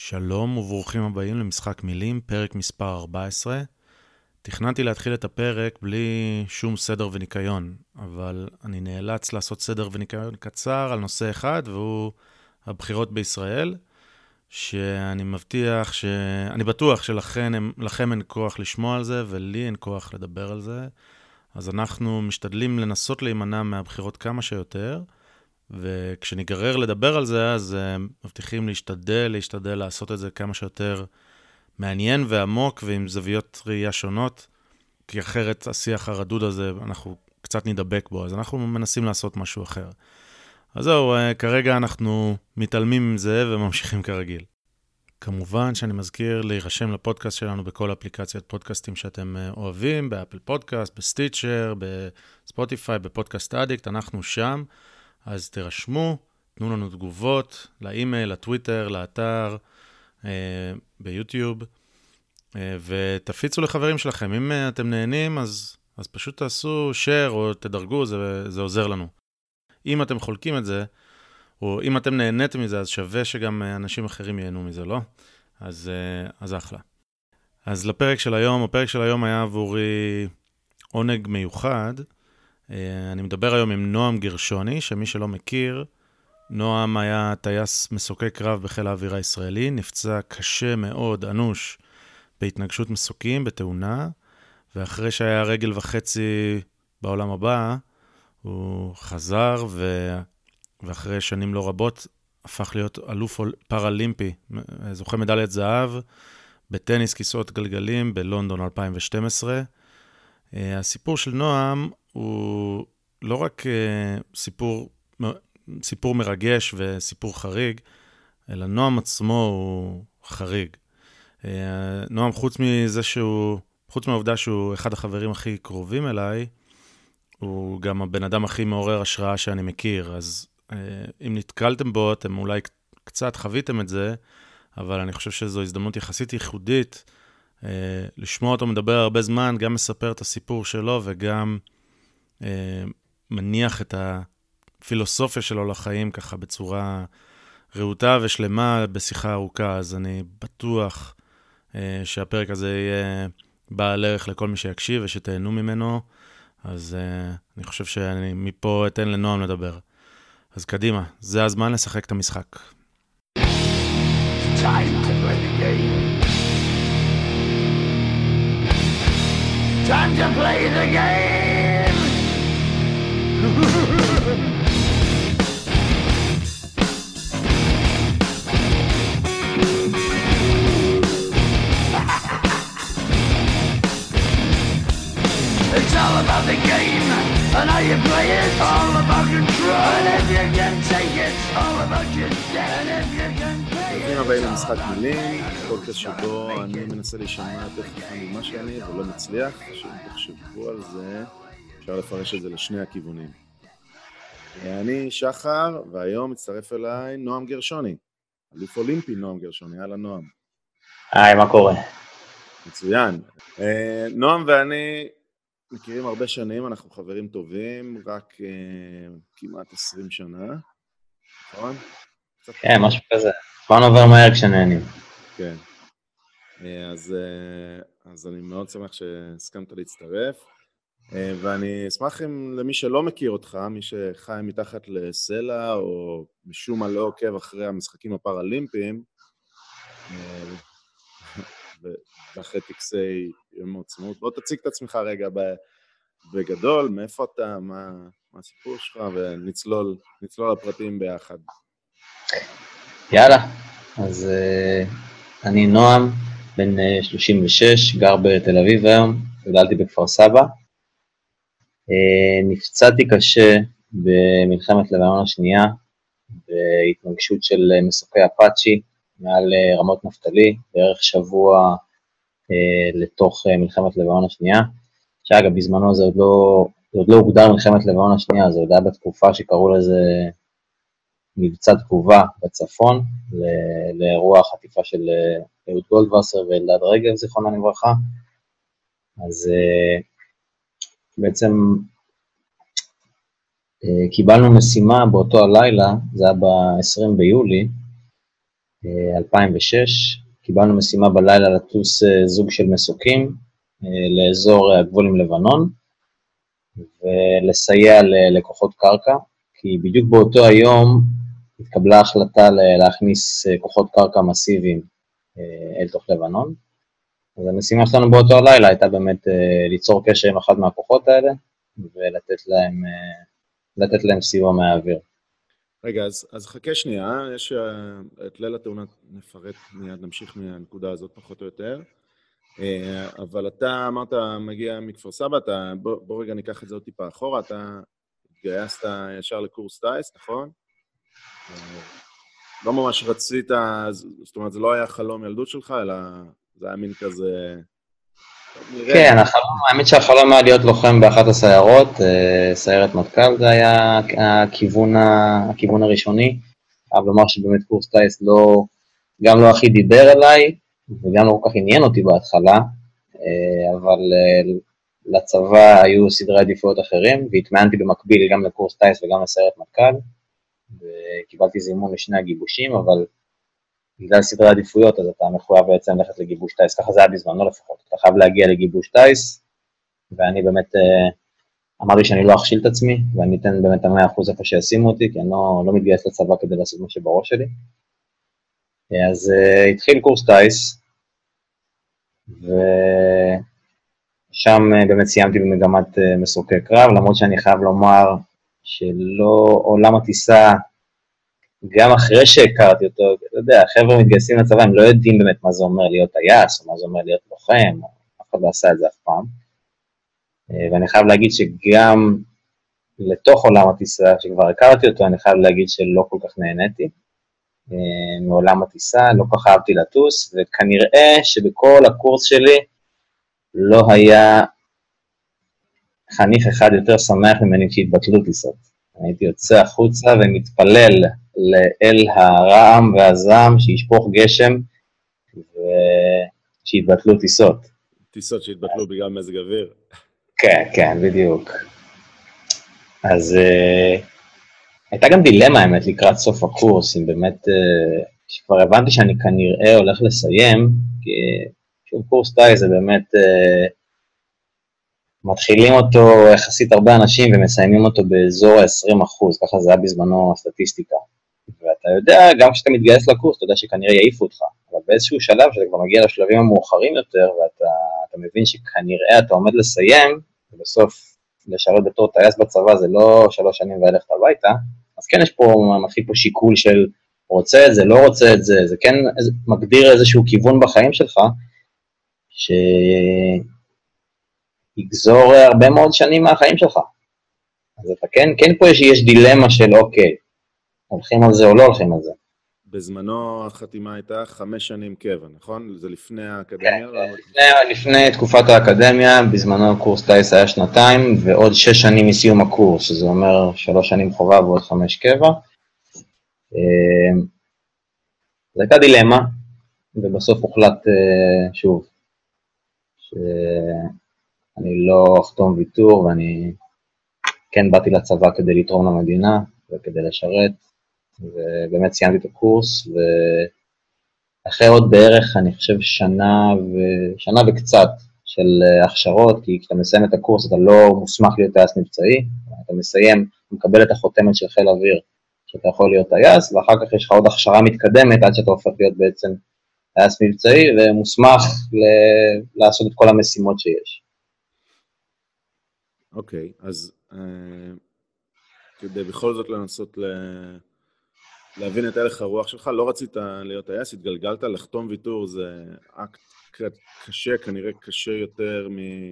שלום וברוכים הבאים למשחק מילים, פרק מספר 14. תכננתי להתחיל את הפרק בלי שום סדר וניקיון, אבל אני נאלץ לעשות סדר וניקיון קצר על נושא אחד, והוא הבחירות בישראל, שאני בטוח שלכם אין כוח לשמוע על זה, ולי אין כוח לדבר על זה. אז אנחנו משתדלים לנסות להימנע מהבחירות כמה שיותר, וכשניגרר לדבר על זה, אז מבטיחים להשתדל לעשות את זה כמה שיותר מעניין ועמוק, ועם זוויות ראייה שונות, כי אחרת השיח הרדוד הזה, אנחנו קצת נדבק בו, אז אנחנו מנסים לעשות משהו אחר. אז זהו, כרגע אנחנו מתעלמים עם זה וממשיכים כרגיל. כמובן שאני מזכיר להירשם לפודקאסט שלנו בכל אפליקציית פודקאסטים שאתם אוהבים, באפל פודקאסט, בסטיצ'ר, בספוטיפיי, בפודקאסט אדיקט, אנחנו שם. אז תרשמו, תנו לנו תגובות, לאימייל, לטוויטר, לאתר, ביוטיוב, ותפיצו לחברים שלכם. אם אתם נהנים, אז פשוט תעשו share או תדרגו, זה עוזר לנו. אם אתם חולקים את זה, או אם אתם נהניתם מזה, אז שווה שגם אנשים אחרים ייהנו מזה, לא? אז אחלה. אז הפרק של היום היה עבורי עונג מיוחד. אני מדבר היום עם נועם גרשוני, שמי שלא מכיר, נועם היה טייס מסוקי קרב בחיל האוויר הישראלי, נפצע קשה מאוד, אנוש, בהתנגשות מסוקים, בתאונה, ואחרי שהיה רגל וחצי בעולם הבא, הוא חזר, ואחרי שנים לא רבות, הפך להיות אלוף פראלימפי, זוכה מדליית זהב, בטניס כיסאות גלגלים בלונדון 2012. הסיפור של נועם הוא לא רק סיפור מרגש וסיפור חריג, אלא נועם עצמו הוא חריג. נועם, חוץ מהעובדה שהוא אחד החברים הכי קרובים אליי, הוא גם הבן אדם הכי מעורר השראה שאני מכיר. אז אם נתקלתם בו, אתם אולי קצת חוויתם את זה, אבל אני חושב שזו הזדמנות יחסית ייחודית, לשמוע אותו מדבר הרבה זמן, גם מספר את הסיפור שלו, וגם מניח את הפילוסופיה שלו לחיים ככה בצורה רהוטה ושלמה בשיחה ארוכה. אז אני בטוח שהפרק הזה יהיה בעל ערך לכל מי שיקשיב ושתהנו ממנו. אז אני חושב שאני מפה אתן לנועם לדבר. אז קדימה, זה הזמן לשחק את המשחק. Time to play the game. Time to play the game. It's all about the game and how you play it. All about control, and if you can take it, all about your debt. And if you can pay it. ברוכים הבאים למשחק מילים, פודקאסט שבו אני מנסה להישמע יותר חכם ממה שאני ולא מצליח. שאם תחשבו על זה, אפשר לפרש את זה לשני הכיוונים. אני שחר, והיום מצטרף אליי נועם גרשוני, אלוף אולימפי נועם גרשוני. הלאה נועם. היי, מה קורה? מצוין. נועם ואני מכירים הרבה שנים, אנחנו חברים טובים, רק כמעט 20 שנה, נכון? כן, משהו כזה. פעם עובר מהר כשנהנים. כן. אז אני מאוד שמח שהסכמת להצטרף, ואני אשמח אם למי שלא מכיר אותך, מי שחי מתחת לסלע, או משום מה לא עוקב אחרי המשחקים הפראלימפיים, ואחרי טקסי יום העצמאות, בוא תציג את עצמך רגע בגדול, מאיפה אתה, מה הסיפור שלך, ונצלול לפרטים ביחד. יאללה, אז אני נועם, בן 36, גר בתל אביב היום, גדלתי בכפר סבא. נפצעתי קשה במלחמת לבנון השנייה, בהתנגשות של מסוקי אפאצ'י, מעל רמות נפתלי, בערך שבוע לתוך מלחמת לבנון השנייה, שאגב, בזמנו זה עוד לא הוגדר מלחמת לבנון השנייה, זה עוד היה בתקופה שקראו לזה מבצע תגובה בצפון, לאירוע החטיפה של אהוד גולדווסר ואלדד רגב, זיכרונם לברכה. אז בעצם קיבלנו משימה באותו הלילה, זה היה ב-20 ביולי, 2006, קיבלנו משימה בלילה לטוס זוג של מסוקים לאזור הגבול עם לבנון, ולסייע לכוחות קרקע, כי בדיוק באותו היום התקבלה החלטה להכניס כוחות קרקע מסיביים אל תוך לבנון. אז המשימה שלנו באותו הלילה הייתה באמת ליצור קשר עם אחד מהכוחות האלה, ולתת להם סיוע מהאוויר. רגע, אז חכה שנייה, יש את ליל התאונה, נפרט מיד, נמשיך מהנקודה הזאת פחות או יותר, אבל אתה אמרת, מגיע מכפר סבא, בוא רגע ניקח את זה עוד טיפה אחורה, אתה התגייסת ישר לקורס טייס, נכון? לא ממש רצית, זאת אומרת, זה לא היה חלום ילדות שלך, אלא זה היה מין כזה... כן, האמת שהחלום היה להיות לוחם באחת הסיירות, סיירת מטכ"ל, זה היה הכיוון הראשוני. חייב לומר שבאמת קורס טייס גם לא הכי דיבר אליי, וגם לא כל כך עניין אותי בהתחלה, אבל לצבא היו סדרי עדיפויות אחרים, והתמענתי במקביל גם לקורס טייס וגם לסיירת מטכ"ל, וקיבלתי זימון לשני הגיבושים, אבל בגלל סדרי עדיפויות, אז אתה מחויב בעצם ללכת לגיבוש טייס, ככה זה היה בזמנו לפחות, אתה חייב להגיע לגיבוש טייס, ואני באמת אמרתי שאני לא אכשיל את עצמי, ואני אתן באמת 100% איפה שישימו אותי, כי אני לא מתגייס לצבא כדי לעשות מה שבראש שלי. אז התחיל קורס טייס, ושם באמת סיימתי במגמת מסוקי קרב, למרות שאני חייב לומר שלא עולם הטיסה, גם אחרי שהכרתי אותו, אתה יודע, החבר'ה מתגייסים לצבא, הם לא יודעים באמת מה זה אומר להיות טייס, או מה זה אומר להיות לוחם, אף אחד לא עשה את זה אף פעם. ואני חייב להגיד שגם לתוך עולם הטיסה, שכבר הכרתי אותו, אני חייב להגיד שלא כל כך נהניתי מעולם הטיסה, לא כל כך אהבתי לטוס, וכנראה שבכל הקורס שלי לא היה חניך אחד יותר שמח ממני כשהתבטלו טיסות. הייתי יוצא החוצה ומתפלל לאל הרעם והזעם שישפוך גשם ושיתבטלו טיסות. טיסות שהתבטלו בגלל מזג אוויר. כן, כן, בדיוק. אז הייתה גם דילמה האמת לקראת סוף הקורס, אם באמת, שכבר הבנתי שאני כנראה הולך לסיים, כי שוב קורס טייס זה באמת, מתחילים אותו יחסית הרבה אנשים ומסיימים אותו באזור ה-20%, ככה זה היה בזמנו הסטטיסטיקה. ואתה יודע, גם כשאתה מתגייס לקורס, אתה יודע שכנראה יעיפו אותך, אבל באיזשהו שלב שאתה כבר מגיע לשלבים המאוחרים יותר, ואתה מבין שכנראה אתה עומד לסיים, ובסוף לשרת בתור טייס בצבא זה לא 3 שנים והלכת הביתה, אז כן יש פה, מתחיל פה שיקול של רוצה את זה, לא רוצה את זה, זה כן מגדיר איזשהו כיוון בחיים שלך, שיגזור הרבה מאוד שנים מהחיים שלך. אז אתה כן פה יש דילמה של אוקיי, הולכים על זה או לא הולכים על זה. בזמנו החתימה הייתה 5 שנים קבע, נכון? זה לפני האקדמיה? כן, לפני תקופת האקדמיה, בזמנו קורס טייס היה 2 ועוד 6 שנים מסיום הקורס, שזה אומר 3 שנים חובה ועוד 5 קבע. זו הייתה דילמה, ובסוף הוחלט שוב, שאני לא אחתום ויתור, ואני כן באתי לצבא כדי לתרום למדינה וכדי לשרת, ובאמת סיימתי את הקורס, ואחרי עוד בערך, אני חושב שנה וקצת של הכשרות, כי כשאתה מסיים את הקורס אתה לא מוסמך להיות טייס מבצעי, אתה מסיים, מקבל את החותמת של חיל אוויר, שאתה יכול להיות טייס, ואחר כך יש לך עוד הכשרה מתקדמת, עד שאתה הופך להיות בעצם טייס מבצעי, ומוסמך לעשות את כל המשימות שיש. אוקיי, אז כדי בכל זאת לנסות להבין את הלך הרוח שלך, לא רצית להיות טייס, התגלגלת, לחתום ויתור זה אקט קשה, כנראה קשה יותר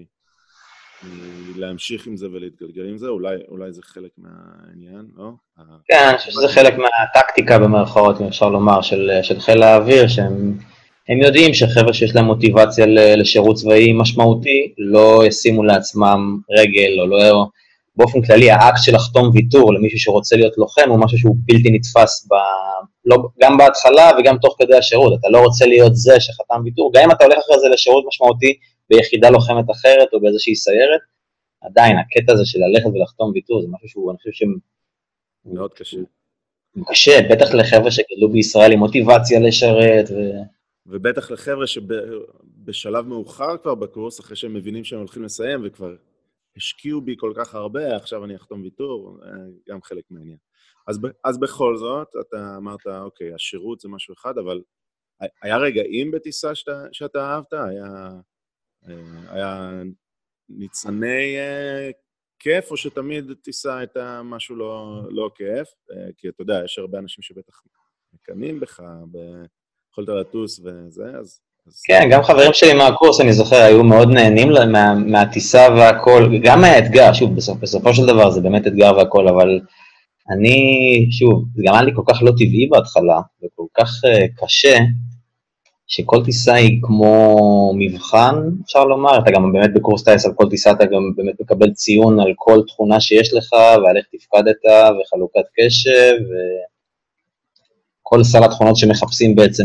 להמשיך עם זה ולהתגלגל עם זה, אולי זה חלק מהעניין, לא? כן, אני חושב שזה חלק מהטקטיקה במרכאות, אם אפשר לומר, של חיל האוויר, שהם יודעים שחבר'ה שיש להם מוטיבציה לשירות צבאי משמעותי, לא ישימו לעצמם רגל, או לא... באופן כללי, האקט של לחתום ויתור למישהו שרוצה להיות לוחם, הוא משהו שהוא בלתי נתפס גם בהתחלה וגם תוך כדי השירות. אתה לא רוצה להיות זה שחתם ויתור, גם אם אתה הולך אחרי זה לשירות משמעותי ביחידה לוחמת אחרת או באיזושהי סיירת, עדיין הקטע הזה של ללכת ולחתום ויתור, זה משהו שהוא, אני חושב מאוד קשה. קשה, בטח לחבר'ה שגדלו בישראל עם מוטיבציה לשרת. ובטח לחבר'ה שבשלב מאוחר כבר בקורס, אחרי שהם מבינים שהם הולכים לסיים, וכבר השקיעו בי כל כך הרבה, עכשיו אני אחתום ויתור, גם חלק מהעניין. אז בכל זאת, אתה אמרת, אוקיי, השירות זה משהו אחד, אבל היה רגעים בטיסה שאתה אהבת? היה ניצני כיף, או שתמיד טיסה הייתה משהו לא כיף? כי אתה יודע, יש הרבה אנשים שבטח מקנים בך, יכולת לטוס וזה, אז... כן, גם חברים שלי מהקורס, אני זוכר, היו מאוד נהנים מהטיסה והכל, גם מהאתגר, שוב, בסופו של דבר זה באמת אתגר והכל, אבל אני, שוב, זה גם היה לי כל כך לא טבעי בהתחלה, וכל כך קשה, שכל טיסה היא כמו מבחן, אפשר לומר, אתה גם באמת בקורס טייס על כל טיסה, אתה גם באמת מקבל ציון על כל תכונה שיש לך, ועל איך תפקדת, וחלוקת קשב, וכל סל התכונות שמחפשים בעצם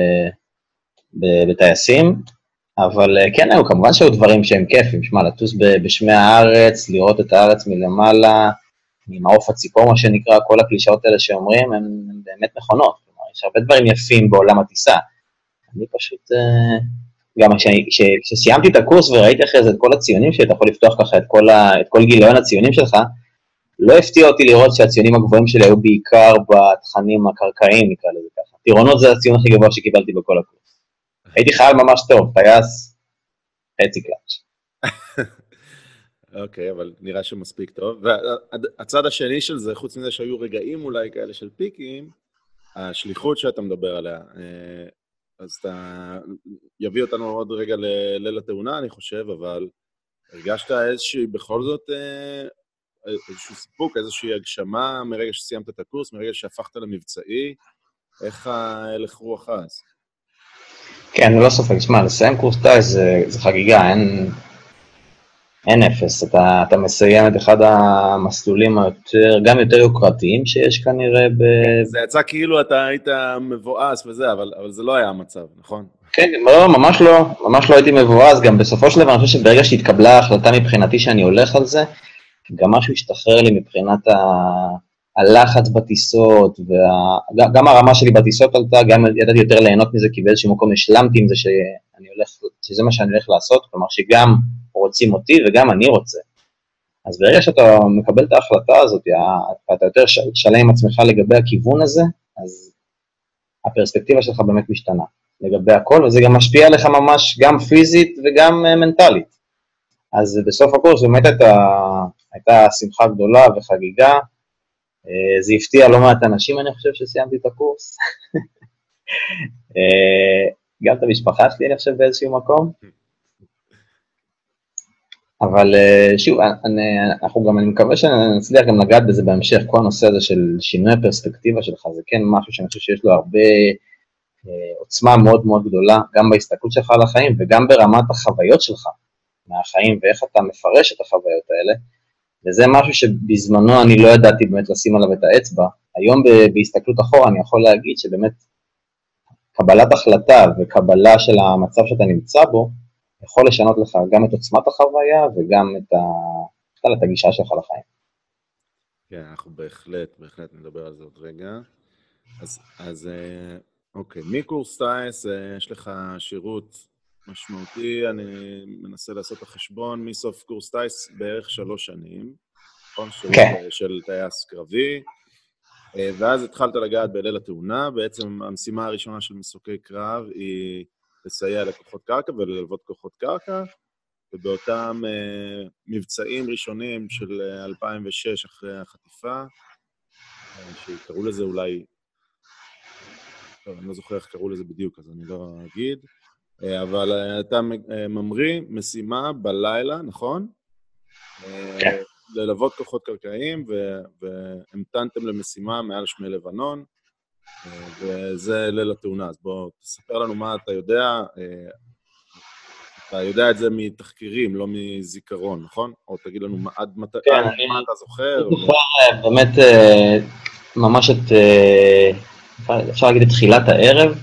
בטייסים, אבל כן, היו כמובן שהיו דברים שהם כיפים, שמה, לטוס בשמי הארץ, לראות את הארץ מלמעלה, עם העוף הציפור, מה שנקרא, כל הקלישאות האלה שאומרים, הן באמת נכונות, כלומר, יש הרבה דברים יפים בעולם הטיסה, אני פשוט, גם כשסיימתי את הקורס וראיתי אחרי זה את כל הציונים, שאתה יכול לפתוח ככה את כל גיליון הציונים שלך, לא הפתיע אותי לראות שהציונים הגבוהים שלי היו בעיקר בתכנים הקרקעיים, נקרא לזה ככה. טירונות זה הציון הכי גבוה שקיבלתי בכל הקורס. הייתי חייל ממש טוב, טייס, חצי קלאץ'. אוקיי, אבל נראה שמספיק טוב. והצד השני של זה, חוץ מזה שהיו רגעים אולי כאלה של פיקים, השליחות שאתה מדבר עליה, אז אתה יביא אותנו עוד רגע לליל התאונה, אני חושב, אבל הרגשת איזושהי, בכל זאת, איזשהו סיפוק, איזושהי הגשמה מרגע שסיימת את הקורס, מרגע שהפכת למבצעי, איך הלך רוח אז? כן, לא סופק, שמע, לסיים קורס טייס זה חגיגה, אין אפס, אתה מסיים את אחד המסלולים גם יותר יוקרתיים שיש כנראה זה יצא כאילו אתה היית מבואס וזה, אבל זה לא היה המצב, נכון? כן, לא, ממש לא הייתי מבואס, גם בסופו של דבר אני חושב שברגע שהתקבלה ההחלטה מבחינתי שאני הולך על זה, גם משהו השתחרר לי מבחינת הלחץ בטיסות, וגם הרמה שלי בטיסות עלתה, גם ידעתי יותר ליהנות מזה, כי באיזשהו מקום השלמתי עם זה שזה מה שאני הולך לעשות, כלומר שגם רוצים אותי וגם אני רוצה. אז ברגע שאתה מקבל את ההחלטה הזאת, אתה יותר שלם עם עצמך לגבי הכיוון הזה, אז הפרספקטיבה שלך באמת משתנה לגבי הכל, וזה גם משפיע עליך ממש גם פיזית וגם מנטלית. אז בסוף הקורס באמת הייתה שמחה גדולה וחגיגה, זה הפתיע לא מעט אנשים, אני חושב שסיימתי את הקורס. גם את המשפחה שלי, אני חושב, באיזשהו מקום. אבל שוב, אני מקווה שנצליח גם לגעת בזה בהמשך, כל הנושא הזה של שינוי הפרספקטיבה שלך, זה כן משהו שאני חושב שיש לו הרבה עוצמה מאוד מאוד גדולה, גם בהסתכלות שלך על החיים, וגם ברמת החוויות שלך מהחיים, ואיך אתה מפרש את החוויות האלה, וזה משהו שבזמנו אני לא ידעתי באמת לשים עליו את האצבע. היום בהסתכלות אחורה אני יכול להגיד שבאמת קבלת החלטה וקבלה של המצב שאתה נמצא בו, יכול לשנות לך גם את עוצמת החוויה וגם את הגישה שלך לחיים. כן, אנחנו בהחלט נדבר על זה עוד רגע. אז אוקיי, מקורס טייס יש לך שירות משמעותי, אני מנסה לעשות את החשבון מסוף קורס טייס בערך 3 שנים, נכון? שירות של טייס קרבי, ואז התחלת לגעת בליל התאונה, בעצם המשימה הראשונה של מסוקי קרב היא לסייע לכוחות קרקע וללוות כוחות קרקע, ובאותם מבצעים ראשונים של 2006 אחרי החטיפה, שקראו לזה אולי, טוב, אני לא זוכר איך קראו לזה בדיוק, אז אני לא אגיד, אבל אתה ממריא משימה בלילה, נכון? כן. ללוות כוחות קרקעיים, והמתנתם למשימה מעל שמי לבנון, וזה ליל התאונה. אז בוא תספר לנו מה אתה יודע. אתה יודע את זה מתחקירים, לא מזיכרון, נכון? או תגיד לנו עד מתי, מה אתה זוכר? אני זוכר באמת ממש אפשר להגיד את תחילת הערב,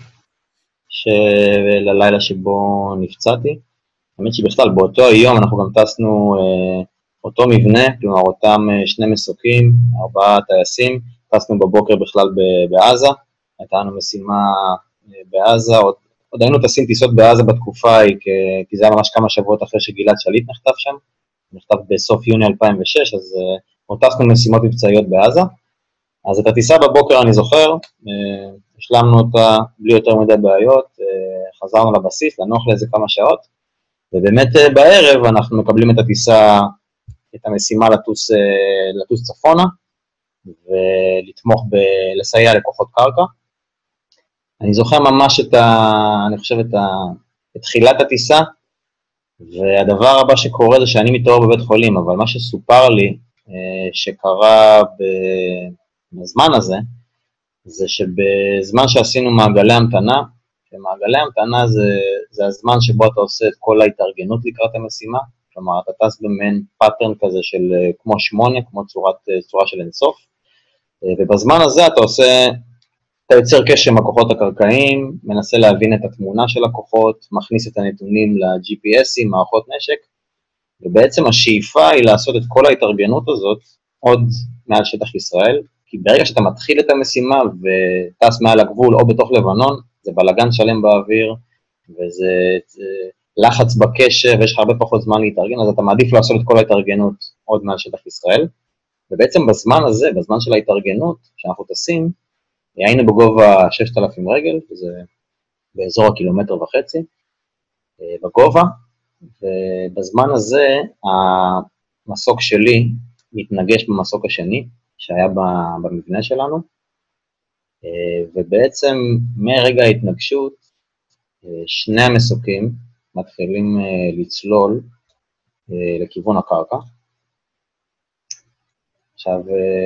ללילה שבו נפצעתי. האמת שבכלל באותו היום אנחנו גם טסנו אותו מבנה, כלומר אותם 2 מסוקים, 4 טייסים, טסנו בבוקר בכלל בעזה, הייתה לנו משימה בעזה, עוד היינו טסים טיסות בעזה בתקופה ההיא, כי זה היה ממש כמה שבועות אחרי שגלעד שליט נחטף שם, נחטף בסוף יוני 2006, אז עוד טסנו משימות מבצעיות בעזה, אז את הטיסה בבוקר אני זוכר, השלמנו אותה בלי יותר מדי בעיות, חזרנו לבסיס, לנוח לאיזה כמה שעות, ובאמת בערב אנחנו מקבלים את הטיסה, את המשימה לטוס צפונה, ולתמוך לסייע לכוחות קרקע. אני זוכר ממש אני חושב את תחילת הטיסה, והדבר הבא שקורה זה שאני מתעורר בבית חולים, אבל מה שסופר לי שקרה בזמן הזה, זה שבזמן שעשינו מעגלי המתנה, ומעגלי המתנה זה הזמן שבו אתה עושה את כל ההתארגנות לקראת המשימה, כלומר אתה טס במין פאטרן כזה של כמו 8, כמו צורה של אינסוף, ובזמן הזה אתה יוצר קשר עם הכוחות הקרקעיים, מנסה להבין את התמונה של הכוחות, מכניס את הנתונים ל-GPSים, מערכות נשק, ובעצם השאיפה היא לעשות את כל ההתארגנות הזאת עוד מעל שטח ישראל, כי ברגע שאתה מתחיל את המשימה וטס מעל הגבול או בתוך לבנון, זה בלגן שלם באוויר, וזה לחץ בקשר, ויש לך הרבה פחות זמן להתארגן, אז אתה מעדיף לעשות את כל ההתארגנות עוד מעל שטח ישראל, ובעצם בזמן הזה, בזמן של ההתארגנות שאנחנו טסים, היינו בגובה 6,000 רגל, שזה באזור הקילומטר וחצי, בגובה, ובזמן הזה המסוק שלי מתנגש במסוק השני, שהיה במבנה שלנו, ובעצם מרגע ההתנגשות, שני המסוקים מתחילים לצלול לכיוון הקרקע. עכשיו,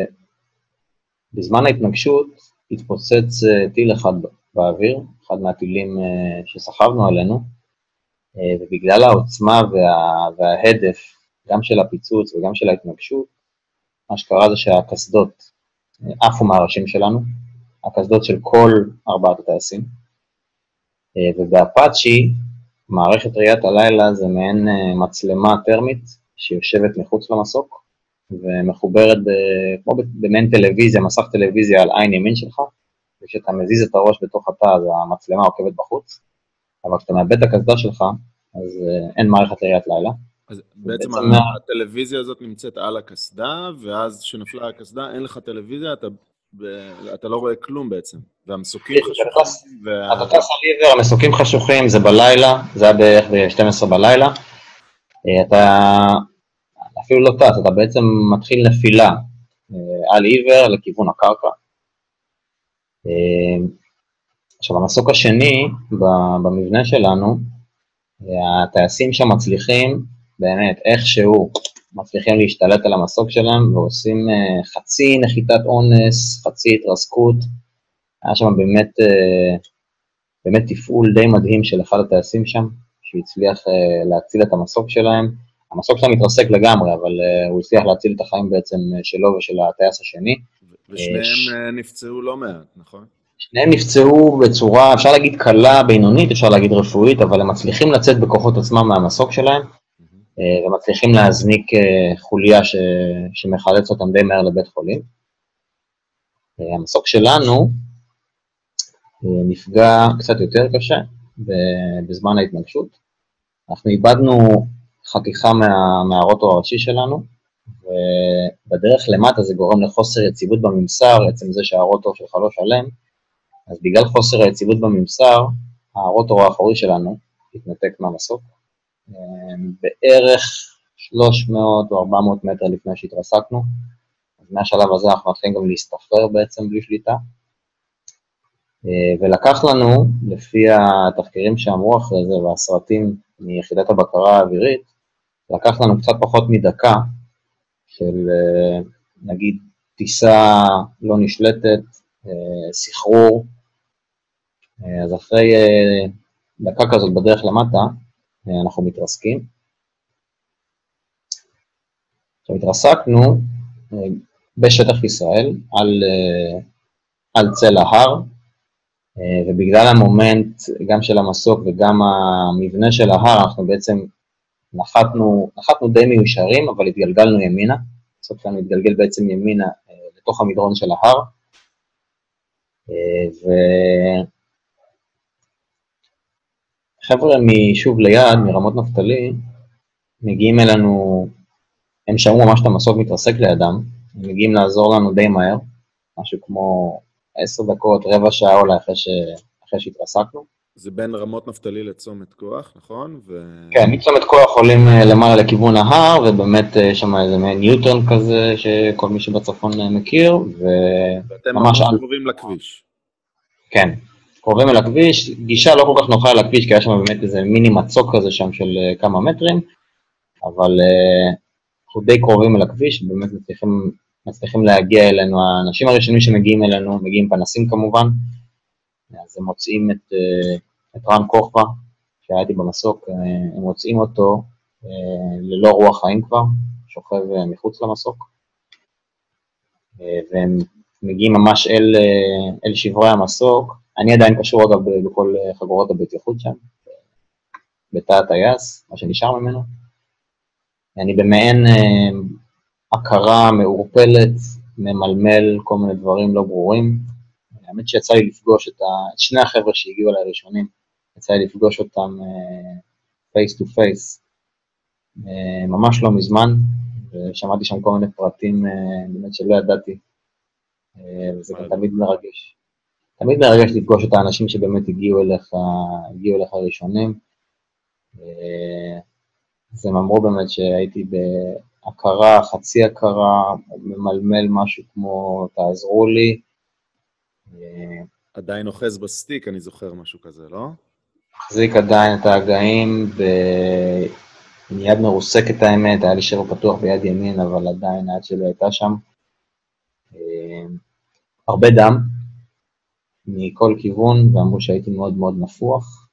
בזמן ההתנגשות התפוצץ טיל אחד באוויר, אחד מהטילים שסחבנו עלינו, ובגלל העוצמה וההדף, גם של הפיצוץ וגם של ההתנגשות, מה שקרה זה שהקסדות עפו מהראשים שלנו, הקסדות של כל 4 הטייסים, ובאפאצ'י, מערכת ראיית הלילה זה מעין מצלמה טרמית שיושבת מחוץ למסוק, ומחוברת כמו במעין טלוויזיה, מסך טלוויזיה על עין ימין שלך, וכשאתה מזיז את הראש בתוך התא, אז המצלמה עוקבת בחוץ, אבל כשאתה מאבד את הקסדה שלך, אז אין מערכת ראיית לילה. אז בעצם הטלוויזיה הזאת נמצאת על הקסדה, ואז כשנפלה הקסדה, אין לך טלוויזיה, אתה לא רואה כלום בעצם, והמסוקים חשוכים. אתה טס על עיוור, המסוקים חשוכים, זה בלילה, זה היה בערך ב-12 בלילה, אתה אפילו לא טס, אתה בעצם מתחיל נפילה על עיוור לכיוון הקרקע. עכשיו, המסוק השני במבנה שלנו, הטייסים שם מצליחים, באמת, איכשהו מצליחים להשתלט על המסוק שלהם, ועושים חצי נחיתת אונס, חצי התרסקות. היה שם באמת תפעול די מדהים של אחד הטייסים שם, שהצליח להציל את המסוק שלהם. המסוק שלהם התרסק לגמרי, אבל הוא הצליח להציל את החיים בעצם שלו ושל הטייס השני. ושניהם נפצעו לא מעט, נכון? שניהם נפצעו בצורה, אפשר להגיד קלה, בינונית, אפשר להגיד רפואית, אבל הם מצליחים לצאת בכוחות עצמם מהמסוק שלהם, ומצליחים להזניק חוליה שמחלץ אותם די מהר לבית חולים. המסוק שלנו נפגע קצת יותר קשה בזמן ההתנגשות. אנחנו איבדנו חתיכה מהרוטור הראשי שלנו, ובדרך למטה זה גורם לחוסר יציבות בממסר, עצם זה שהרוטור שלך לא שלם, אז בגלל חוסר היציבות בממסר, הרוטור האחורי שלנו התנתק מהמסוק, בערך 300 או 400 מטר לפני שהתרסקנו, אז מהשלב הזה אנחנו מתחילים גם להסתפר בעצם בלי שליטה, ולקח לנו, לפי התחקירים שאמרו אחרי זה, והסרטים מיחידת הבקרה האווירית, לקח לנו קצת פחות מדקה, של נגיד טיסה לא נשלטת, סחרור, אז אחרי דקה כזאת בדרך למטה, אנחנו מתרסקים. עכשיו התרסקנו בשטח ישראל, על צל ההר, ובגלל המומנט גם של המסוק וגם המבנה של ההר, אנחנו בעצם נחתנו די מיושרים, אבל התגלגלנו ימינה, הסוף שלנו התגלגל בעצם ימינה בתוך המדרון של ההר, וחבר'ה משוב ליד, מרמות נפתלי, מגיעים אלינו, הם שמעו ממש את המסוק מתרסק לידם, הם מגיעים לעזור לנו די מהר, משהו כמו 10 דקות, רבע שעה אולי אחרי שהתרסקנו. זה בין רמות נפתלי לצומת כוח, נכון? כן, מצומת כוח עולים למעלה לכיוון ההר, ובאמת שם איזה מעין ניוטרן כזה, שכל מי שבצפון מכיר, ואתם ממש קרובים לכביש. כן, קרובים אל הכביש, גישה לא כל כך נוחה לכביש, כי היה שם באמת איזה מיני מצוק כזה שם של כמה מטרים, אבל אנחנו די קרובים אל הכביש, באמת מצליחים להגיע אלינו, האנשים הראשונים שמגיעים אלינו, מגיעים פנסים כמובן, אז הם מוצאים את רן קורפה, שהייתי במסוק, הם מוצאים אותו ללא רוח חיים כבר, שוכב מחוץ למסוק, והם מגיעים ממש אל שברי המסוק, אני עדיין קשור אגב בכל חגורות הבטיחות שם, בתא הטייס, מה שנשאר ממנו, אני במעין הכרה מעורפלת, ממלמל כל מיני דברים לא ברורים, האמת שיצא לי לפגוש את שני החבר'ה שהגיעו אליי ראשונים, יצא לי לפגוש אותם face to face, ממש לא מזמן, ושמעתי שם כל מיני פרטים באמת שלא ידעתי, וזה גם תמיד מרגש. תמיד מרגש לפגוש את האנשים שבאמת הגיעו אליך ראשונים, אז הם אמרו באמת שהייתי בהכרה, חצי הכרה, ממלמל משהו כמו תעזרו לי, עדיין אוחז בסטיק, אני זוכר משהו כזה, לא? מחזיק עדיין את ההגאים ביד מרוסקת האמת, היה לי שבע פתוח ביד ימין, אבל עדיין היד שלי הייתה שם. הרבה דם מכל כיוון, ואמרו שהייתי מאוד מאוד נפוח.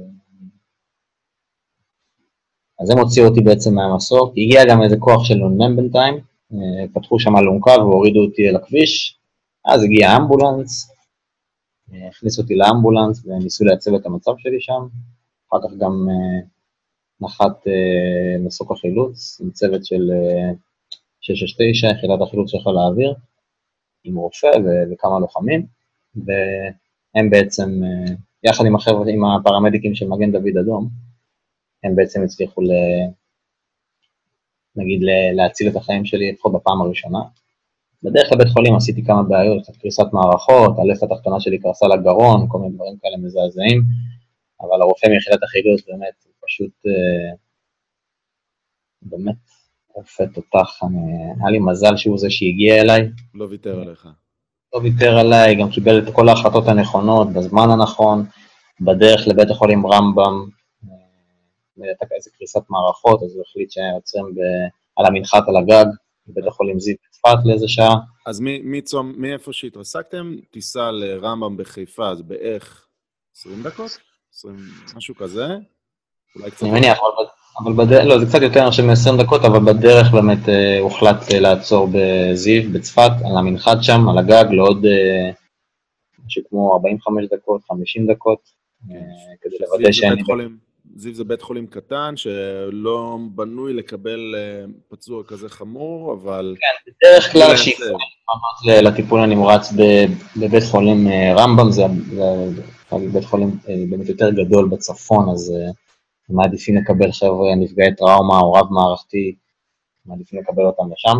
אז הם הוציאו אותי בעצם מהמסוק, הגיע גם איזה כוח של נ"מ בינתיים, פתחו שם אלונקה והורידו אותי אל הכביש, אז הגיע אמבולנס, הכניסו אותי לאמבולנס וניסו לייצב את המצב שלי שם, אחר כך גם נחת מסוק החילוץ, עם צוות של 669, יחידת החילוץ של חיל האוויר, עם רופא וכמה לוחמים, והם בעצם, יחד עם הפרמדיקים של מגן דוד אדום, הם בעצם הצליחו נגיד להציל את החיים שלי, לפחות בפעם הראשונה. בדרך לבית חולים עשיתי כמה בעיות, קצת קריסת מערכות, הלסת התחתונה שלי קרסה לגרון, כל מיני דברים כאלה מזעזעים, אבל הרופא מיחידת החילוץ באמת, פשוט, באמת, רופא תותח, היה לי מזל שהוא זה שהגיע אליי. לא ויתר עליך. לא ויתר עליי, גם קיבל את כל ההחלטות הנכונות, בזמן הנכון, בדרך לבית החולים רמב"ם, הייתה איזה קריסת מערכות, אז הוא החליט שעוצרים על המנחת על הגג, בבית החולים זיו בצפת לאיזה שעה. אז מאיפה שהתרסקתם, טיסה לרמב"ם בחיפה, אז בערך 20 דקות? 20, משהו כזה? אולי קצת... אני מניח, אבל בדרך, לא, זה קצת יותר מ-20 דקות, אבל בדרך באמת הוחלט לעצור בזיו, בצפת, על המנחת שם, על הגג, לעוד משהו כמו 45 דקות, 50 דקות, כדי לוודא שאני... זיו זה בית חולים קטן, שלא בנוי לקבל פצוע כזה חמור, אבל... כן, בדרך כלל שיפונות לטיפול הנמרץ בבית חולים רמב"ם, זה בית חולים באמת יותר גדול בצפון, אז הם מעדיפים לקבל חבר'ה נפגעי טראומה או רב מערכתי, מעדיפים לקבל אותם לשם.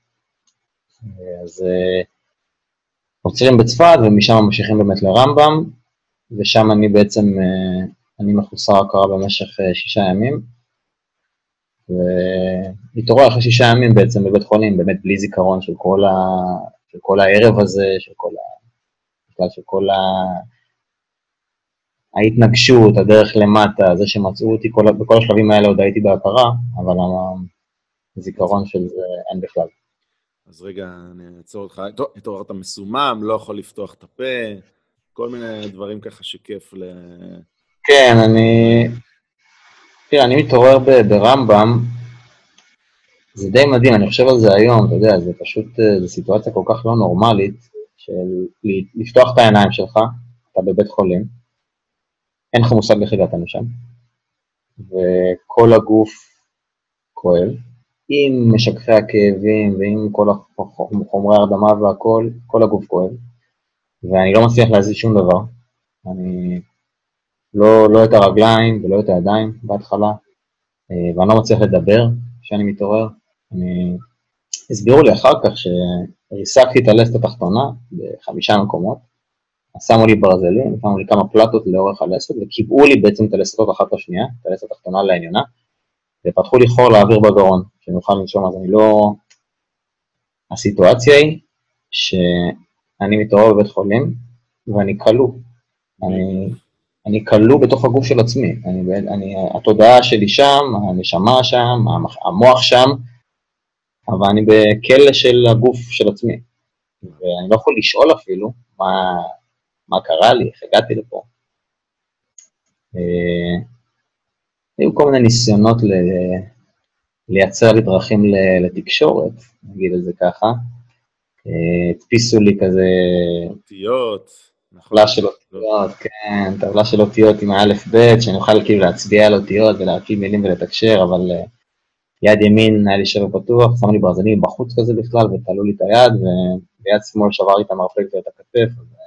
אז עוצרים בצפת, ומשם ממשיכים באמת לרמב"ם, ושם אני בעצם... אני מחוסר הכרה במשך 6 ימים, והתעורר אחרי 6 ימים בעצם בבית חולים, באמת בלי זיכרון של כל הערב הזה, של כל ההתנגשות, הדרך למטה, זה שמצאו אותי, בכל השלבים האלה עוד הייתי בהכרה, אבל הזיכרון של זה אין בכלל. אז רגע, אני אעצור אותך, התעוררת מסומם, לא יכול לפתוח את הפה, כל מיני דברים ככה שכיף כן, אני מתעורר ברמב"ם, זה די מדהים, אני חושב על זה היום, אתה יודע, זה פשוט, זו סיטואציה כל כך לא נורמלית, של לפתוח את העיניים שלך, אתה בבית חולים, אין לך מושג איך הגעת משם, וכל הגוף כואב, עם משככי הכאבים ועם כל חומרי הרדמה והכל, כל הגוף כואב, ואני לא מצליח להזיז שום דבר. אני לא את הרגליים ולא את הידיים בהתחלה, ואני לא מצליח לדבר כשאני מתעורר. הסבירו לי אחר כך שריסקתי את הלסת התחתונה ב5 מקומות, שמו לי ברזלים, שמו לי כמה פלטות לאורך הלסת, וקיבעו לי בעצם את הלסתות אחת לשנייה, את הלסת התחתונה לעליונה, ופתחו לי חור לאוויר בגרון, שאני אוכל לנשום. אז אני לא... הסיטואציה היא שאני מתעורר בבית חולים, ואני כלוא. אני כלוא בתוך הגוף של עצמי. התודעה שלי שם, הנשמה שם, המוח שם, אבל אני בכלא של הגוף של עצמי. ואני לא יכול לשאול אפילו מה קרה לי, איך הגעתי לפה. היו כל מיני ניסיונות לייצר לי דרכים לתקשורת, נגיד את זה ככה. הדפיסו לי כזה... אותיות. טבלה של אותיות, כן, טבלה של אותיות עם האלף בית, שאני אוכל כאילו להצביע על אותיות ולהרכיב מילים ולתקשר, אבל יד ימין היה לי שבר פתוח, שמו לי ברזלים בחוץ כזה בכלל, ותעלו לי את היד, וביד שמאל שבר לי את המרפק ואת הכתף,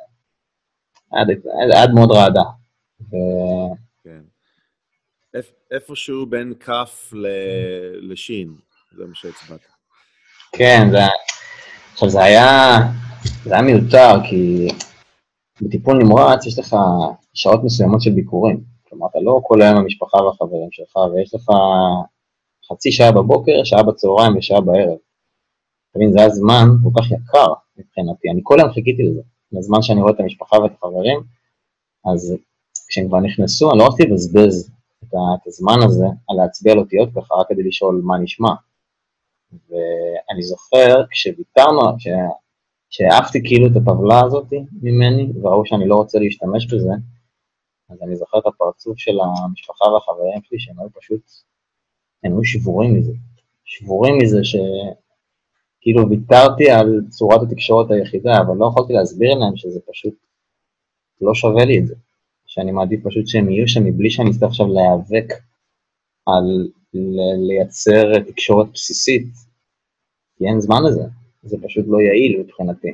עד מאוד רעדה. כן. איפשהו בין כף לשין, זה מה שהצבעת. כן, עכשיו זה היה מיותר, כי בטיפול נמרץ יש לך שעות מסוימות של ביקורים. כלומר, אתה לא כל היום המשפחה והחברים שלך, ויש לך חצי שעה בבוקר, שעה בצהריים ושעה בערב. אתה מבין, זה היה זמן כל כך יקר מבחינתי. אני כל היום חיכיתי לזה. לזמן שאני רואה את המשפחה ואת החברים, אז כשהם כבר נכנסו, אני לא רציתי לבזבז את הזמן הזה על להצביע על אותיות ככה, רק כדי לשאול מה נשמע. ואני זוכר, כשוויתרנו, כשהעפתי כאילו את הטבלה הזאת ממני, וראו שאני לא רוצה להשתמש בזה, אז אני זוכר את הפרצוף של המשפחה והחברים שלי, שהם היו פשוט, הם היו שבורים מזה שכאילו ויתרתי על צורת התקשורת היחידה, אבל לא יכולתי להסביר להם שזה פשוט לא שווה לי את זה, שאני מעדיף פשוט שהם יהיו שם מבלי שאני אצטרך עכשיו להיאבק על לייצר תקשורת בסיסית, כי אין זמן לזה, זה פשוט לא יעיל מבחינתי.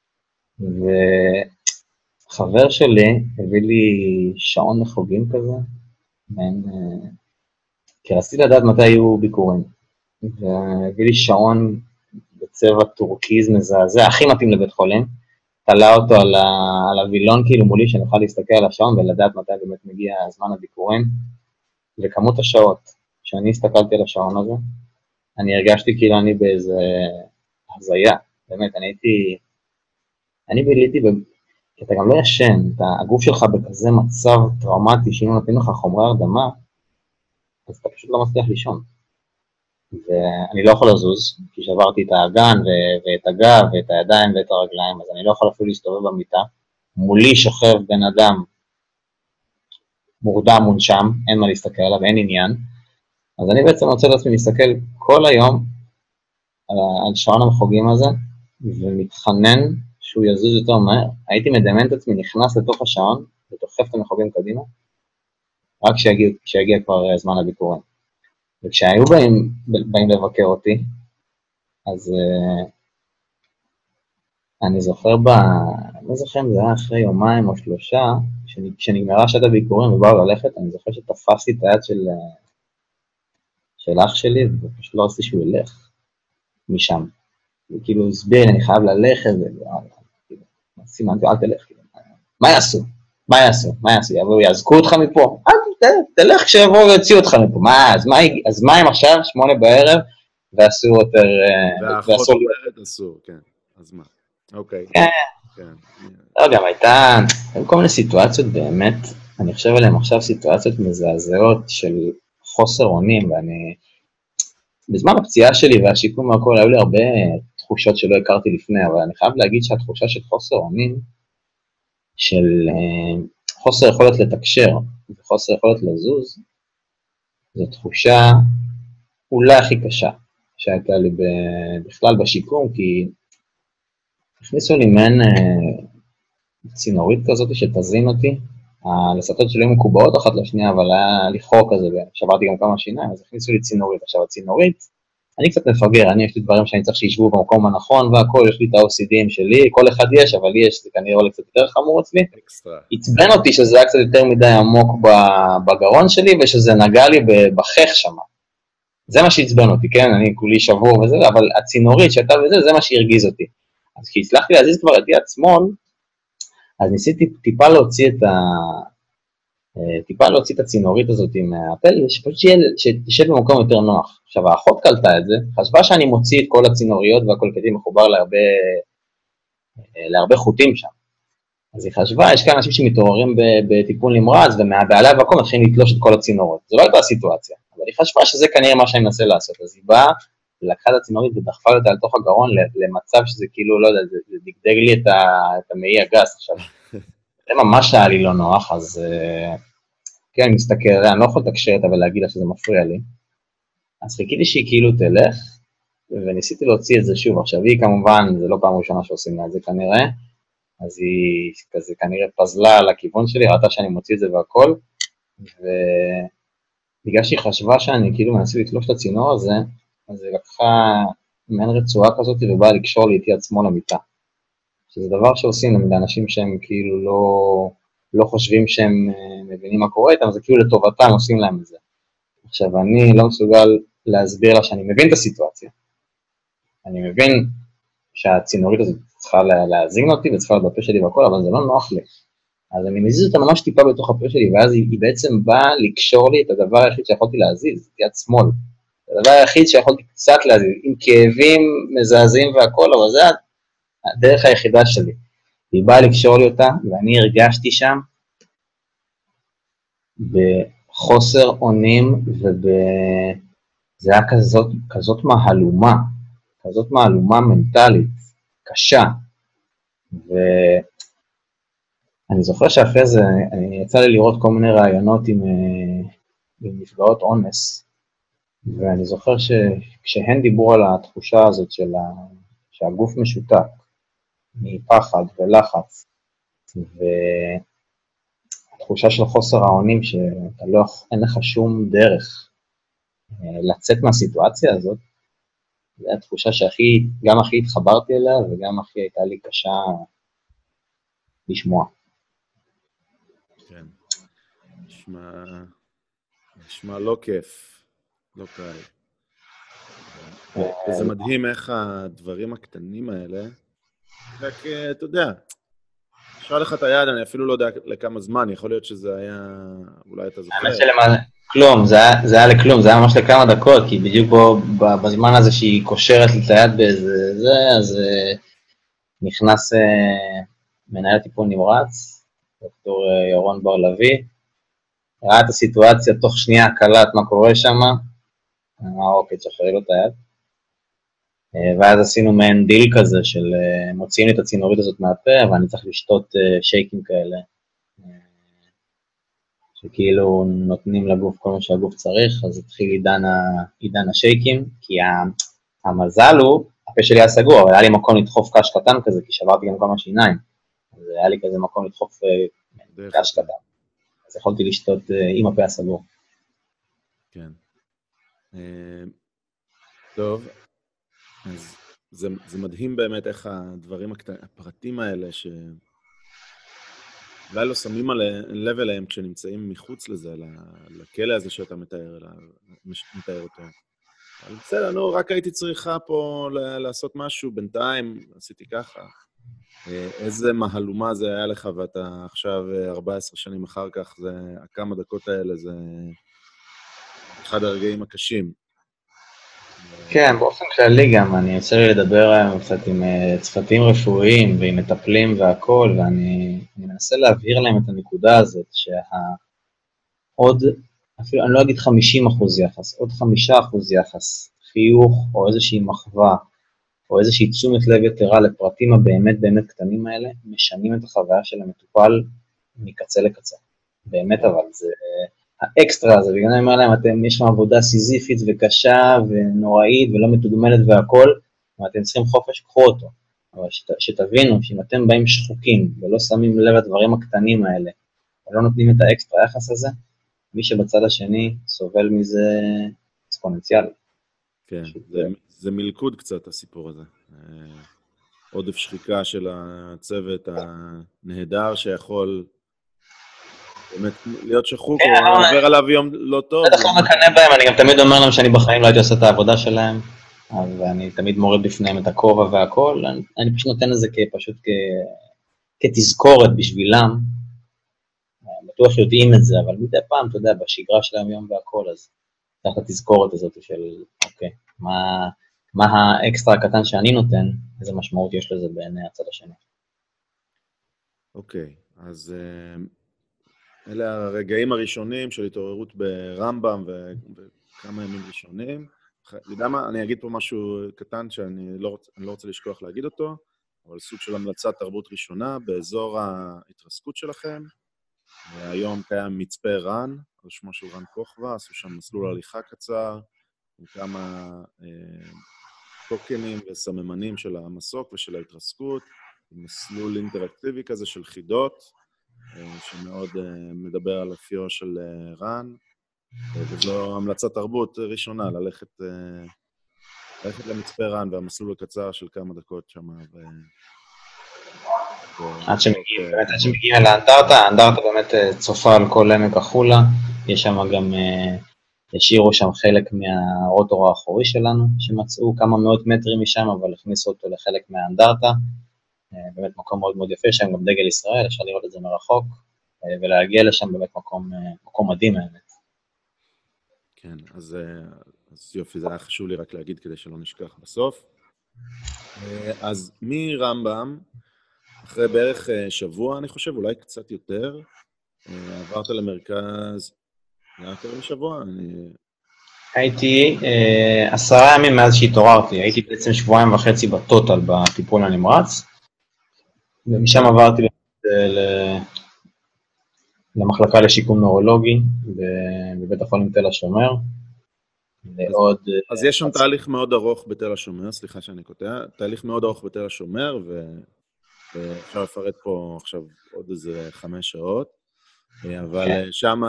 וחבר שלי הביא לי שעון לחוגים כזה, כי רציתי לדעת מתי היו ביקורים, והביא לי שעון בצבע טורקיז מזעזע, הכי מתאים לבית חולים, תלה אותו על הווילון כאילו מולי, שאני אוכל להסתכל על השעון ולדעת מתי באמת מגיע זמן הביקורים, וכמות השעות שאני הסתכלתי על השעון הזה, אני הרגשתי כאילו אני באיזה הזיה, באמת, אני ביליתי, כי אתה גם לא ישן, הגוף שלך בכזה מצב טראומטי, שאם נותנים לך חומרי הרדמה, אז אתה פשוט לא מצליח לישון. ואני לא יכול לזוז, כי שברתי את האגן ואת הגב ואת הידיים ואת הרגליים, אז אני לא יכול אפילו להסתובב במיטה. מולי שוכב בן אדם מורדם מונשם, אין מה להסתכל עליו, אין עניין. אז אני בעצם רוצה לעצמי להסתכל כל היום על שעון המחוגים הזה, ומתחנן שהוא יזוז יותר מהר. הייתי מדמיין את עצמי, נכנס לתוך השעון, ודוחף את המחוגים קדימה, רק כשיגיע כבר זמן הביקורים. וכשהיו באים לבקר אותי, אז אני זוכר לא זוכר אם זה היה אחרי יומיים או 3, כשנגמרה שעת הביקורים ובאו ללכת, אני זוכר שתפסתי את היד של אח שלי, ופשוט לא רציתי שהוא ילך משם. וכאילו הסביר, אני חייב ללכת, סימנתי, אל תלך. מה יעשו? יעזקו אותך מפה? תלך כשיבואו ויוציאו אותך מפה. אז מה אם עכשיו, 8 בערב, ואסור יותר... והאחות אומרת אסור, כן. אז מה? אוקיי. כן. לא, גם הייתה כל מיני סיטואציות באמת, אני חושב עליהן עכשיו סיטואציות מזעזעות של חוסר אונים, ואני... בזמן הפציעה שלי והשיקום והכל, היו לי הרבה תחושות שלא הכרתי לפני, אבל אני חייב להגיד שהתחושה של חוסר אונים, של חוסר יכולת לתקשר, וחוסר יכולת לזוז, זו תחושה אולי הכי קשה שהייתה לי בכלל בשיקום, כי הכניסו לי מעין צינורית כזאת שתזין אותי, הלסתות שלי מקובעות אחת לשנייה, אבל היה לי חור כזה, ושברתי גם כמה שיניים, אז הכניסו לי צינורית. עכשיו הצינורית, אני קצת מפגר, יש לי דברים שאני צריך שישבו במקום הנכון והכל, יש לי את ה-OCDים שלי, כל אחד יש, אבל לי יש, זה כנראה עולה קצת יותר חמור אצלי. עצבן אותי שזה היה קצת יותר מדי עמוק בגרון שלי, ושזה נגע לי בחך שם. זה מה שהצבן אותי, כן? אני כולי שבור וזה, אבל הצינורית שהייתה וזה, זה מה שהרגיז אותי. אז כשהצלחתי להזיז כבר את יד שמאל, אז ניסיתי טיפה להוציא את הצינורית הזאת מהפל, שפשוט שתשב במקום יותר נוח. עכשיו, האחות קלטה את זה, חשבה שאני מוציא את כל הצינוריות והכל כדי מחובר להרבה חוטים שם. אז היא חשבה, יש כאן אנשים שמתעוררים בטיפול נמרץ, ומהבעלה והכל מתחילים לתלוש את כל הצינורות. זו לא הייתה הסיטואציה, אבל היא חשבה שזה כנראה מה שאני מנסה לעשות. אז היא באה, ולקחה את הצינורית ודחפה אותה לתוך הגרון, למצב שזה כאילו, לא יודע, זה דגדג לי את המעי הגס עכשיו. זה ממש היה לי לא נוח, אז כן, אני מסתכל, אני לא יכול לתקשר אותה ולהגיד לה שזה מפריע לי. אז חיכיתי שהיא כאילו תלך, וניסיתי להוציא את זה שוב. עכשיו היא כמובן, זה לא פעם ראשונה שעושים לה את זה כנראה, אז היא כזה כנראה פזלה על הכיוון שלי, ראתה שאני מוציא את זה והכל, ובגלל שהיא חשבה שאני כאילו מנסה לתלוש את הצינור הזה, אז היא לקחה מעין רצועה כזאת ובאה לקשור לי איתי עצמו למיטה. שזה דבר שעושים לאנשים שהם כאילו לא חושבים שהם מבינים מה קורה איתם, זה כאילו לטובתם עושים להם את זה. עכשיו אני לא מסוגל להסביר לה שאני מבין את הסיטואציה. אני מבין שהצינורית הזאת צריכה להזין אותי וצריכה להיות בפה שלי והכל, אבל זה לא נוח לי. אז אני מזיז אותה ממש טיפה בתוך הפה שלי, ואז היא בעצם באה לקשור לי את הדבר היחיד שיכולתי להזיז, יד שמאל. הדבר היחיד שיכולתי קצת להזיז, עם כאבים מזעזעים והכל, אבל זה הדרך היחידה שלי. היא באה לקשור לי אותה, ואני הרגשתי שם בחוסר אונים, זה היה כזאת מהלומה מנטלית, קשה. ואני זוכר שאחרי זה, יצא לי לראות כל מיני רעיונות עם נפגעות אונס, ואני זוכר שכשהן דיברו על התחושה הזאת שהגוף משותק, מפחד ולחץ, והתחושה של חוסר האונים שאין לך שום דרך לצאת מהסיטואציה הזאת, זו התחושה גם הכי התחברתי אליה וגם הכי הייתה לי קשה לשמוע. כן, נשמע לא כיף, לא קל. וזה מדהים איך הדברים הקטנים האלה, רק, אתה יודע, אפשר לך את היד, אני אפילו לא יודע לכמה זמן, יכול להיות שזה היה, אולי אתה זוכר. כלום, זה היה לכלום, זה היה ממש לכמה דקות, כי בדיוק בזמן הזה שהיא קושרת לי את היד באיזה זה, אז נכנס מנהל טיפול נמרץ, דוקטור ירון בר לוי, ראה את הסיטואציה, תוך שנייה קלט מה קורה שם, אמר אוקיי, תשחררי לו את היד, ואז עשינו מעין דיל כזה של מוציאים לי את הצינורית הזאת מהפה, ואני צריך לשתות שייקים כאלה, שכאילו נותנים לגוף כל מה שהגוף צריך, אז התחיל עידן השייקים, כי המזל הוא, הפה שלי היה סגור, אבל היה לי מקום לדחוף קש קטן כזה, כי שברתי גם כמה שיניים, אז היה לי כזה מקום לדחוף קש קטן, אז יכולתי לשתות עם הפה הסגור. כן. טוב, אז זה מדהים באמת איך הדברים הפרטים האלה אולי לא שמים לב אליהם כשנמצאים מחוץ לזה, לכלא הזה שאתה מתאר אותו. אבל בסדר, נו, רק הייתי צריכה פה לעשות משהו, בינתיים עשיתי ככה. איזה מהלומה זה היה לך, ואתה עכשיו 14 שנים אחר כך, כמה דקות האלה, זה אחד הרגעים הקשים. כן, באופן כללי גם, אני יוצא לי לדבר היום קצת עם צוותים רפואיים ועם מטפלים והכל, ואני מנסה להבהיר להם את הנקודה הזאת, אפילו אני לא אגיד 50% יחס, עוד 5% יחס, חיוך או איזושהי מחווה, או איזושהי תשומת לב יתרה לפרטים הבאמת באמת קטנים האלה, משנים את החוויה של המטופל מקצה לקצה. באמת אבל זה האקסטרה הזה, בגלל אני אומר להם, יש לכם עבודה סיזיפית וקשה ונוראית ולא מתוגמלת והכל, ואתם צריכים חופש, קחו אותו. אבל שתבינו שאם אתם באים שחוקים ולא שמים לב לדברים הקטנים האלה, ולא נותנים את האקסטרה יחס הזה, מי שבצד השני סובל מזה אקספוננציאלי. כן, זה מלכוד קצת הסיפור הזה. עודף שחיקה של הצוות הנהדר שיכול באמת להיות שחוק או עובר עליו יום לא טוב. בטח לא מקנא בהם, אני גם תמיד אומר להם שאני בחיים לא הייתי עושה את העבודה שלהם, אז אני תמיד מוריד בפניהם את הכובע והכל, אני פשוט נותן לזה פשוט כתזכורת בשבילם, בטוח יודעים את זה, אבל מדי פעם, אתה יודע, בשגרה של היום יום והכל, אז צריך לתזכורת הזאת של, אוקיי, מה האקסטרה הקטן שאני נותן, איזה משמעות יש לזה בעיני הצד השני. אוקיי, אז אלה הרגעים הראשונים של התעוררות ברמב"ם וכמה ימים ראשונים. יודע מה, אני אגיד פה משהו קטן שאני לא רוצה לשכוח להגיד אותו, אבל סוג של המלצת תרבות ראשונה באזור ההתרסקות שלכם. היום קיים מצפה רן, על שמו של רן כוכבא, עשו שם מסלול הליכה קצר, עם כמה טוקנים וסממנים של המסוק ושל ההתרסקות, עם מסלול אינטראקטיבי כזה של חידות, שמאוד מדבר על אופיו של רן, וזו המלצת תרבות ראשונה, ללכת למצפה רן והמסלול הקצר של כמה דקות שם. עד שמגיעים אל האנדרטה, האנדרטה באמת צופה על כל עמק החולה, יש שם גם, השאירו שם חלק מהרוטור האחורי שלנו, שמצאו כמה מאות מטרים משם, אבל הכניסו אותו לחלק מהאנדרטה, באמת מקום מאוד מאוד יפה, שם גם דגל ישראל, אפשר לראות את זה מרחוק, ולהגיע לשם באמת מקום מדהים האמת. כן, אז יופי, זה היה חשוב לי רק להגיד כדי שלא נשכח בסוף. אז מרמב"ם, אחרי בערך שבוע, אני חושב, אולי קצת יותר, עברת למרכז, יותר משבוע, הייתי 10 ימים מאז שהתעוררתי, הייתי בעצם 2.5 שבועות בטוטל בטיפול הנמרץ, ומשם עברתי למחלקה לשיקום נוירולוגי בבית החולים תל השומר. אז יש שם תהליך מאוד ארוך בתל השומר, סליחה שאני קוטע, תהליך מאוד ארוך בתל השומר, ואפשר לפרט פה עכשיו עוד איזה 5 שעות, אבל שם,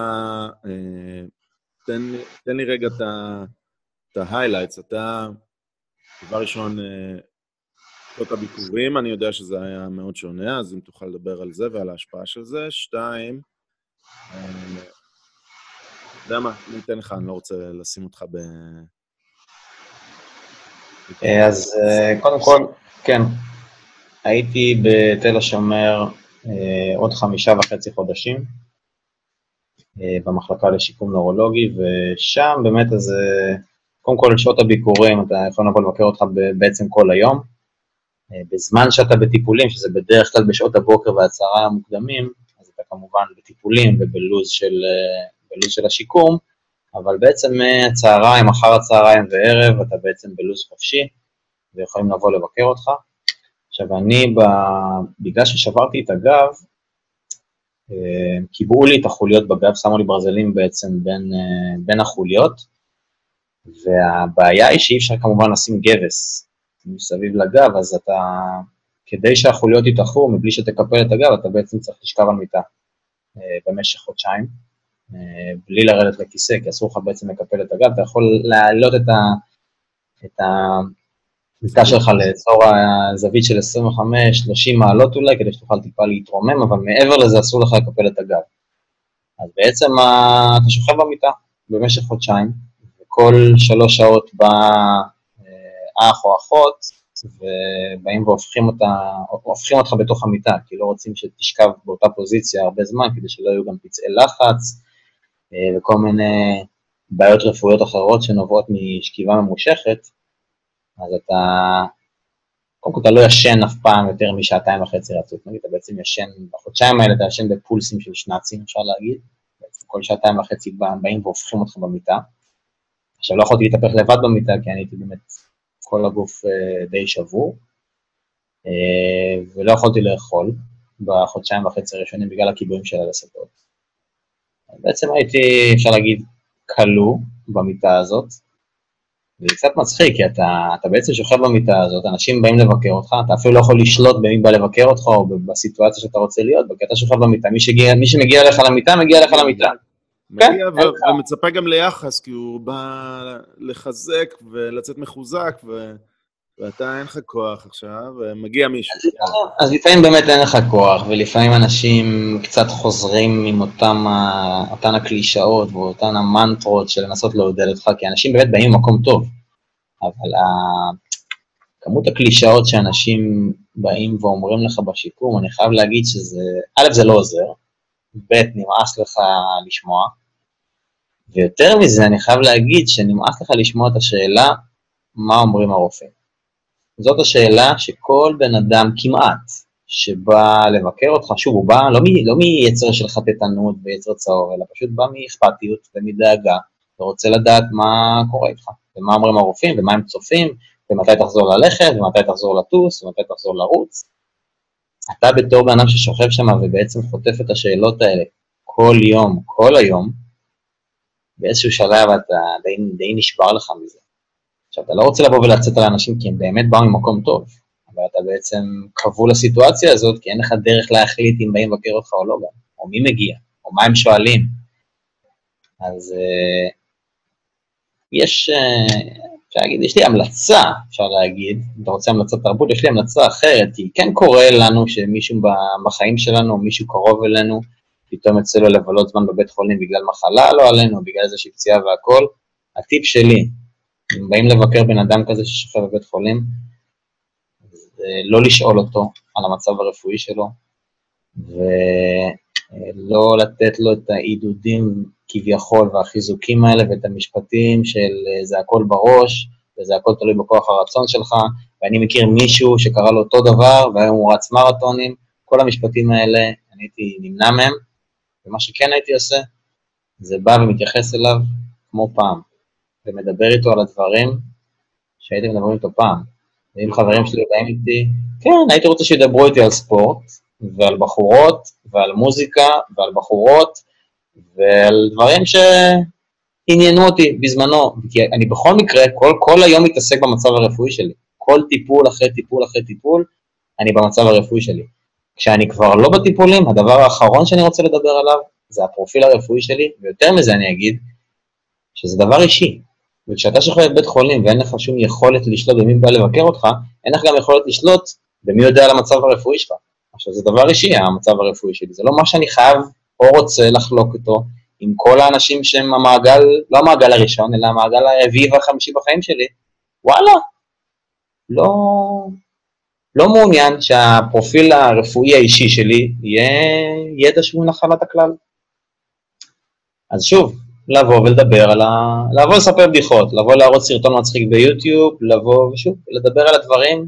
תן לי רגע את ההיילייטס, אתה, דבר ראשון, את הביקורים, אני יודע שזה היה מאוד שונה, אז אם תוכל לדבר על זה ועל ההשפעה של זה. 2, יודע מה, אני אתן לך, אני לא רוצה לשים אותך אז קודם כל, כן, הייתי בתל השומר עוד 5.5 חודשים, במחלקה לשיקום נוירולוגי, ושם באמת אז, קודם כל שעות הביקורים, אתה יכול לבוא לבקר אותך בעצם כל היום, בזמן שאתה בטיפולים, שזה בדרך כלל בשעות הבוקר והצהריים המוקדמים, אז אתה כמובן בטיפולים ובלוז של השיקום, אבל בעצם צהריים, אחר הצהריים וערב, אתה בעצם בלוז חופשי, ויכולים לבוא לבקר אותך. עכשיו אני, בגלל ששברתי את הגב, קיבעו לי את החוליות בגב, שמו לי ברזלים בעצם בין החוליות, והבעיה היא שאי אפשר כמובן לשים גבס מסביב לגב, אז אתה, כדי שהחוליות יתאחרו, מבלי שתקפל את הגב, אתה בעצם צריך לשכב על מיטה במשך חודשיים, בלי לרדת לכיסא, כי אסור לך בעצם לקפל את הגב, אתה יכול להעלות את המיטה שלך לאזור הזווית של 25-30 מעלות אולי, כדי שתוכל טיפה להתרומם, אבל מעבר לזה אסור לך לקפל את הגב. אז בעצם אתה שוכב במיטה במשך חודשיים, וכל 3 שעות בא אח או אחות, ובאים והופכים אותך בתוך המיטה, כי לא רוצים שתשכב באותה פוזיציה הרבה זמן, כדי שלא יהיו גם פצעי לחץ, וכל מיני בעיות רפואיות אחרות שנובעות משכיבה ממושכת, אז קודם כל אתה לא ישן אף פעם יותר מ2.5 רצוף, נגיד, אתה בעצם ישן, בחודשיים האלה אתה ישן בפולסים של שנצים, אפשר להגיד, בעצם כל 2.5 באים והופכים אותך במיטה, עכשיו לא יכולתי להתהפך לבד במיטה, כי אני הייתי באמת כל הגוף די שבור, ולא יכולתי לאכול בחודשיים וחצי הראשונים בגלל הקיבועים של הלסתות. בעצם הייתי, אפשר להגיד, קלו במיטה הזאת, וזה קצת מצחיק, כי אתה בעצם שוכב במיטה הזאת, אנשים באים לבקר אותך, אתה אפילו לא יכול לשלוט במי בא לבקר אותך, או בסיטואציה שאתה רוצה להיות, כי אתה שוכב במיטה, מי שמגיע לך למיטה, מגיע לך למיטה. מגיע ומצפה גם ליחס, כי הוא בא לחזק ולצאת מחוזק, ואתה אין לך כוח עכשיו, ומגיע מישהו. אז לפעמים באמת אין לך כוח, ולפעמים אנשים קצת חוזרים עם אותן הקלישאות, ואותן המנטרות של לנסות לעודד אותך, כי אנשים באמת באים ממקום טוב, אבל כמות הקלישאות שאנשים באים ואומרים לך בשיקום, אני חייב להגיד שזה, א' זה לא עוזר, ב' נמאס לך לשמוע, ויותר מזה אני חייב להגיד שנמאס לך לשמוע את השאלה, מה אומרים הרופאים. זאת השאלה שכל בן אדם כמעט, שבא לבקר אותך, שוב הוא בא לא מייצר של חטטנות ויצר צהוב, אלא פשוט בא מאכפתיות ומדאגה, ורוצה לדעת מה קורה איתך, ומה אומרים הרופאים, ומה הם צופים, ומתי תחזור ללכת, ומתי תחזור לטוס, ומתי תחזור לרוץ. אתה בתור בן אדם ששוכב שם ובעצם חוטף את השאלות האלה כל יום, כל היום, באיזשהו שלב אתה די נשבר לך מזה. עכשיו, אתה לא רוצה לבוא ולצאת על האנשים כי הם באמת באו ממקום טוב, אבל אתה בעצם כבול לסיטואציה הזאת, כי אין לך דרך להחליט אם באים לבקר אותך או לא גם, או מי מגיע, או מה הם שואלים. אז יש לי המלצה, אפשר להגיד, אם אתה רוצה המלצת תרבות, יש לי המלצה אחרת, כי כן קורה לנו שמישהו בחיים שלנו, או מישהו קרוב אלינו, פתאום יצא לו לבלות זמן בבית חולים בגלל מחלה, לא עלינו, בגלל איזושהי פציעה והכל. הטיפ שלי, אם באים לבקר בן אדם כזה ששוכב בבית חולים, לא לשאול אותו על המצב הרפואי שלו, ולא לתת לו את העידודים כביכול והחיזוקים האלה, ואת המשפטים של זה הכל בראש, וזה הכל תלוי בכוח הרצון שלך, ואני מכיר מישהו שקרא לו אותו דבר, והיום הוא רץ מרתונים, כל המשפטים האלה, אני הייתי נמנע מהם, ומה שכן הייתי עושה, זה בא ומתייחס אליו כמו פעם, ומדבר איתו על הדברים שהייתי מדברים איתו פעם. ואם חברים שלי באים איתי, כן, הייתי רוצה שידברו איתי על ספורט, ועל בחורות, ועל מוזיקה, ועל בחורות, ועל דברים שעניינו אותי בזמנו, כי אני בכל מקרה, כל היום מתעסק במצב הרפואי שלי. כל טיפול אחרי טיפול אחרי טיפול, אני במצב הרפואי שלי. כשאני כבר לא בטיפולים, הדבר האחרון שאני רוצה לדבר עליו, זה הפרופיל הרפואי שלי, ויותר מזה אני אגיד, שזה דבר אישי. וכשאתה שוכב בבית חולים ואין לך שום יכולת לשלוט במי בא לבקר אותך, אין לך גם יכולת לשלוט במי יודע על המצב הרפואי שלך. עכשיו זה דבר אישי, המצב הרפואי שלי, זה לא מה שאני חייב או רוצה לחלוק אותו עם כל האנשים שהם המעגל, לא המעגל הראשון, אלא המעגל הרביעי והחמישי בחיים שלי. וואלה, לא מעוניין שהפרופיל הרפואי האישי שלי יהיה ידע שהוא נחלת הכלל. אז שוב, לבוא ולדבר לבוא לספר בדיחות, לבוא להראות סרטון מצחיק ביוטיוב, לבוא ושוב, לדבר על הדברים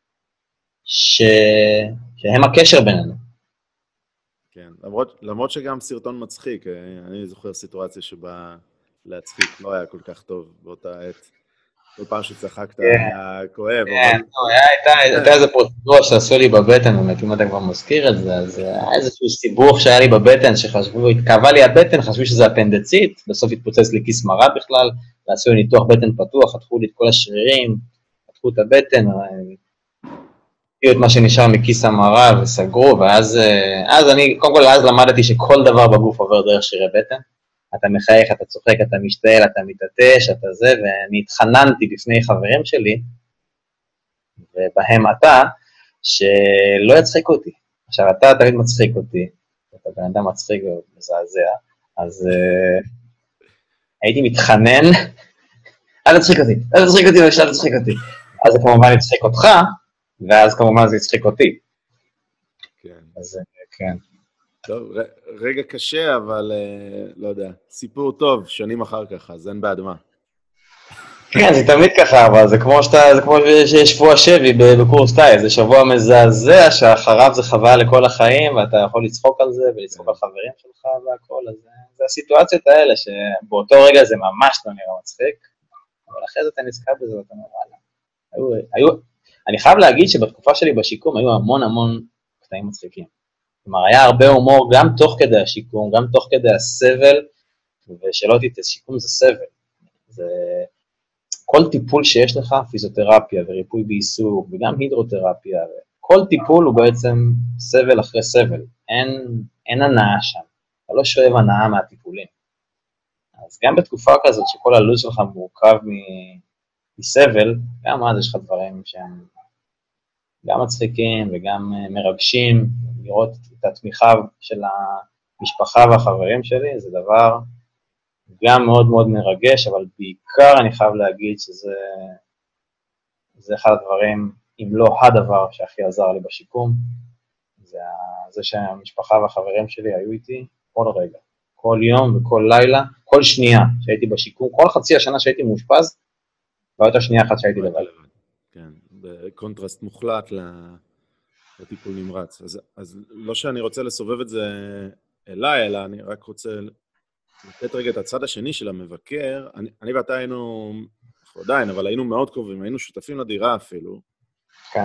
שהם הקשר בינינו. כן, למרות שגם סרטון מצחיק, אני זוכר סיטואציה שבה להצחיק לא היה כל כך טוב באותה עת. כל פעם שצחקת היה כואב. הייתה איזה פרוצדורה שעשו לי בבטן, באמת, אם אתה כבר מזכיר את זה, אז היה איזשהו סיבוך שהיה לי בבטן, שחשבו, התקרבה לי הבטן, חשבו שזה אפנדצית, בסוף התפוצץ לי כיס מרה בכלל, ועשו לי ניתוח בטן פתוח, חתכו לי את כל השרירים, חתכו את הבטן, הביאו את מה שנשאר מכיס המרה וסגרו, ואז אני, קודם כל, אז למדתי שכל דבר בגוף עובר דרך שרירי בטן, אתה מחייך, אתה צוחק, אתה משתעל, אתה מתעטש, אתה זה, ואני התחננתי בפני חברים שלי, ובהם אתה, שלא יצחיק אותי. עכשיו, אתה תמיד מצחיק אותי, אתה בן אדם מצחיק ומזעזע, אז הייתי מתחנן, אל תצחיק אותי, אל תצחיק אותי, ואפשר לצחיק אותי. אז זה כמובן יצחיק אותך, ואז כמובן זה יצחיק אותי. כן. אז כן. טוב, רגע קשה, אבל לא יודע, סיפור טוב, שנים אחר כך, אז אין בעד מה. כן, זה תמיד ככה, אבל זה כמו שיש שבוע שבי בקורס טייס, זה שבוע מזעזע שאחריו זה חוויה לכל החיים, ואתה יכול לצחוק על זה ולצחוק על חברים שלך והכל, אז זה הסיטואציות האלה, שבאותו רגע זה ממש לא נראה מצחיק, אבל אחרי זה אתה נזכר בזה ואתה אומר, וואלה. אני חייב להגיד שבתקופה שלי בשיקום היו המון קטעים מצחיקים. כלומר, היה הרבה הומור גם תוך כדי השיקום, גם תוך כדי הסבל, ושלא תתעס, שיקום זה סבל. זה כל טיפול שיש לך, פיזיותרפיה וריפוי בעיסוק, וגם הידרותרפיה, כל טיפול הוא בעצם סבל אחרי סבל. אין הנאה שם. אתה לא שואב הנאה מהטיפולים. אז גם בתקופה כזאת שכל הלו"ז שלך מורכב מסבל, גם אז יש לך דברים שהם גם מצחיקים וגם מרגשים, לראות את התמיכה של המשפחה והחברים שלי, זה דבר גם מאוד מאוד מרגש, אבל בעיקר אני חייב להגיד שזה אחד הדברים, אם לא הדבר שהכי עזר לי בשיקום, זה שהמשפחה והחברים שלי היו איתי כל רגע, כל יום וכל לילה, כל שנייה שהייתי בשיקום, כל חצי השנה שהייתי מאושפז, והייתה שנייה אחת שהייתי לבד. כן, בקונטרסט מוחלט לטיפול נמרץ. אז לא שאני רוצה לסובב את זה אליי, אלא אני רק רוצה לתת רגע את הצד השני של המבקר. אני ואתה היינו, אנחנו עדיין, אבל היינו מאוד קרובים, היינו שותפים לדירה אפילו. כן.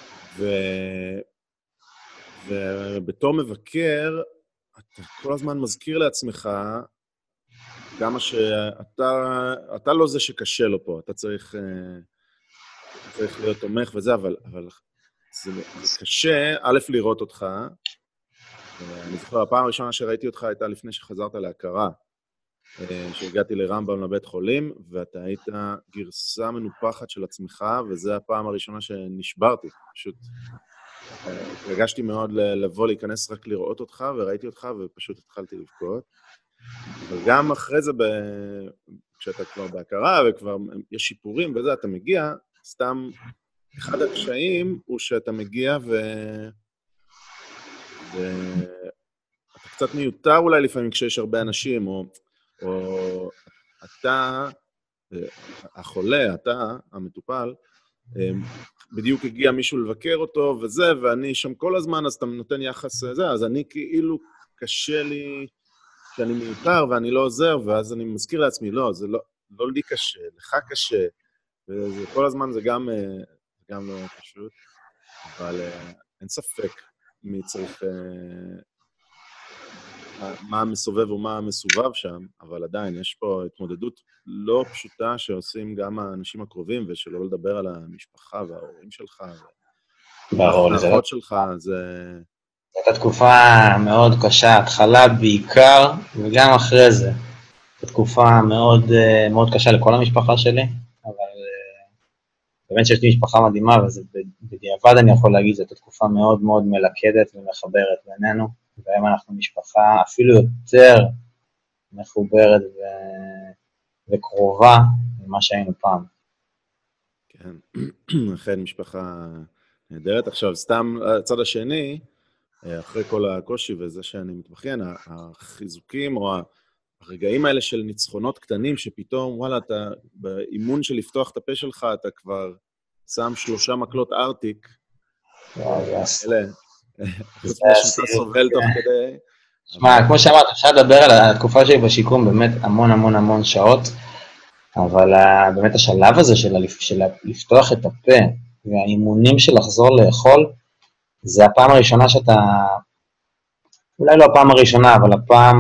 ובתור מבקר, אתה כל הזמן מזכיר לעצמך כמה שאתה לא זה שקשה לו פה, אתה צריך להיות תומך וזה, אבל זה קשה, א', לראות אותך. אני זוכר, הפעם הראשונה שראיתי אותך הייתה לפני שחזרת להכרה, שהגעתי לרמב"ם לבית חולים, ואתה היית גרסה מנופחת של עצמך, וזו הפעם הראשונה שנשברתי. פשוט הרגשתי מאוד לבוא, להיכנס רק לראות אותך, וראיתי אותך ופשוט התחלתי לבכות. אבל גם אחרי זה, כשאתה כבר בהכרה וכבר יש שיפורים וזה, אתה מגיע, סתם אחד הקשיים הוא שאתה מגיע אתה קצת מיותר אולי לפעמים כשיש הרבה אנשים, או אתה, החולה, אתה, המטופל, בדיוק הגיע מישהו לבקר אותו וזה, ואני שם כל הזמן, אז אתה נותן יחס זה, אז אני כאילו קשה לי שאני מיותר ואני לא עוזר, ואז אני מזכיר לעצמי, לא, זה לא לי קשה, לך קשה, וכל הזמן זה גם לא פשוט, אבל אין ספק מי צריך, מה המסובב ומה המסובב שם, אבל עדיין יש פה התמודדות לא פשוטה שעושים גם האנשים הקרובים, ושלא לדבר על המשפחה וההורים שלך, והאחות שלך, זה... הייתה תקופה מאוד קשה, התחלה בעיקר, וגם אחרי זה. זו תקופה מאוד, מאוד קשה לכל המשפחה שלי, אבל באמת שיש לי משפחה מדהימה, ובדיעבד אני יכול להגיד, זו תקופה מאוד מאוד מלכדת ומחברת בינינו, והיום אנחנו משפחה אפילו יותר מחוברת וקרובה ממה שהיינו פעם. כן, אכן משפחה נהדרת. עכשיו, סתם הצד השני, אחרי כל הקושי וזה שאני מתבכיין, החיזוקים או הרגעים האלה של ניצחונות קטנים, שפתאום, וואלה, אתה באימון של לפתוח את הפה שלך, אתה כבר שם 3 מקלות ארטיק. אלה, חוץ שאתה סובל תוך כדי. שמע, כמו שאמרת, אפשר לדבר על התקופה שלי בשיקום באמת המון המון המון שעות, אבל באמת השלב הזה של לפתוח את הפה, והאימונים של לחזור לאכול, זה הפעם הראשונה שאתה, אולי לא הפעם הראשונה, אבל הפעם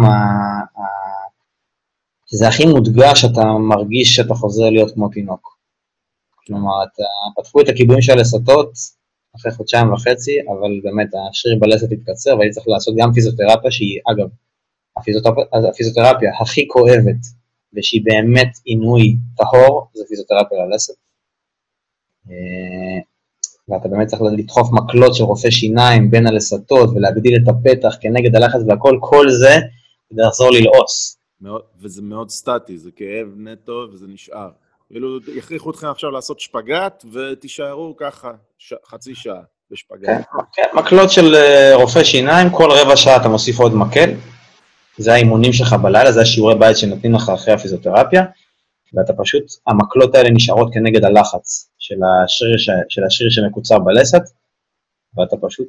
שזה הכי מודגש שאתה מרגיש שאתה חוזר להיות כמו תינוק. כלומר, פתחו את הכיבויים של הלסתות אחרי 1.5 חודשים, אבל באמת השריר בלסת התקצר, והייתי צריך לעשות גם פיזיותרפיה, שהיא אגב, הפיזיותרפיה הכי כואבת, ושהיא באמת עינוי טהור, זה פיזיותרפיה ללסת. ואתה באמת צריך לדחוף מקלות של רופא שיניים בין הלסתות, ולהגדיל את הפתח כנגד הלחץ והכל, כל זה כדי לחזור ללעוס. וזה מאוד סטטי, זה כאב נטו וזה נשאר. כאילו, יכריחו אתכם עכשיו לעשות שפגט, ותישארו ככה חצי שעה בשפגט. כן, מקלות של רופא שיניים, כל רבע שעה אתה מוסיף עוד מקל, זה האימונים שלך בלילה, זה השיעורי בית שנותנים לך אחרי הפיזיותרפיה, ואתה פשוט, המקלות האלה נשארות כנגד הלחץ של השריר שמקוצר בלסת, ואתה פשוט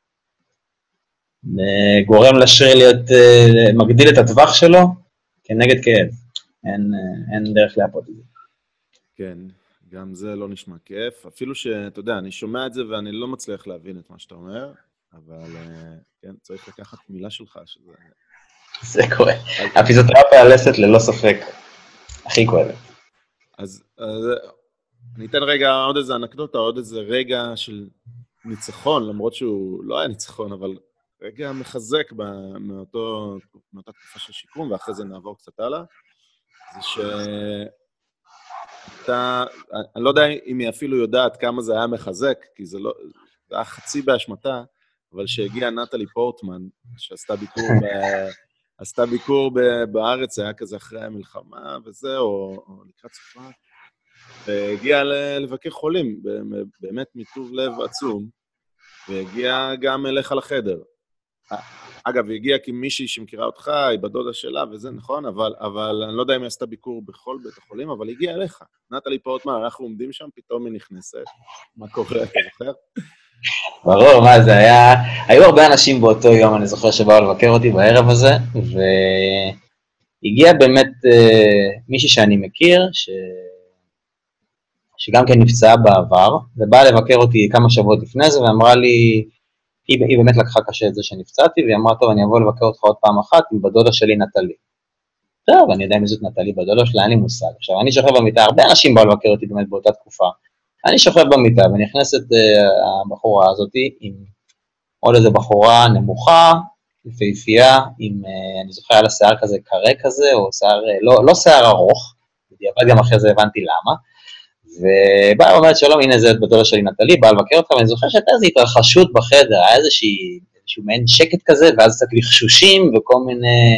גורם לשריר להיות, מגדיל את הטווח שלו כנגד כאב. אין דרך להפות את זה. כן, גם זה לא נשמע כיף, אפילו שאתה יודע, אני שומע את זה ואני לא מצליח להבין את מה שאתה אומר, אבל כן, צריך לקחת מילה שלך שזה... זה כואב. הפיזיותרפיה הלסת ללא ספק הכי כואבת. אז אני אתן רגע עוד איזה אנקדוטה, עוד איזה רגע של ניצחון, למרות שהוא לא היה ניצחון, אבל רגע מחזק מאותה תקופה של שיקום, ואחרי זה נעבור קצת הלאה. זה אני לא יודע אם היא אפילו יודעת כמה זה היה מחזק, כי זה היה חצי באשמתה, אבל שהגיעה נטלי פורטמן, שעשתה ביקור בארץ, היה כזה אחרי המלחמה וזה, או לקראת סופה, והגיעה לבקר חולים, באמת מטוב לב עצום, והגיעה גם אליך לחדר. אגב, היא הגיעה כמישהי שמכירה אותך, היא בדודה שלה וזה, נכון? אבל אני לא יודע אם היא עשתה ביקור בכל בית החולים, אבל היא הגיעה אליך. נטלי פורטמן, אנחנו עומדים שם, פתאום היא נכנסת. מה קורה, אתה זוכר? ברור, מה זה היה... היו הרבה אנשים באותו יום, אני זוכר שבאו לבקר אותי בערב הזה, והגיע באמת מישהי שאני מכיר, שגם כן נפצעה בעבר, ובאה לבקר אותי כמה שבועות לפני זה, ואמרה לי, היא באמת לקחה קשה את זה שנפצעתי, והיא אמרה, טוב, אני אבוא לבקר אותך עוד פעם אחת, עם בדודה שלי נטלי. טוב, אני יודע אם זאת נטלי בדודה שלה, אין לי מושג. עכשיו, אני שוכב במיטה, הרבה אנשים באו לבקר אותי באמת באותה תקופה. אני שוכב במיטה, ונכנסת הבחורה הזאת, עם עוד איזה בחורה נמוכה, יפהפייה, עם, אני זוכר, היה לה שיער כזה קרה כזה, או שיער, לא שיער ארוך, בדיעבד גם אחרי זה הבנתי למה, ובאה ואומרת, שלום, הנה זה בדודה שלי נטלי, באה לבקר אותך, ואני זוכר שהייתה איזו התרחשות בחדר, היה איזשהו מעין שקט כזה, ואז קצת לחשושים וכל מיני...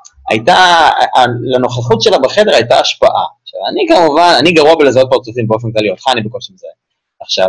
לנוכחות שלה בחדר הייתה השפעה. עכשיו, אני כמובן, אני גרוע בלזהות פרצופים באופן כללי, אותך אני בקושי מזהה. עכשיו,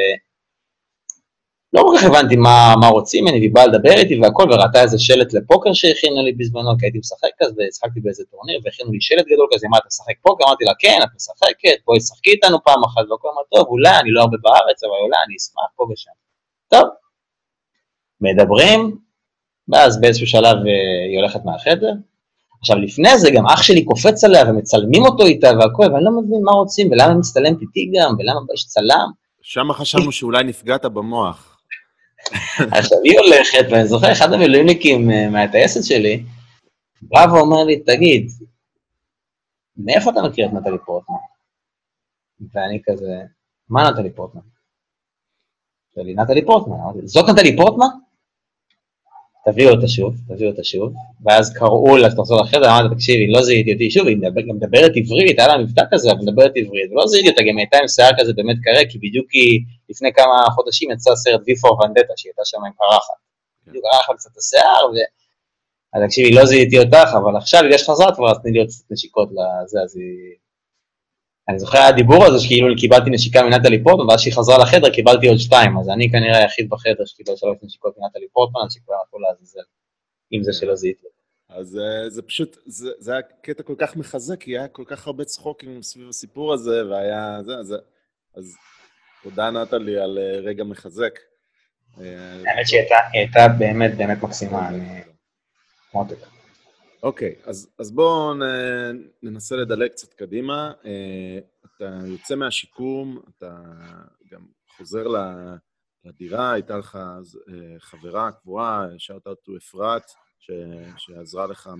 לא כל כך הבנתי מה רוצים, אני באה לדבר איתי והכל, וראתה איזה שלט לפוקר שהכינו לי בזמנו, כי הייתי משחק כזה, והשחקתי באיזה טורניר, והכינו לי שלט גדול כזה, מה, אתה משחק פוקר? אמרתי לה, כן, את משחקת, בואי שחקי איתנו פעם אחת, והכל אמר, טוב, אולי, אני לא הרבה בארץ, אבל אולי, אני אשמח פה ושם. טוב, מדברים, ואז באיזשהו שלב היא הולכת מהחדר. עכשיו, לפני זה גם אח שלי קופץ עליה, ומצלמים אותו איתה והכל, ואני לא מבין מה רוצים, ולמה מצטלם איתי גם, ולמה יש צלם. שם חשבנו שאולי נפגעת במוח. עכשיו היא הולכת, ואני זוכר, אחד המילואימניקים מהטייסת שלי, בא ואומר לי, תגיד, מאיפה אתה מכיר את נטלי פורטמן? ואני כזה, מה נטלי פורטמן? שלי, נטלי פורטמן, זאת נטלי פורטמן? תביאו אותה שוב, ואז קראו לה, תחזור לחדר, אמרתי, תקשיבי, לא זיהיתי אותי, שוב, היא גם מדברת עברית, היה לה מבטא כזה, אבל מדברת עברית, ולא זיהיתי אותה, גם הייתה עם שיער כזה באמת קרה, כי בדיוק היא, לפני כמה חודשים יצא סרט V for Vendetta, שהיא הייתה שם עם קרחת. בדיוק קרחת קצת השיער, אז תקשיבי, לא זיהיתי אותך, אבל עכשיו, בגלל שחזרת, כבר רציתי להיות קצת נשיקות לזה, אז אני זוכר הדיבור הזה, שכאילו קיבלתי נשיקה מנטלי פורטמן, ואז שהיא חזרה לחדר, קיבלתי עוד 2, אז אני כנראה היחיד בחדר שקיבל 3 נשיקות מנטלי פורטמן, אז שכבר הכל לעזאזל, עם זה שלא זיהיתי. אז זה פשוט, זה היה קטע כל כך מחזק, כי היה כל כך הרבה צחוקים סביב הסיפור הזה, והיה זה, אז תודה נטלי על רגע מחזק. האמת שהיא הייתה באמת באמת מקסימה, אני מותק. אוקיי, אז בואו ננסה לדלג קצת קדימה. אתה יוצא מהשיקום, אתה גם חוזר לדירה, הייתה לך חברה קבועה, שאלת אותו אפרת, שעזרה לך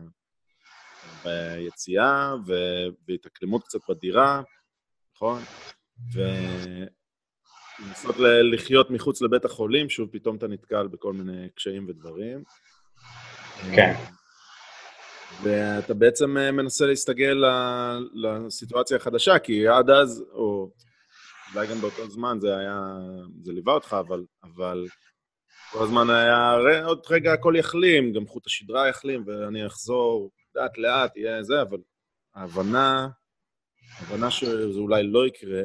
ביציאה, והתאקלמות קצת בדירה, נכון? ונסות לחיות מחוץ לבית החולים, שוב פתאום אתה נתקל בכל מיני קשיים ודברים. כן. ואתה בעצם מנסה להסתגל לסיטואציה החדשה, כי עד אז, או אולי גם באותו זמן זה ליווה אותך, אבל כל הזמן היה, עוד רגע הכל יחלים, גם חוט השדרה יחלים, ואני אחזור לאט, יהיה זה, אבל ההבנה שזה אולי לא יקרה,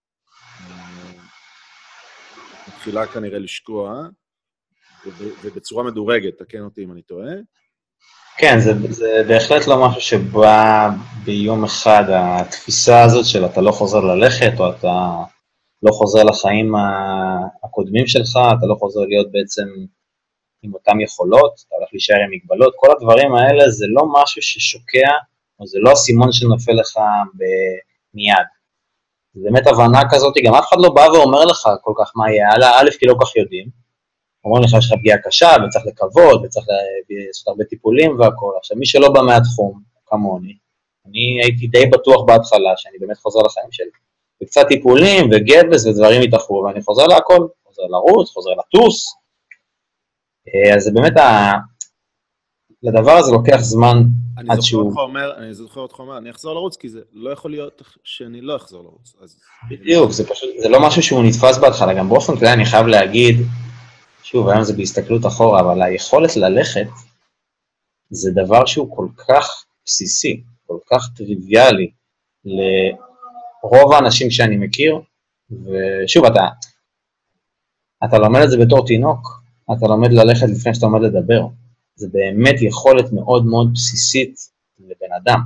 מתחילה כנראה לשקוע, ובצורה מדורגת, תקן אותי אם אני טועה. כן, זה בהחלט לא משהו שבא ביום אחד, התפיסה הזאת של אתה לא חוזר ללכת, או אתה לא חוזר לחיים הקודמים שלך, אתה לא חוזר להיות בעצם עם אותם יכולות, אתה הולך להישאר עם מגבלות, כל הדברים האלה זה לא משהו ששוקע, או זה לא הסימון שנופל לך מיד. זה באמת הבנה כזאת, גם אף אחד לא בא ואומר לך כל כך מה יהיה, א' כי לא כך יודעים, אומרים לך שיש לך פגיעה קשה, וצריך לקוות, וצריך לעשות הרבה טיפולים והכל. עכשיו, מי שלא בא מהתחום, כמוני, אני הייתי די בטוח בהתחלה, שאני באמת חוזר לחיים שלי. וקצת טיפולים וגבס ודברים התאחרו, ואני חוזר להכל, חוזר לרוץ, חוזר לטוס. אז זה באמת לדבר הזה לוקח זמן אני עד זוכר שהוא... אותך אומר, אני אחזור לרוץ, כי זה לא יכול להיות שאני לא אחזור לרוץ. בדיוק, זה פשוט, זה לא משהו שהוא נתפס בהתחלה, גם באופן כללי אני חייב להגיד, שוב, היום זה בהסתכלות אחורה, אבל היכולת ללכת, זה דבר שהוא כל כך בסיסי, כל כך טריוויאלי, לרוב האנשים שאני מכיר, ושוב, אתה לומד את זה בתור תינוק, אתה לומד ללכת לפני שאתה עומד לדבר, זה באמת יכולת מאוד מאוד בסיסית לבן אדם,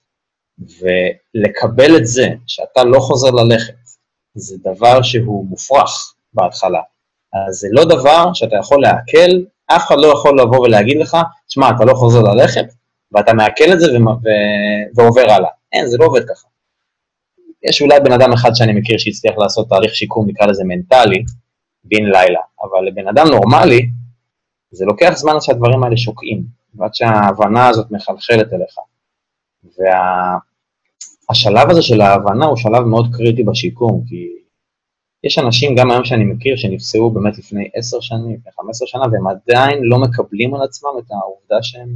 ולקבל את זה, שאתה לא חוזר ללכת, זה דבר שהוא מופרך בהתחלה, אז זה לא דבר שאתה יכול להקל, אף אחד לא יכול לבוא ולהגיד לך, תשמע, אתה לא חוזר ללכת, ואתה מעקל את זה ועובר הלאה. אין, זה לא עובד ככה. יש אולי בן אדם אחד שאני מכיר שהצליח לעשות תהליך שיקום, נקרא לזה מנטלי, בין לילה, אבל לבן אדם נורמלי, זה לוקח זמן שהדברים האלה שוקעים, ועד שההבנה הזאת מחלחלת אליך. והשלב הזה של ההבנה הוא שלב מאוד קריטי בשיקום, כי יש אנשים גם היום שאני מכיר שנפצעו באמת לפני 10 שנים, לפני 15 שנה, והם עדיין לא מקבלים על עצמם את העובדה שהם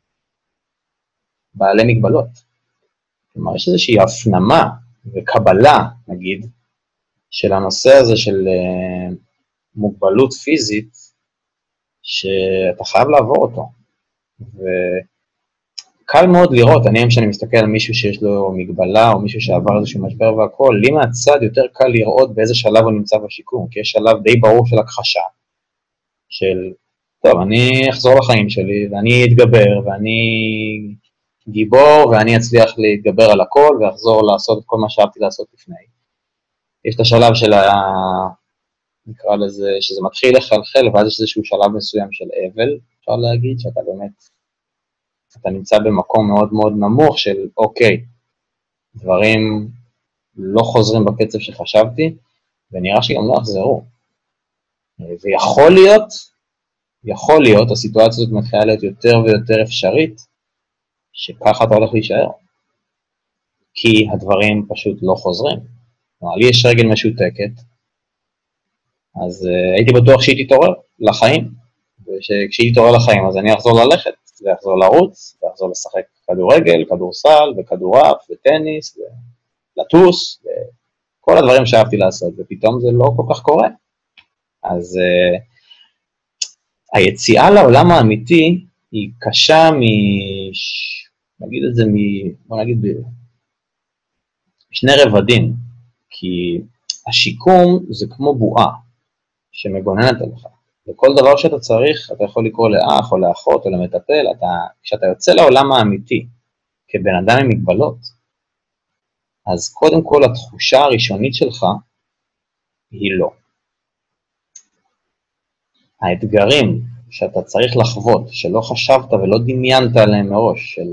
בעלי מגבלות. כלומר, יש איזושהי הפנמה וקבלה, נגיד, של הנושא הזה של מוגבלות פיזית, שאתה חייב לעבור אותו. וקל מאוד לראות, אני כשאני מסתכל על מישהו שיש לו מגבלה, או מישהו שעבר איזשהו משבר והכל, לי מהצד יותר קל לראות באיזה שלב הוא נמצא בשיקום, כי יש שלב די ברור של הכחשה, של, טוב, אני אחזור לחיים שלי, ואני אתגבר, ואני גיבור, ואני אצליח להתגבר על הכל, ואחזור לעשות את כל מה שאהבתי לעשות לפני. יש את השלב של נקרא לזה, שזה מתחיל לחלחל, ואז יש איזשהו שלב מסוים של אבל, אפשר להגיד, שאתה באמת, אתה נמצא במקום מאוד מאוד נמוך של, אוקיי, דברים לא חוזרים בקצב שחשבתי, ונראה שגם לא יחזרו. ויכול להיות, הסיטואציה הזאת מתחילה להיות יותר ויותר אפשרית, שככה אתה הולך להישאר. כי הדברים פשוט לא חוזרים. כלומר, לי יש רגל משותקת, אז הייתי בטוח שהיא תתעורר לחיים, וכשהיא תתעורר לחיים, אז אני אחזור ללכת, ואחזור לרוץ, ואחזור לשחק כדורגל, כדורסל, וכדורעף, וטניס, ולטוס, וכל הדברים שאהבתי לעשות, ופתאום זה לא כל כך קורה. אז היציאה לעולם האמיתי היא קשה נגיד את זה בוא נגיד, שני רבדים, כי השיקום זה כמו בועה שמגוננת עליך. וכל דבר שאתה צריך, אתה יכול לקרוא לאח או לאחות או למטפל, כשאתה יוצא לעולם האמיתי, כבן אדם עם מגבלות, אז קודם כל התחושה הראשונית שלך היא לא. האתגרים שאתה צריך לחוות, שלא חשבת ולא דמיינת עליהם מראש, של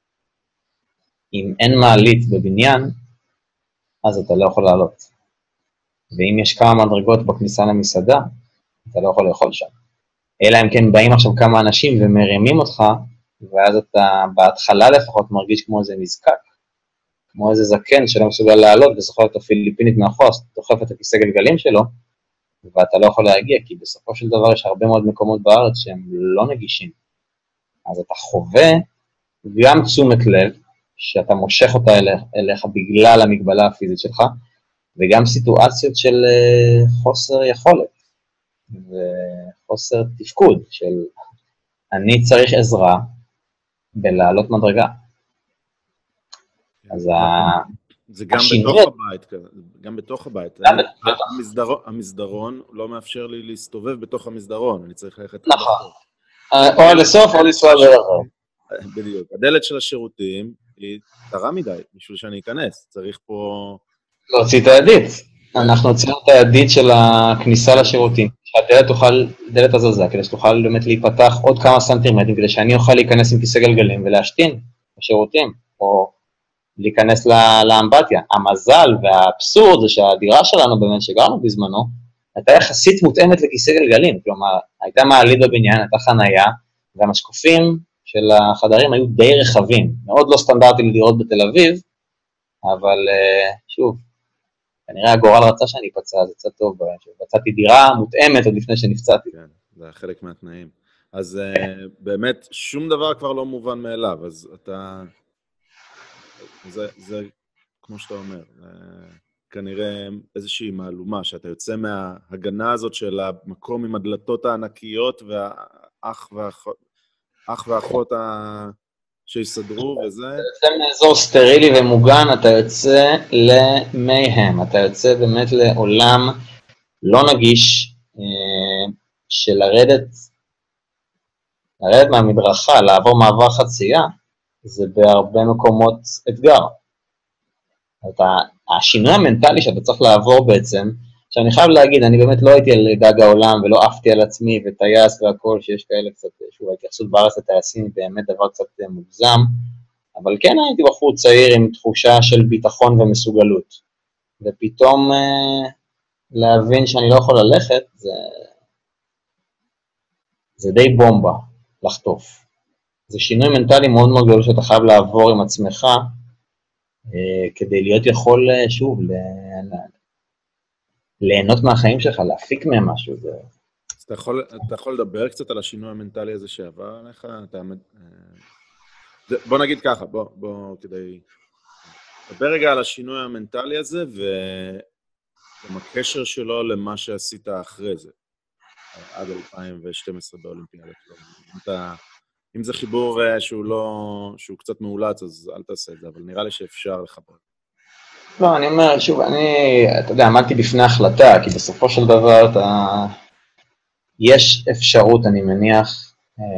אם אין מעלית בבניין, אז אתה לא יכול לעלות. ואם יש כמה מדרגות בכניסה למסעדה, אתה לא יכול לאכול שם. אלא אם כן באים עכשיו כמה אנשים ומרימים אותך, ואז אתה בהתחלה לפחות מרגיש כמו איזה נזקק, כמו איזה זקן שלא מסוגל לעלות, וסוחר את הפיליפינית מאחור, אז דוחף את הכיסא גלגלים שלו, ואתה לא יכול להגיע, כי בסופו של דבר יש הרבה מאוד מקומות בארץ שהם לא נגישים. אז אתה חווה גם תשומת לב, שאתה מושך אותה אליך בגלל המגבלה הפיזית שלך, וגם סיטואציות של חוסר יכולת, וחוסר תפקוד, של אני צריך עזרה בלעלות מדרגה. אז זה גם השינוי... בתוך הבית, גם בתוך הבית. המסדרון לא מאפשר לי להסתובב בתוך המסדרון, אני צריך ללכת... נכון. או לסוף או לנסוע לרחוב. בדיוק. הדלת של השירותים היא קרה מדי, בשביל שאני אכנס. צריך פה... להוציא את הידית. אנחנו הוצאנו את הידית של הכניסה לשירותים, שהדלת תוכל, דלת הזזה, כדי שתוכל באמת להיפתח עוד כמה סנטימטרים, כדי שאני אוכל להיכנס עם כיסא גלגלים ולהשתין בשירותים, או להיכנס לאמבטיה. המזל והאבסורד זה שהדירה שלנו באמת שגרנו בזמנו, הייתה יחסית מותאמת לכיסא גלגלים, כלומר, הייתה מעלית בבניין, הייתה חנייה, והמשקופים של החדרים היו די רחבים, מאוד לא סטנדרטי לדירות בתל אביב, אבל שוב, כנראה הגורל רצה שאני אפצע, זה קצת טוב, מצאתי דירה מותאמת עוד לפני שנפצעתי. כן, זה היה חלק מהתנאים. אז באמת שום דבר כבר לא מובן מאליו, אז אתה... זה כמו שאתה אומר, כנראה איזושהי מהלומה, שאתה יוצא מההגנה הזאת של המקום עם הדלתות הענקיות, והאח ואחות שיסדרו וזה. אתה יוצא מאזור סטרילי ומוגן, אתה יוצא למייהם, אתה יוצא באמת לעולם לא נגיש, של לרדת מהמדרכה, לעבור מעבר חצייה, זה בהרבה מקומות אתגר. השינוי המנטלי שאתה צריך לעבור בעצם, שאני חייב להגיד, אני באמת לא הייתי על גג העולם ולא עפתי על עצמי וטייס והכל, שיש כאלה קצת, שוב, ההתייחסות בארץ לטייסים היא באמת דבר קצת מוגזם, אבל כן הייתי בחור צעיר עם תחושה של ביטחון ומסוגלות, ופתאום להבין שאני לא יכול ללכת, זה די בומבה לחטוף. זה שינוי מנטלי מאוד מאוד גדול שאתה חייב לעבור עם עצמך, כדי להיות יכול שוב ליהנות מהחיים שלך, להפיק מהם משהו. אז אתה יכול לדבר קצת על השינוי המנטלי הזה שעבר עליך? בוא נגיד ככה, בוא כדי... דבר רגע על השינוי המנטלי הזה, וגם הקשר שלו למה שעשית אחרי זה, עד 2012 באולימפיאדה. אם זה חיבור שהוא קצת מאולץ, אז אל תעשה את זה, אבל נראה לי שאפשר לחבר. לא, אני אומר, שוב, אתה יודע, עמדתי בפני החלטה, כי בסופו של דבר יש אפשרות, אני מניח,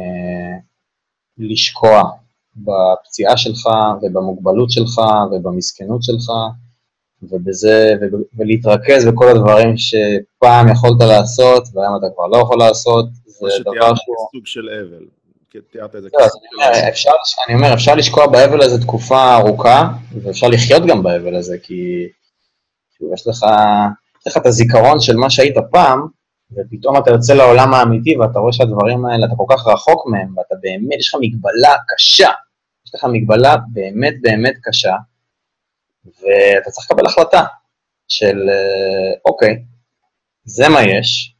לשקוע בפציעה שלך, ובמוגבלות שלך, ובמסכנות שלך, ובזה, ולהתרכז בכל הדברים שפעם יכולת לעשות, והיום אתה כבר לא יכול לעשות, זה דבר שהוא... סוג של אבל. תיארת את זה אני אומר, אפשר לשקוע באבל הזה תקופה ארוכה, ואפשר לחיות גם באבל הזה, כי יש לך את הזיכרון של מה שהיית פעם, ופתאום אתה יוצא לעולם האמיתי, ואתה רואה שהדברים האלה, אתה כל כך רחוק מהם, ואתה באמת, יש לך מגבלה קשה, יש לך מגבלה באמת באמת קשה, ואתה צריך לקבל החלטה של, אוקיי, זה מה יש,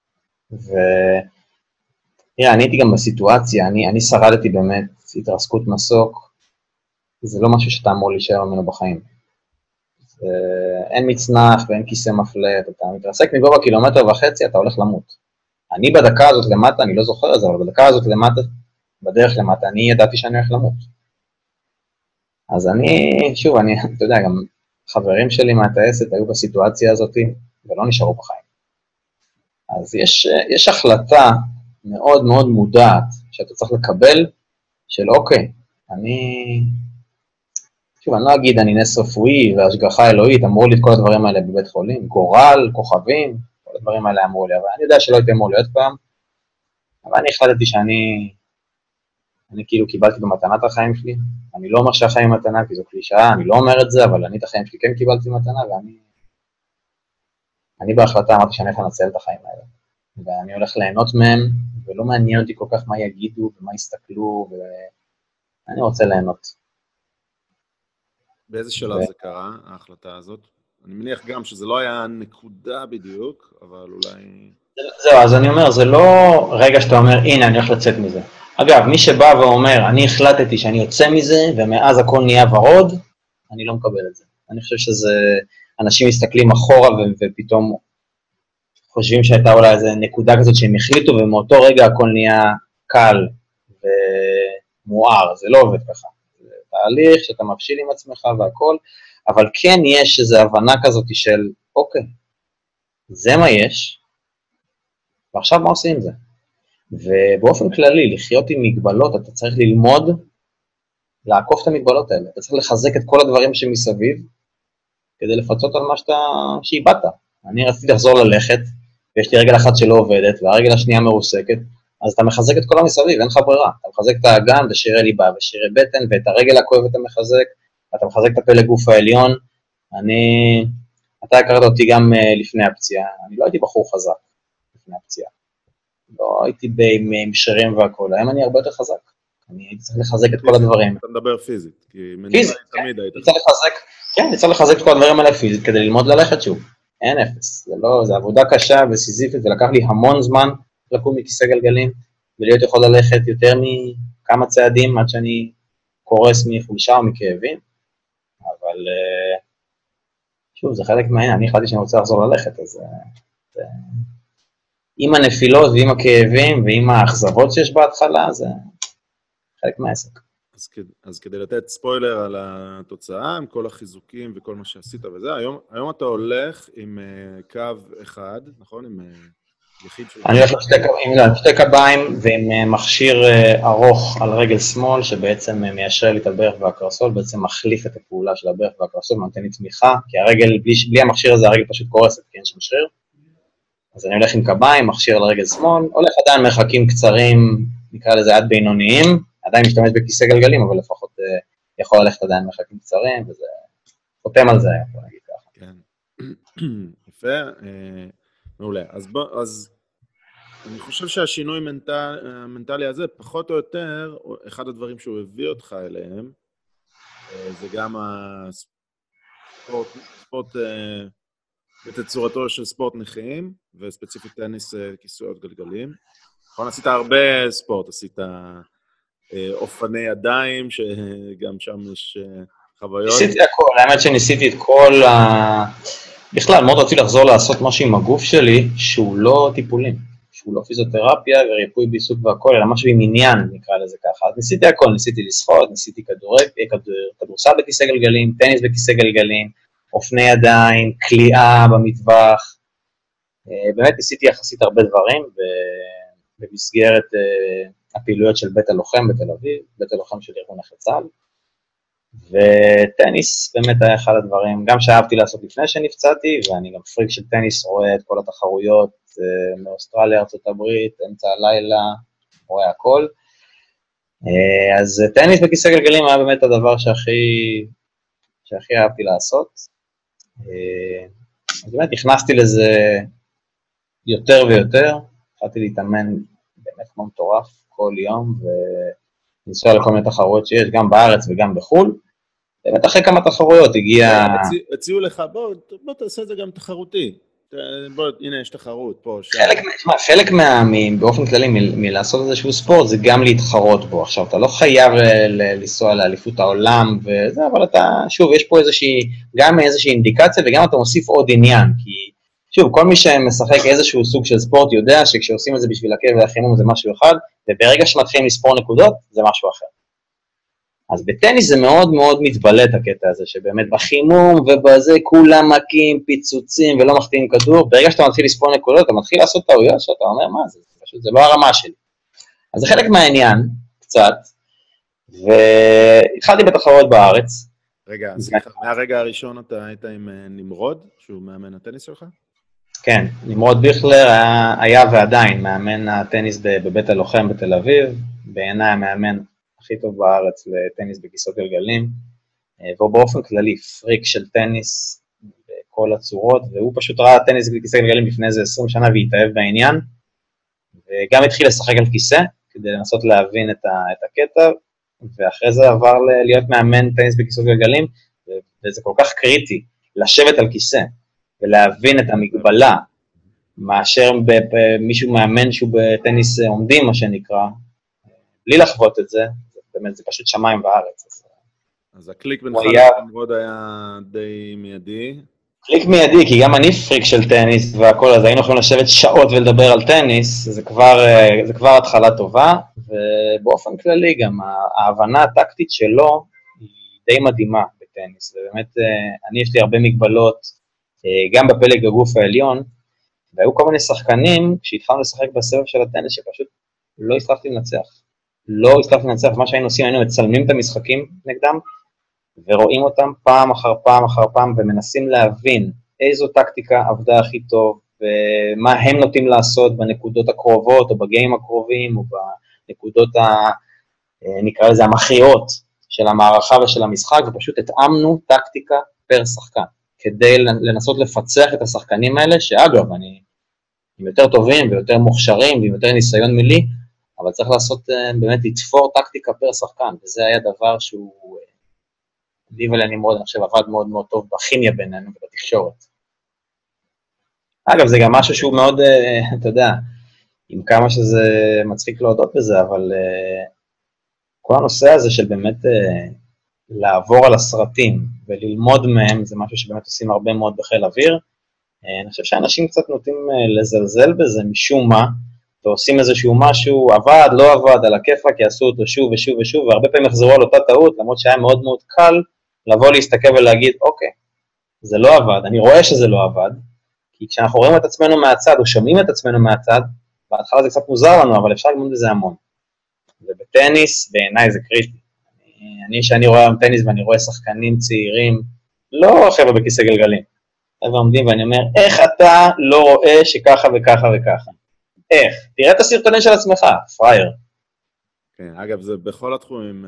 אני הייתי גם בסיטואציה, אני שרדתי באמת התרסקות מסוק, זה לא משהו שאתה אמור להישאר ממנו בחיים. אין מצנח ואין כיסא מפלט, אתה מתרסק מגובה 1.5 קילומטר, אתה הולך למות. אני בדקה הזאת למטה, אני לא זוכר את זה, אבל בדקה הזאת למטה, בדרך למטה, אני ידעתי שאני הולך למות. אז שוב, אתה יודע, גם חברים שלי מהטייסת היו בסיטואציה הזאת, ולא נשארו בחיים. אז יש החלטה, מאוד מאוד מודעת, שאתה צריך לקבל, של אוקיי, אני לא אגיד, אני נס רפואי והשגחה אלוהית, אמרו לי את כל הדברים האלה בבית חולים, גורל, כוכבים, כל הדברים האלה אמרו לי, אבל אני יודע שלא הייתי אמור להיות פעם, אבל אני החלטתי שאני כאילו קיבלתי במתנה את החיים שלי, אני לא אומר שהחיים מתנה, כי זו קלישאה, אני לא אומר את זה, אבל אני את החיים שלי כן קיבלתי מתנה, ואני בהחלטה אמרתי שאני הולך לנצל את החיים האלה. ואני הולך ליהנות מהם, ולא מעניין אותי כל כך מה יגידו ומה יסתכלו, ואני רוצה ליהנות. באיזה שלב זה קרה, ההחלטה הזאת? אני מניח גם שזה לא היה נקודה בדיוק, אבל אולי... זהו, אז אני אומר, זה לא רגע שאתה אומר, הנה, אני הולך לצאת מזה. אגב, מי שבא ואומר, אני החלטתי שאני יוצא מזה, ומאז הכל נהיה ורוד, אני לא מקבל את זה. אני חושב שזה, אנשים מסתכלים אחורה ופתאום חושבים שהייתה אולי איזו נקודה כזאת שהם החליטו, ומאותו רגע הכל נהיה קל ומואר, זה לא עובד ככה. זה תהליך שאתה מבשיל עם עצמך והכל, אבל כן יש איזו הבנה כזאת של, אוקיי, זה מה יש, ועכשיו מה עושים עם זה? ובאופן כללי, לחיות עם מגבלות, אתה צריך ללמוד, לעקוף את המגבלות האלה, אתה צריך לחזק את כל הדברים שמסביב, כדי לפצות על מה שאיבדת. אני רציתי לחזור ללכת, ויש לי רגל אחת שלא עובדת, והרגל השנייה מרוסקת, אז אתה מחזק את כל המסביב, אין לך ברירה. אתה מחזק את האגן, ושירי ליבה, ושירי בטן, ואת הרגל הכואבת אתה מחזק, אתה מחזק את הפלג גוף העליון. אתה הכרת אותי גם לפני הפציעה, אני לא הייתי בחור חזק לפני הפציעה. לא הייתי עם שרירים והכל, היום אני הרבה יותר חזק. אני הייתי צריך לחזק את כל הדברים. אתה מדבר פיזית, כי פיזית, כן, אני צריך לחזק את כל הדברים האלה פיזית, כדי ללמוד ללכת שוב. אין אפס, זה עבודה קשה וסיזיפית, ולקח לי המון זמן לקום מכיסא גלגלים, ולהיות יכול ללכת יותר מכמה צעדים עד שאני קורס מחולשה או מכאבים, אבל שוב, זה חלק מהעניין, אני החלטתי שאני רוצה לחזור ללכת, אז עם הנפילות ועם הכאבים ועם האכזבות שיש בהתחלה, זה חלק מהעסק. אז כדי לתת ספוילר על התוצאה, עם כל החיזוקים וכל מה שעשית וזה, היום אתה הולך עם קו אחד, נכון? עם יחיד של... אני הולך עם שתי קביים ועם מכשיר ארוך על רגל שמאל, שבעצם מיישר לי את הברך והקרסול, בעצם מחליף את הפעולה של הברך והקרסול, נותן לי תמיכה, כי הרגל, בלי המכשיר הזה, הרגל פשוט קורסת, כי אין שם שריר. אז אני הולך עם קביים, מכשיר על רגל שמאל, הולך עדיין מרחקים קצרים, נקרא לזה עד בינוניים, עדיין משתמש בכיסא גלגלים, אבל לפחות יכול ללכת עדיין מרחקים קצרים, וזה חותם על זה, בוא נגיד ככה. כן, יפה, מעולה. אז אני חושב שהשינוי המנטלי הזה, פחות או יותר, אחד הדברים שהוא הביא אותך אליהם, זה גם הספורט בתצורתו של ספורט נכים, וספציפית טניס כיסויות גלגלים. נכון, עשית הרבה ספורט, עשית אופני ידיים, שגם שם יש חוויות. ניסיתי הכל, האמת שניסיתי את כל בכלל, מאוד רציתי לחזור לעשות משהו עם הגוף שלי, שהוא לא טיפולים, שהוא לא פיזיותרפיה וריפוי בעיסוק והכל, אלא משהו עם עניין, נקרא לזה ככה. אז ניסיתי הכל, ניסיתי לשחות, ניסיתי כדורסל בכיסא גלגלים, טניס בכיסא גלגלים, אופני ידיים, קליעה במטווח, באמת ניסיתי יחסית הרבה דברים, במסגרת הפעילויות של בית הלוחם בתל אביב, בית הלוחם של ארגון נכי צה"ל, וטניס באמת היה אחד הדברים, גם שאהבתי לעשות לפני שנפצעתי, ואני גם פריק של טניס, רואה את כל התחרויות מאוסטרליה, ארצות הברית, אמצע הלילה, רואה הכל. אז טניס בכיסא גלגלים היה באמת הדבר שהכי אהבתי לעשות. אז באמת נכנסתי לזה יותר ויותר, התחלתי להתאמן באמת כמו מטורף כל יום, ולנסוע לכל מיני תחרויות שיש, גם בארץ וגם בחול. באמת אחרי כמה תחרורויות הגיע... הציעו לך, בוא תעשה את זה גם תחרותי. הנה יש תחרות פה. חלק באופן כללי מלעשות איזשהו ספורט, זה גם להתחרות בו. עכשיו, אתה לא חייב לנסוע לאליפות העולם וזה, אבל אתה, שוב, יש פה גם איזושהי אינדיקציה, וגם אתה מוסיף עוד עניין, כי שוב, כל מי שמשחק איזשהו סוג של ספורט יודע שכשעושים את זה בשביל הכיף והחימום זה משהו אחד, וברגע שמתחילים לספור נקודות, זה משהו אחר. אז בטניס זה מאוד מאוד מתבלט הקטע הזה, שבאמת בחימום ובזה כולם מכים, פיצוצים ולא מחטיאים כדור, ברגע שאתה מתחיל לספור נקודות, אתה מתחיל לעשות טעויות, שאתה אומר, מה זה? פשוט זה לא הרמה שלי. אז זה חלק מהעניין, קצת, והתחלתי בתחרות בארץ. רגע, סליחה, מהרגע הראשון אתה היית עם נמרוד, שהוא מאמן הטניס שלך? כן, נמרוד ביכלר היה ועדיין מאמן הטניס בבית הלוחם בתל אביב, בעיניי המאמן הכי טוב בארץ לטניס בכיסאות גלגלים, והוא באופן כללי פריק של טניס בכל הצורות, והוא פשוט ראה טניס בכיסא גלגלים לפני איזה 20 שנה והתאהב בעניין, וגם התחיל לשחק על כיסא כדי לנסות להבין את הקטע, ואחרי זה עבר להיות מאמן טניס בכיסאות גלגלים, וזה כל כך קריטי לשבת על כיסא ולהבין את המגבלה, מאשר מישהו מאמן שהוא בטניס עומדים, מה שנקרא, בלי לחוות את זה, באמת זה פשוט שמיים וארץ. אז הקליק בינך לנמרוד היה די מיידי. קליק מיידי, כי גם אני פריק של טניס והכל, אז היינו יכולים לשבת שעות ולדבר על טניס, זה כבר התחלה טובה, ובאופן כללי גם ההבנה הטקטית שלו היא די מדהימה בטניס, ובאמת יש לי הרבה מגבלות, גם בפלג הגוף העליון, והיו כל מיני שחקנים, כשהתחלנו לשחק בסבב של הטניס, שפשוט לא הצלחתי לנצח, מה שהיינו עושים, היינו מצלמים את המשחקים נגדם, ורואים אותם פעם אחר פעם אחר פעם, ומנסים להבין איזו טקטיקה עבדה הכי טוב, ומה הם נוטים לעשות בנקודות הקרובות, או בגיים הקרובים, או בנקודות, נקרא לזה, המכריעות של המערכה ושל המשחק, ופשוט התאמנו טקטיקה פר שחקן, כדי לנסות לפצח את השחקנים האלה, שאגב, הם יותר טובים ויותר מוכשרים, ועם יותר ניסיון מילי, אבל צריך לעשות, באמת, לתפור טקטיקה פר שחקן, וזה היה דבר שהוא, לי ולנמרוד, אני חושב, עבד מאוד מאוד טוב בכימיה בינינו ובתקשורת. אגב, זה גם משהו שהוא מאוד, אתה יודע, עם כמה שזה מצחיק להודות בזה, אבל כל הנושא הזה של באמת לעבור על הסרטים וללמוד מהם, זה משהו שבאמת עושים הרבה מאוד בחיל אוויר. אני חושב שאנשים קצת נוטים לזלזל בזה משום מה, ועושים איזשהו משהו, עבד, לא עבד, על הכיפאק, יעשו אותו שוב ושוב ושוב, והרבה פעמים יחזרו על אותה טעות, למרות שהיה מאוד מאוד קל לבוא להסתכל ולהגיד, אוקיי, זה לא עבד, אני רואה שזה לא עבד, כי כשאנחנו רואים את עצמנו מהצד, או שומעים את עצמנו מהצד, בהתחלה זה קצת מוזר לנו, אבל אפשר ללמוד בזה המון. ובטניס, בעיניי זה קריטי. שאני רואה היום טניס ואני רואה שחקנים צעירים, לא חבר'ה בכיסא גלגלים, חבר'ה עומדים ואני אומר, איך אתה לא רואה שככה וככה וככה? איך? תראה את הסרטונים של עצמך, פרייר. כן, אגב, זה בכל התחומים,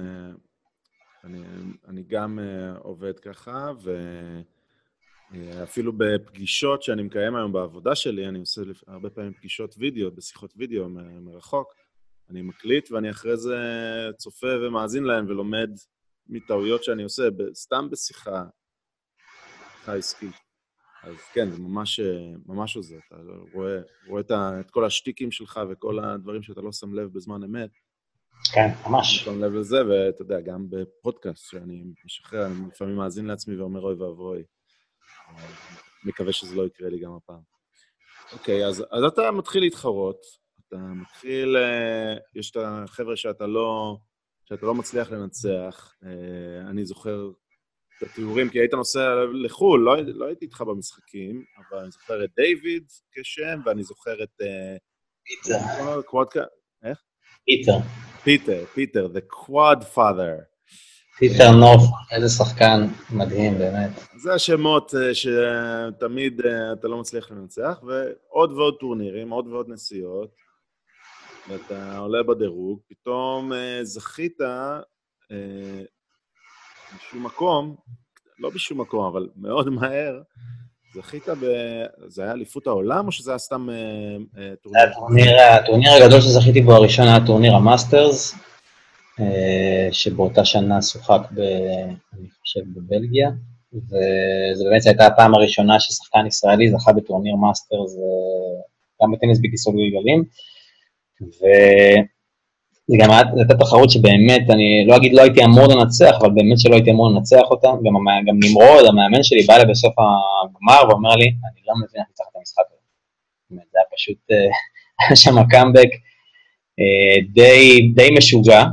אני גם עובד ככה, ואפילו בפגישות שאני מקיים היום בעבודה שלי, אני עושה הרבה פעמים פגישות וידאו, בשיחות וידאו מרחוק, אני מקליט ואני אחרי זה צופה ומאזין להם ולומד מטעויות שאני עושה, סתם בשיחה עסקית. אז כן, זה ממש עוזר. אתה רואה את כל השטיקים שלך וכל הדברים שאתה לא שם לב בזמן אמת. כן, ממש. אני שם לב לזה, ואתה יודע, גם בפודקאסט שאני משחרר, אני לפעמים מאזין לעצמי ואומר אוי ואבוי. מקווה שזה לא יקרה לי גם הפעם. אוקיי, אז אתה מתחיל להתחרות, אתה מתחיל, יש את החבר'ה שאתה לא מצליח לנצח. אני זוכר את התיאורים, כי היית נוסע לחול, לא הייתי איתך במשחקים, אבל אני זוכר את דיוויד כשם, ואני זוכר את... פיטר. איך? פיטר. the quad father. פיטר נוף, איזה שחקן מדהים באמת. זה השמות שתמיד אתה לא מצליח לנצח, ועוד ועוד טורנירים, עוד ועוד נסיעות, ואתה עולה בדירוג, פתאום זכית בשום מקום, לא בשום מקום, אבל מאוד מהר, זכית זה היה אליפות העולם, או שזה היה סתם טורניר? הטורניר הגדול שזכיתי בו הראשון היה טורניר המאסטרס, שבאותה שנה שוחק אני חושב בבלגיה, וזה באמת הייתה הפעם הראשונה ששחקן ישראלי זכה בטורניר מאסטרס, גם בטניס בכיסאות גלגלים, וזה גם הייתה תחרות שבאמת, אני לא אגיד לא הייתי אמור לנצח, אבל באמת שלא הייתי אמור לנצח אותה, גם נמרוד, המאמן שלי, בא אליי בסוף הגמר ואומר לי, אני לא מבין איך לצחק את המשחק הזה. זה היה פשוט, היה שם הקאמבק די משוגע,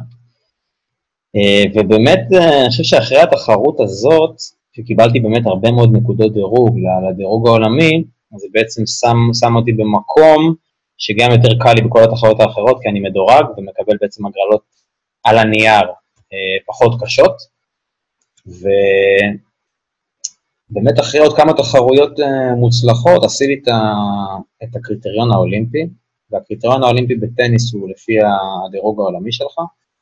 ובאמת אני חושב שאחרי התחרות הזאת, שקיבלתי באמת הרבה מאוד נקודות דירוג לדירוג העולמי, אז זה בעצם שם אותי במקום שגם יותר קל לי בכל התחרות האחרות, כי אני מדורג ומקבל בעצם הגרלות על הנייר פחות קשות, ובאמת אחרי עוד כמה תחרויות מוצלחות, עשיתי את הקריטריון האולימפי, והקריטריון האולימפי בטניס הוא לפי הדירוג העולמי שלך,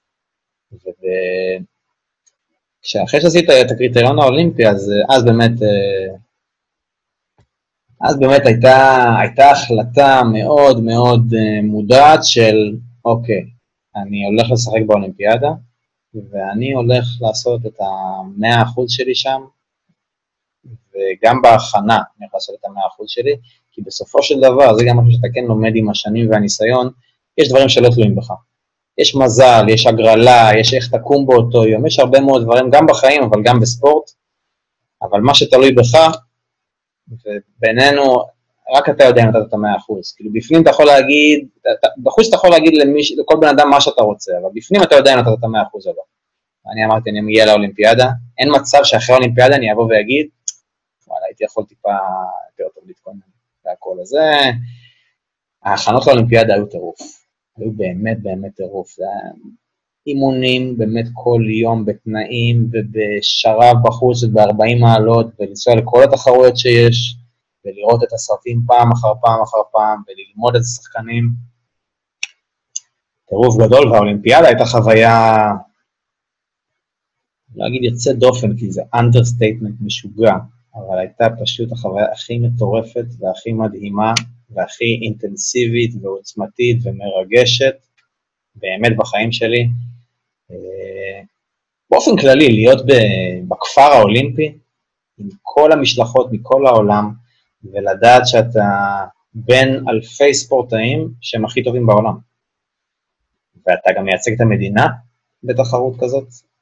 כשאחרי שעשית את הקריטריון האולימפי, אז באמת הייתה החלטה מאוד מאוד מודעת של, אוקיי, אני הולך לשחק באולימפיאדה, ואני הולך לעשות את 100% שלי שם, וגם בהכנה אני הולך לעשות את 100% שלי, כי בסופו של דבר, זה גם משהו שאתה כן לומד עם השנים והניסיון, יש דברים שלא תלויים בך. יש מזל, יש הגרלה, יש איך תקום באותו יום, יש הרבה מאוד דברים, גם בחיים, אבל גם בספורט, אבל מה שתלוי בך, ובינינו, רק אתה יודע אם אתה את 100%, כאילו בפנים אתה יכול להגיד, בחוץ אתה יכול להגיד לכל בן אדם מה שאתה רוצה, אבל בפנים אתה יודע אם אתה את 100% או לא. אני אמרתי, אני מגיע לאולימפיאדה, אין מצב שאחרי האולימפיאדה אני אבוא ואגיד, וואלה, הייתי יכול טיפה יותר טוב להתכונן, והכל הזה, ההכנות לאולימפיאדה היו טירוף. היו באמת טירוף, זה היה אימונים באמת כל יום בתנאים ובשרב בחוץ וב-40 מעלות ולנסוע לכל התחרויות שיש ולראות את הסרטים פעם אחר פעם אחר פעם וללמוד את השחקנים. טירוף גדול, והאולימפיאדה הייתה חוויה, לא אגיד יוצא דופן כי זה understatement משוגע, אבל הייתה פשוט החוויה הכי מטורפת והכי מדהימה והכי אינטנסיבית ועוצמתית ומרגשת, באמת בחיים שלי. באופן כללי, להיות בכפר האולימפי, עם כל המשלחות מכל העולם, ולדעת שאתה בין אלפי ספורטאים שהם הכי טובים בעולם. ואתה גם מייצג את המדינה בתחרות כזאת.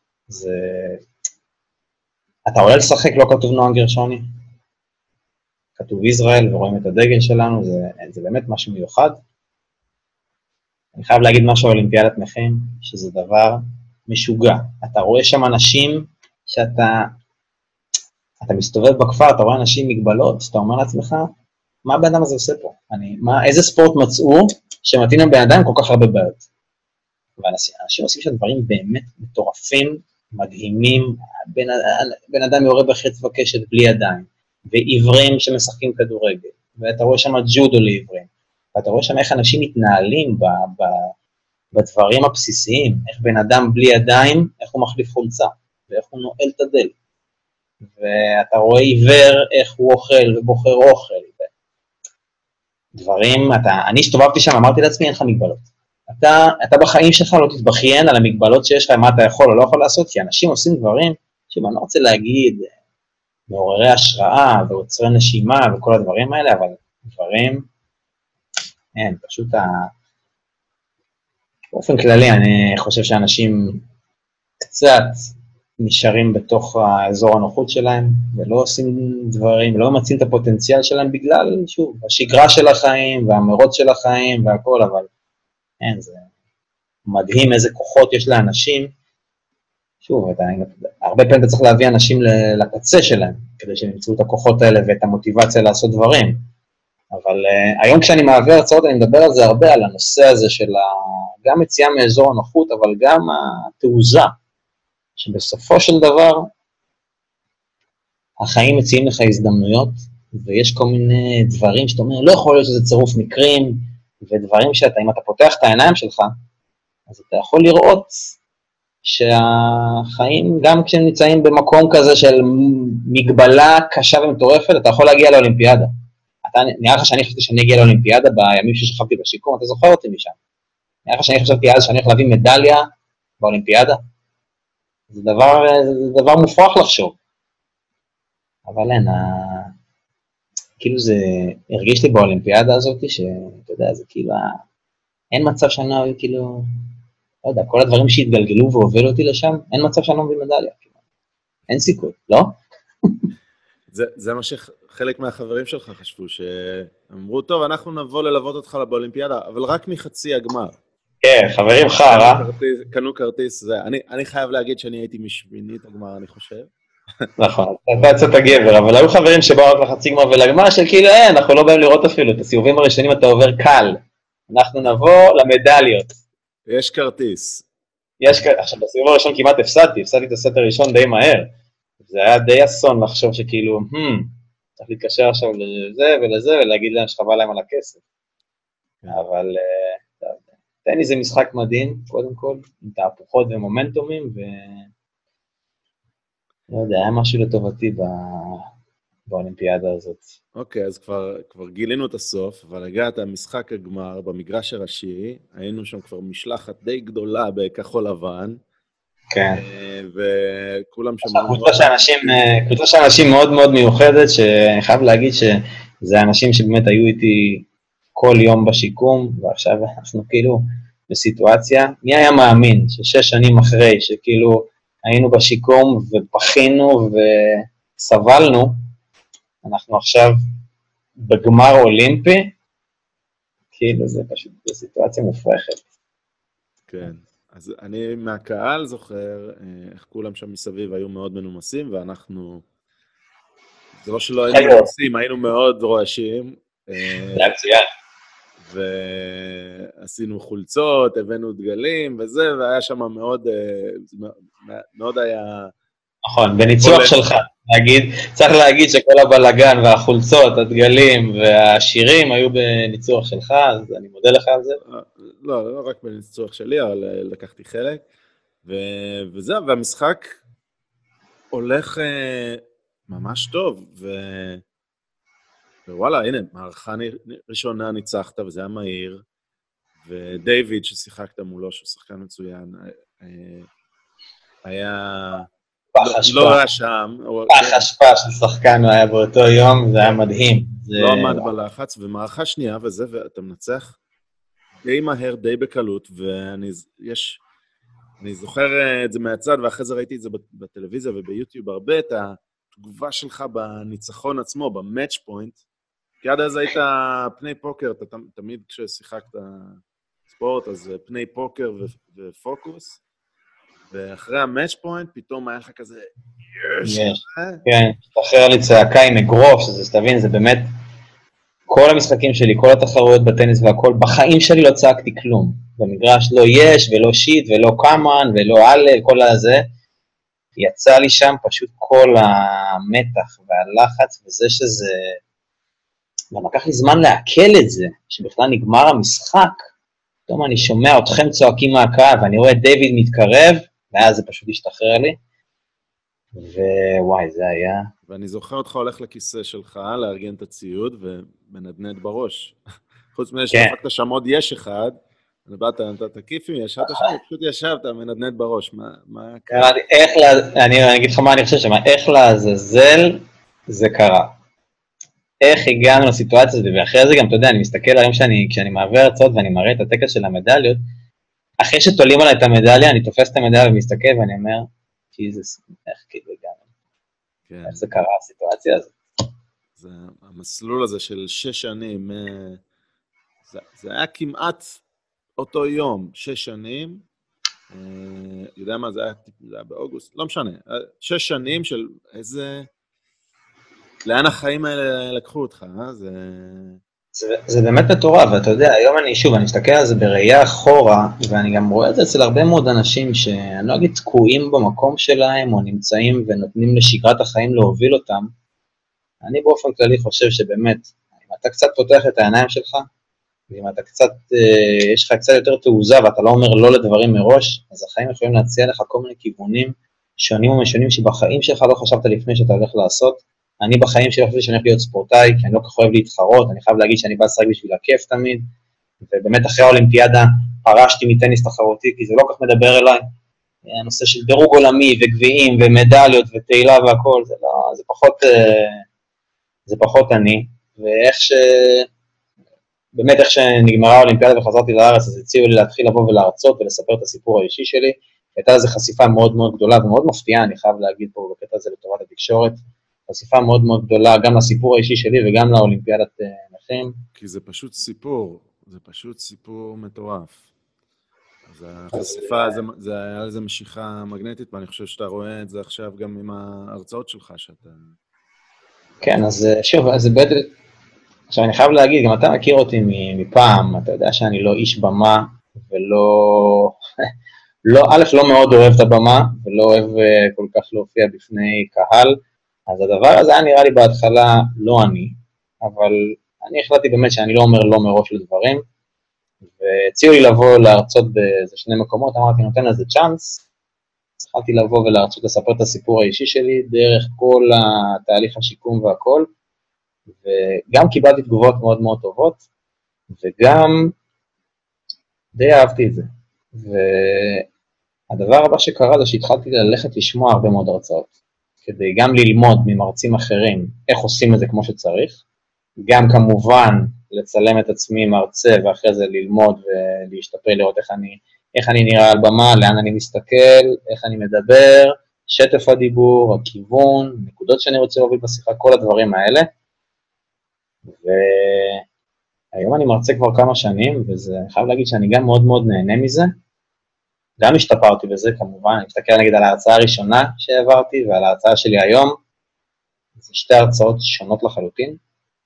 אתה עולה לשחק, לא כתוב נועם גרשוני. כתוב ישראל, ורואים את הדגל שלנו, זה באמת משהו מיוחד. אני חייב להגיד משהו על אולימפיאדת נכים, שזה דבר משוגע. אתה רואה שם אנשים שאתה מסתובב בכפר, אתה רואה אנשים מגבלות, שאתה אומר לעצמך, מה הבן אדם הזה עושה פה? איזה ספורט מצאו שמתאים לבן אדם כל כך הרבה בעיות? ואנשים עושים שם דברים באמת מטורפים, מדהימים, בן אדם יורה בחץ וקשת בלי ידיים, ועיוורים שמשחקים כדורגל, ואתה רואה שם ג'ודו לעיוורים, ואתה רואה שם איך אנשים מתנהלים בדברים הבסיסיים, איך בן אדם בלי ידיים, איך הוא מחליף חולצה, ואיך הוא נועל את הדלת, ואתה רואה עיוור איך הוא אוכל ובוחר אוכל, דברים, אני הסתובבתי שם, אמרתי לעצמי, אין לך מגבלות. אתה בחיים שלך לא תתבכיין על המגבלות שיש לך, מה אתה יכול או לא יכול לעשות, כי אנשים עושים דברים שאני לא רוצה להגיד, מעוררי השראה ועוצרי נשימה וכל הדברים האלה, אבל דברים, אין, פשוט באופן כללי, אני חושב שאנשים קצת נשארים בתוך האזור הנוחות שלהם, ולא עושים דברים, לא ממצאים את הפוטנציאל שלהם בגלל, שוב, השגרה של החיים, והאמירות של החיים, והכל, אבל אין, זה מדהים איזה כוחות יש לאנשים, שוב, הרבה פעמים אתה צריך להביא אנשים לקצה שלהם, כדי שהם ימצאו את הכוחות האלה, ואת המוטיבציה לעשות דברים, אבל היום כשאני מעביר הרצאות, אני מדבר על זה הרבה, על הנושא הזה של גם יציאה מאזור הנוחות, אבל גם התעוזה, שבסופו של דבר, החיים מציעים לך הזדמנויות, ויש כל מיני דברים שאתה אומר, לא יכול להיות שזה צירוף מקרים, ודברים אם אתה פותח את העיניים שלך, אז אתה יכול לראות שהחיים, גם כשהם נמצאים במקום כזה של מגבלה קשה ומטורפת, אתה יכול להגיע לאולימפיאדה. נראה לך שאני חשבתי שאני אגיע לאולימפיאדה בימים ששכבתי בשיקום, אתה זוכר אותי משם. נראה לך שאני חשבתי אז שאני הולך להביא מדליה באולימפיאדה. זה דבר מופרך לחשוב. אבל אין, כאילו זה הרגיש לי באולימפיאדה הזאת, שאתה יודע, זה כאילו, אין מצב שאני כאילו, לא יודע, כל הדברים שהתגלגלו והובילו אותי לשם, אין מצב שאני לא מביא מדליה. אין סיכוי, לא? זה מה שחלק מהחברים שלך חשבו, שאמרו, טוב, אנחנו נבוא ללוות אותך באולימפיאדה, אבל רק מחצי הגמר. כן, חברים חרא. קנו כרטיס, אני חייב להגיד שאני הייתי משמינית הגמר, אני חושב. נכון, אתה יצאת הגבר, אבל היו חברים שבאו רק לחצי גמר ולגמר, שכאילו אנחנו לא באים לראות אפילו, את הסיבובים הראשונים אתה עובר קל, אנחנו נבוא למדליות. יש כרטיס. עכשיו בסיבוב הראשון כמעט הפסדתי את הסט הראשון די מהר, זה היה די אסון לחשוב שכאילו, צריך להתקשר עכשיו לזה ולזה, ולהגיד להם שחבל להם על הכסף. אבל טניס זה משחק מדהים, קודם כל, עם תהפוכות ומומנטומים, לא יודע, היה משהו לטובתי באולימפיאדה הזאת. אוקיי, אז כבר גילינו את הסוף, אבל הגעת המשחק הגמר במגרש הראשי, היינו שם כבר משלחת די גדולה בכחול לבן, כן. וכולם שם... קבוצה של אנשים מאוד מאוד מיוחדת, שאני חייב להגיד שזה אנשים שבאמת היו איתי כל יום בשיקום, ועכשיו אנחנו כאילו בסיטואציה, מי היה מאמין ש6 שנים אחרי, שכאילו היינו בשיקום ופחינו וסבלנו, אנחנו עכשיו בגמר אולימפי, כאילו זה פשוט סיטואציה מופרכת. כן. אז אני מהקהל זוכר איך כולם שם מסביב היו מאוד מנומסים, ואנחנו, זה לא שלא היינו מנומסים, היינו מאוד רועשים. זה מצוין. ועשינו חולצות, הבאנו דגלים וזה, והיה שם מאוד היה... נכון, בניצוח שלך, צריך להגיד שכל הבלגן והחולצות, הדגלים והשירים היו בניצוח שלך, אז אני מודה לך על זה. לא רק בניצוח שלי, אבל לקחתי חלק, וזהו, והמשחק הולך ממש טוב, ווואלה, הנה, מערכה ראשונה ניצחת, וזה היה מהיר, ודייוויד ששיחקת מולו, שהוא שחקן מצוין, היה... לא היה שם. פח השפעה של שחקן היה באותו יום, זה היה מדהים. לא עמד בלחץ, ומערכה שנייה וזה, ואתה מנצח די מהר, די בקלות, ואני זוכר את זה מהצד, ואחרי זה ראיתי את זה בטלוויזיה וביוטיוב הרבה, את התגובה שלך בניצחון עצמו, במאץ' פוינט, כי עד אז היית פני פוקר, אתה תמיד כששיחקת ספורט, אז פני פוקר ופוקוס, ואחרי המאץ' פוינט, פתאום היה לך כזה, כן, תשתחרר לי צעקה עם אגרוף, שתבין, זה באמת, כל המשחקים שלי, כל התחרויות בטניס והכל, בחיים שלי לא צעקתי כלום. במגרש לא יש ולא שיט ולא קאמן ולא הלל, כל הזה. יצא לי שם פשוט כל המתח והלחץ, וזה שזה, גם לקח לי זמן לעכל את זה, שבכלל נגמר המשחק. פתאום אני שומע אתכם צועקים מהקהל, ואני רואה את דיוויד מתקרב, ואז זה פשוט השתחרר לי. ווואי, זה היה... ואני זוכר אותך הולך לכיסא שלך, לארגן את הציוד, ומנדנד בראש. חוץ מזה שדפקת שם עוד יש אחד, ובאת, נתת כיפים, ישבת שם, פשוט ישבת, מנדנד בראש. מה קרה? אני אגיד לך מה אני חושב שמה, איך לעזאזל זה קרה. איך הגענו לסיטואציה הזאת, ואחרי זה גם, אתה יודע, אני מסתכל היום כשאני מעבר הרצאות ואני מראה את הטקס של המדליות, אחרי שתולים עליי את המדליה, אני תופס את המדליה ומסתכל ואני אומר, ג'יזוס, איך כאילו הגענו. איך זה קרה, הסיטואציה הזאת? זה המסלול הזה של 6 שנים, זה היה כמעט אותו יום, 6 שנים, יודע מה, זה היה באוגוסט, לא משנה, 6 שנים של איזה, לאן החיים האלה לקחו אותך, זה באמת מטורף, ואתה יודע, היום אני מסתכל על זה בראייה אחורה, ואני גם רואה את זה אצל הרבה מאוד אנשים שאני לא אגיד תקועים במקום שלהם, או נמצאים ונותנים לשגרת החיים להוביל אותם. אני באופן כללי חושב שבאמת, אם אתה קצת פותח את העיניים שלך, ואם אתה קצת, יש לך קצת יותר תעוזה, ואתה לא אומר לא לדברים מראש, אז החיים יכולים להציע לך כל מיני כיוונים שונים ומשונים, שבחיים שלך לא חשבת לפני שאתה הולך לעשות. אני בחיים שלי חושב שאני הולך להיות ספורטאי, כי אני לא כך אוהב להתחרות, אני חייב להגיד שאני בא לשחק בשביל הכיף תמיד, ובאמת אחרי האולימפיאדה פרשתי מטניס תחרותי, כי זה לא כך מדבר אליי, הנושא של דירוג עולמי וגביעים ומדליות ותהילה והכל, זה פחות אני, באמת איך שנגמרה האולימפיאדה וחזרתי לארץ, אז הציעו לי להתחיל לבוא ולהרצות ולספר את הסיפור האישי שלי, הייתה לזה חשיפה מאוד מאוד גדולה ומאוד מפתיעה, אני חייב להגיד פה בקטע הזה לטובת התקשורת, חשיפה מאוד מאוד גדולה, גם לסיפור האישי שלי וגם לאולימפיאדת נכים. כי זה פשוט סיפור מטורף. אז החשיפה, זה היה לזה משיכה מגנטית, ואני חושב שאתה רואה את זה עכשיו גם עם ההרצאות שלך, שאתה... כן, אז שוב, אז בעצם, עכשיו אני חייב להגיד, גם אתה מכיר אותי מפעם, אתה יודע שאני לא איש במה, ולא, א', לא מאוד אוהב את הבמה, ולא אוהב כל כך להופיע בפני קהל, אז הדבר הזה היה נראה לי בהתחלה לא אני, אבל אני החלטתי באמת שאני לא אומר לא מראש לדברים, והציעו לי לבוא להרצות באיזה 2 מקומות, אמרתי נותן לזה צ'אנס, התחלתי לבוא ולהרצות לספר את הסיפור האישי שלי, דרך כל התהליך השיקום והכל, וגם קיבלתי תגובות מאוד מאוד טובות, וגם די אהבתי את זה, והדבר הבא שקרה זה שהתחלתי ללכת לשמוע הרבה מאוד הרצאות, כדי גם ללמוד ממרצים אחרים איך עושים את זה כמו שצריך, גם כמובן לצלם את עצמי מרצה, ואחרי זה ללמוד ולהשתפר, לראות איך אני נראה על במה, לאן אני מסתכל, איך אני מדבר, שטף הדיבור, הכיוון, נקודות שאני רוצה להוביל בשיחה, כל הדברים האלה. והיום אני מרצה כבר כמה שנים, וזה חייב להגיד שאני גם מאוד מאוד נהנה מזה, גם השתפרתי בזה, כמובן, אני מסתכל נגיד על ההרצאה הראשונה שהעברתי, ועל ההרצאה שלי היום, זה 2 הרצאות שונות לחלוטין,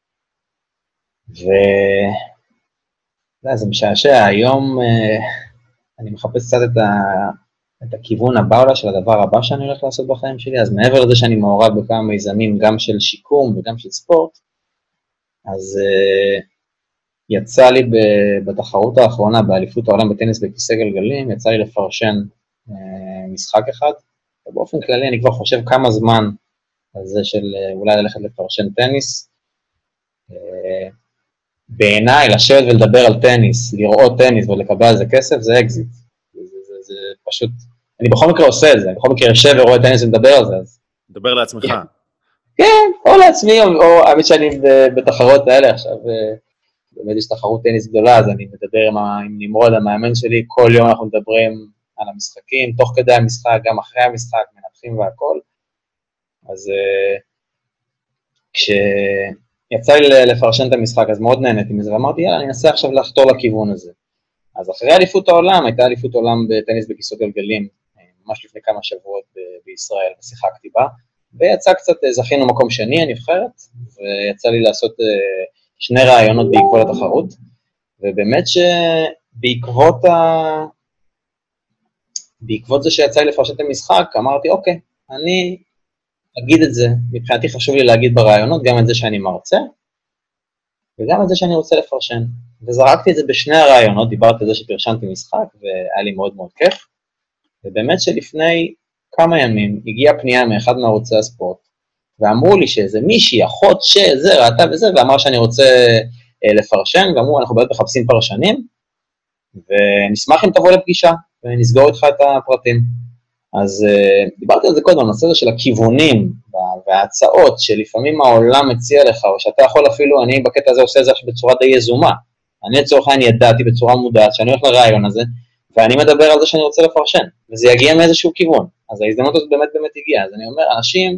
זה משעשע, היום אני מחפש קצת את הכיוון הבא אולי של הדבר הבא שאני הולך לעשות בחיים שלי, אז מעבר לזה שאני מעורב בכמה מיזמים, גם של שיקום וגם של ספורט, אז יצא לי בתחרות האחרונה, באליפות העולם בטניס בכיסא גלגלים, יצא לי לפרשן משחק אחד, ובאופן כללי אני כבר חושב כמה זמן על זה של אולי ללכת לפרשן טניס. בעיניי, לשבת ולדבר על טניס, לראות טניס ולקבל על זה כסף, זה אקזיט. זה פשוט, אני בכל מקרה עושה את זה, אני בכל מקרה יושב ורואה טניס ומדבר על זה. מדבר לעצמך. כן, או לעצמי, או האמת שאני בתחרות האלה עכשיו, באמת יש תחרות טניס גדולה, אז אני מדבר עם נמרוד, המאמן שלי, כל יום אנחנו מדברים על המשחקים, תוך כדי המשחק, גם אחרי המשחק, מנתחים והכל. אז כשיצא לי לפרשן את המשחק, אז מאוד נהניתי מזה, ואמרתי, יאללה, אני אנסה עכשיו לחתור לכיוון הזה. אז אחרי אליפות העולם, הייתה אליפות עולם בטניס בכיסאות גלגלים, ממש לפני כמה שבועות בישראל, ושיחקתי בה, ויצא קצת, זכינו מקום שני, הנבחרת, ויצא לי לעשות שני רעיונות בעקבות התחרות, ובאמת בעקבות זה שיצא לי לפרשן את המשחק, אמרתי, אוקיי, אני אגיד את זה, מבחינתי חשוב לי להגיד ברעיונות, גם את זה שאני מרצה, וגם את זה שאני רוצה לפרשן. וזרקתי את זה בשני הרעיונות, דיברתי על זה שפרשנתי משחק, והיה לי מאוד מאוד כיף, ובאמת שלפני כמה ימים הגיעה פנייה מאחד מערוצי הספורט, ואמרו לי שאיזה מישהי, אחות שזה, ראתה וזה, ואמר שאני רוצה לפרשן, ואמרו, אנחנו באמת מחפשים פרשנים, ונשמח אם תבוא לפגישה, ונסגור איתך את הפרטים. אז דיברתי על זה קודם, הנושא הזה של הכיוונים, וההצעות שלפעמים העולם מציע לך, או שאתה יכול אפילו, אני בקטע הזה עושה את זה בצורה די יזומה, אני לצורך העניין ידעתי בצורה מודעת, שאני הולך לרעיון הזה, ואני מדבר על זה שאני רוצה לפרשן, וזה יגיע מאיזשהו כיוון, אז ההזדמנות הזאת באמת הגיעה, אז אני אומר, אנשים,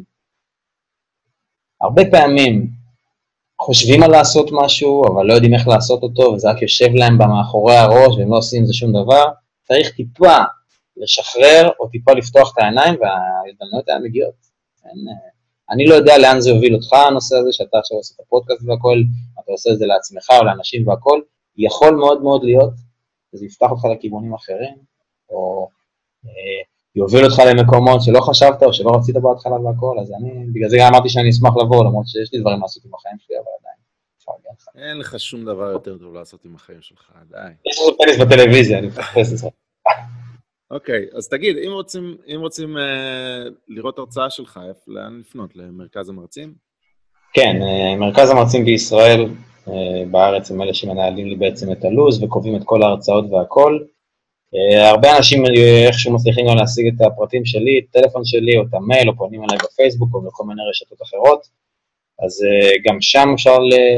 הרבה פעמים, חושבים על לעשות משהו, אבל לא יודעים איך לעשות אותו, וזה רק יושב להם במאחורי הראש, והם לא עושים עם זה שום דבר, צריך טיפה לשחרר, או טיפה לפתוח את העיניים, וההזדמנויות האלה מגיעות. אני לא יודע לאן זה יוביל אותך, הנושא הזה, שאתה עכשיו עושה את הפודקאסט והכל, אתה עושה את זה לעצמך או לאנשים והכל, יכול מאוד מאוד להיות, וזה יפתח אותך לכיוונים אחרים, או יוביל אותך למקומות שלא חשבת, או שלא רצית בהתחלה והכל, אז בגלל זה גם אמרתי שאני אשמח לבוא, למרות שיש לי דברים לעשות עם החיים שלי, אבל עדיין, אפשר להגיע לך. אין לך שום דבר יותר טוב לעשות עם החיים שלך, עדיין. יש לנו טניס בטלוויזיה, אני מחפש את זה. אוקיי, אז תגיד, אם רוצים לראות הרצאה שלך, לאן לפנות? למרכז המרצים? כן, מרכז המרצים בישראל, בארץ הם אלה שמנהלים לי בעצם את הלוז, וקובעים את כל ההרצאות והכל. הרבה אנשים איכשהו מצליחים גם להשיג את הפרטים שלי, את הטלפון שלי, או את המייל, או פונים אליי בפייסבוק, או בכל מיני רשתות אחרות. אז גם שם אפשר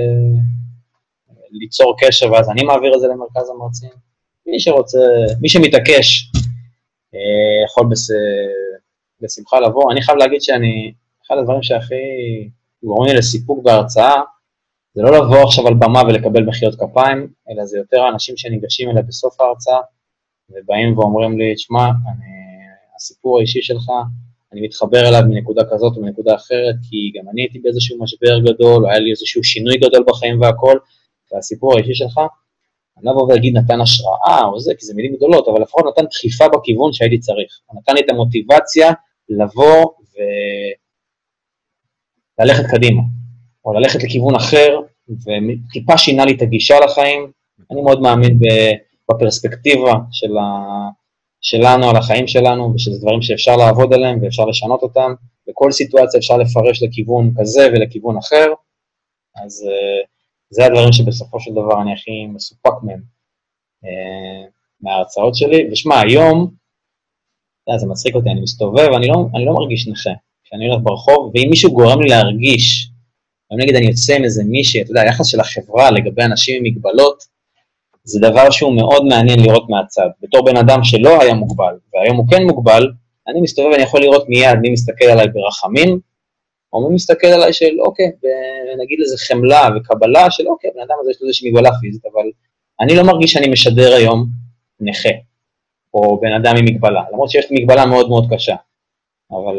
ליצור קשר, ואז אני מעביר את זה למרכז המרצים. מי שרוצה, מי שמתעקש, יכול בשמחה לבוא. אני חייב להגיד אחד הדברים שהכי גורמים לי לסיפוק בהרצאה, זה לא לבוא עכשיו על במה ולקבל מחיאות כפיים, אלא זה יותר האנשים שניגשים אליי בסוף ההרצאה, ובאים ואומרים לי, תשמע, הסיפור האישי שלך, אני מתחבר אליו מנקודה כזאת או מנקודה אחרת, כי גם אני הייתי באיזשהו משבר גדול, או היה לי איזשהו שינוי גדול בחיים והכל, והסיפור האישי שלך, אני לא אבוא ולהגיד נתן השראה או זה, כי זה מילים גדולות, אבל לפחות נתן דחיפה בכיוון שהייתי צריך. הוא נתן לי את המוטיבציה לבוא וללכת קדימה, או ללכת לכיוון אחר, וטיפה שינה לי את הגישה לחיים. אני מאוד מאמין בפרספקטיבה שלנו על החיים שלנו, ושזה דברים שאפשר לעבוד עליהם ואפשר לשנות אותם, בכל סיטואציה אפשר לפרש לכיוון כזה ולכיוון אחר, אז זה הדברים שבסופו של דבר אני הכי מסופק מהם, מההרצאות שלי. ושמע, היום, זה מצחיק אותי, אני מסתובב, אני לא מרגיש נכה, כשאני הולך ברחוב, ואם מישהו גורם לי להרגיש, אם נגיד אני יוצא עם איזה מישהי, אתה יודע, היחס של החברה לגבי אנשים עם מגבלות, זה דבר שהוא מאוד מעניין לראות מהצד. בתור בן אדם שלא היה מוגבל, והיום הוא כן מוגבל, אני מסתובב ואני יכול לראות מיד מי מסתכל עליי ברחמים, או מי מסתכל עליי של אוקיי, ונגיד לזה חמלה וקבלה של אוקיי, בן אדם הזה יש לו איזושהי מגבלה פיזית, אבל אני לא מרגיש שאני משדר היום נכה, או בן אדם עם מגבלה, למרות שיש לי מגבלה מאוד מאוד קשה, אבל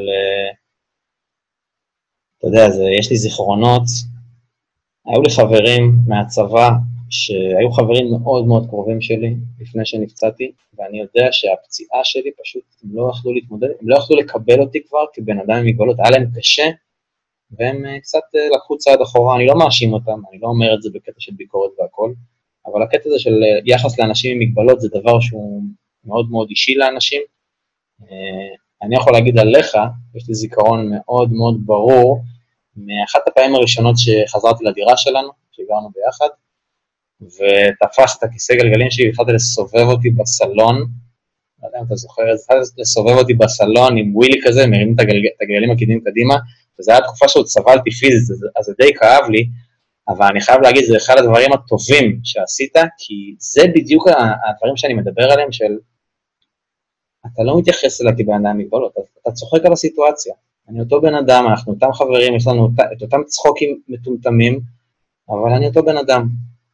אתה יודע, יש לי זיכרונות, היו לי חברים מהצבא, שהיו חברים מאוד מאוד קרובים שלי, לפני שנפצעתי, ואני יודע שהפציעה שלי פשוט, הם לא יכלו להתמודד, הם לא יכלו לקבל אותי כבר, כבן אדם עם מגבלות, היה להם קשה, והם קצת לקחו צעד אחורה, אני לא מאשים אותם, אני לא אומר את זה בקטע של ביקורת והכל, אבל הקטע הזה של יחס לאנשים עם מגבלות, זה דבר שהוא מאוד מאוד אישי לאנשים. אני יכול להגיד עליך, יש לי זיכרון מאוד מאוד ברור, מאחת הפעמים הראשונות שחזרתי לדירה שלנו, שגרנו ביחד, ותפסת כיסא גלגלים שלי, התחלתי לסובב אותי בסלון, לא יודע אם אתה זוכר, התחלתי לסובב אותי בסלון עם ווילי כזה, מרים את הגלגלים הקדמים קדימה, וזו הייתה תקופה שעוד סבלתי פיזית, אז זה די כאב לי, אבל אני חייב להגיד, זה אחד הדברים הטובים שעשית, כי זה בדיוק הדברים שאני מדבר עליהם, של אתה לא מתייחס אליי כבן אדם מגבלות, אתה צוחק על הסיטואציה. אני אותו בן אדם, אנחנו אותם חברים, יש לנו את אותם צחוקים מטומטמים, אבל אני אותו בן אדם.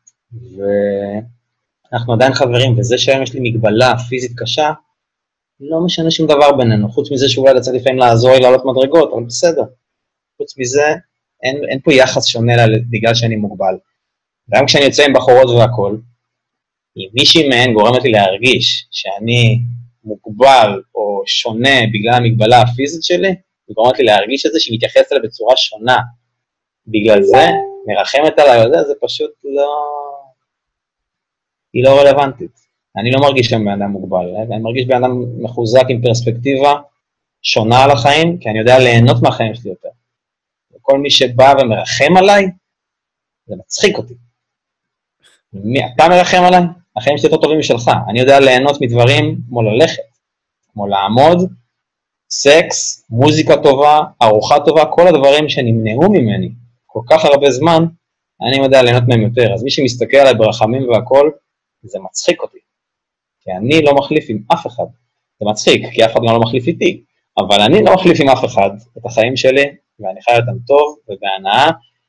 ואנחנו עדיין חברים, וזה שהיום יש לי מגבלה פיזית קשה, לא משנה שום דבר בינינו, חוץ מזה שאולי אתה צריך לפעמים לעזור לי לעלות מדרגות, אבל בסדר. חוץ מזה, אין פה יחס שונה בגלל שאני מוגבל. גם כשאני יוצא עם בחורות והכל, אם מישהי מהן גורמת לי להרגיש שאני מוגבל או שונה בגלל המגבלה הפיזית שלי, היא גורמת לי להרגיש את זה שהיא מתייחסת אליה בצורה שונה. בגלל זה, מרחמת עליי, זה פשוט לא... היא לא רלוונטית. אני לא מרגיש שם בן אדם מוגבל, אני מרגיש בן אדם מחוזק עם פרספקטיבה שונה על החיים, כי אני יודע ליהנות מהחיים שלי יותר. וכל מי שבא ומרחם עליי, זה מצחיק אותי. אתה מרחם עליי? החיים שלי יותר טובים משלך. אני יודע ליהנות מדברים כמו ללכת, כמו לעמוד, סקס, מוזיקה טובה, ארוחה טובה, כל הדברים שנמנעו ממני כל כך הרבה זמן, אני יודע ליהנות מהם יותר. אז מי שמסתכל עליי ברחמים והכל, זה מצחיק אותי. כי אני לא מחליף עם אף אחד. זה מצחיק, כי אף אחד גם לא מחליף איתי. אבל אני לא מחליף עם אף אחד את החיים שלי, ואני חי אותם טוב ובהנאה,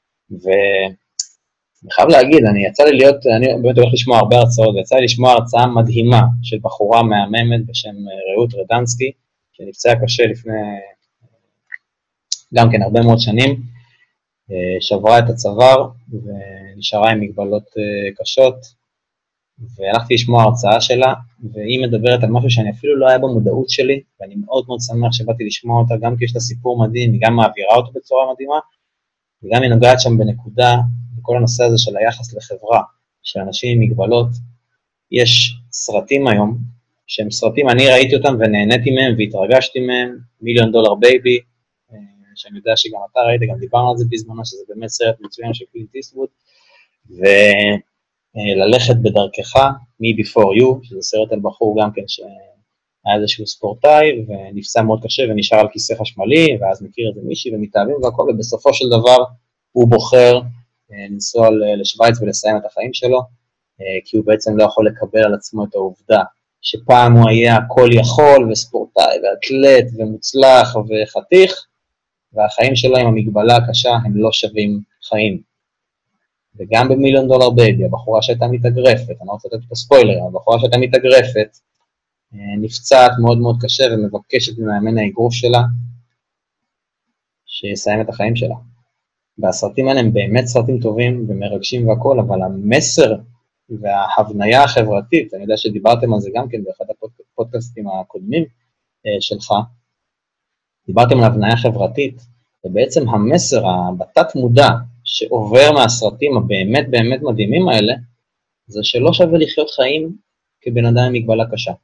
ואני חייב להגיד, אני באמת הולך לשמוע הרבה הרצאות, ויצא לי לשמוע הרצאה מדהימה של בחורה מהממת בשם רעות רדנסקי, שנפצעה קשה לפני גם כן הרבה מאוד שנים, שברה את הצוואר ונשארה עם מגבלות קשות, והלכתי לשמוע הרצאה שלה, והיא מדברת על משהו שאני אפילו לא היה במודעות שלי, ואני מאוד מאוד שמח שבאתי לשמוע אותה, גם כי יש לה סיפור מדהים, היא גם מעבירה אותו בצורה מדהימה, וגם היא נוגעת שם בנקודה, בכל הנושא הזה של היחס לחברה, של אנשים עם מגבלות. יש סרטים היום, שהם סרטים, אני ראיתי אותם ונהניתי מהם והתרגשתי מהם, $1,000,000 Baby, שאני יודע שגם אתה ראית, גם דיברנו על זה בזמנו, שזה באמת סרט מצוין של קלינט איסטווד, וללכת בדרכך, Me Before You, שזה סרט על בחור גם כן שהיה איזשהו ספורטאי, ונפצע מאוד קשה ונשאר על כיסא חשמלי, ואז מכיר את זה מישהי ומתאהבים והכל, ובסופו של דבר הוא בוחר לנסוע לשוויץ ולסיים את החיים שלו, כי הוא בעצם לא יכול לקבל על עצמו את העובדה, שפעם הוא היה כל יכול וספורטאי ואתלט ומוצלח וחתיך, והחיים שלו עם המגבלה הקשה הם לא שווים חיים. וגם ב$1,000,000 Baby, הבחורה שהייתה מתאגרפת, אני לא רוצה לתת את הספוילר, הבחורה שהייתה מתאגרפת, נפצעת מאוד מאוד קשה ומבקשת ממאמן האגרוף שלה, שיסיים את החיים שלה. והסרטים האלה הם באמת סרטים טובים ומרגשים והכל, אבל המסר וההבניה החברתית, אני יודע שדיברתם על זה גם כן באחד הפודקאסטים הקודמים שלך, דיברתם על הבניה חברתית, ובעצם המסר בתת מודע שעובר מהסרטים הבאמת באמת מדהימים האלה, זה שלא שווה לחיות חיים כבן אדם עם מגבלה קשה.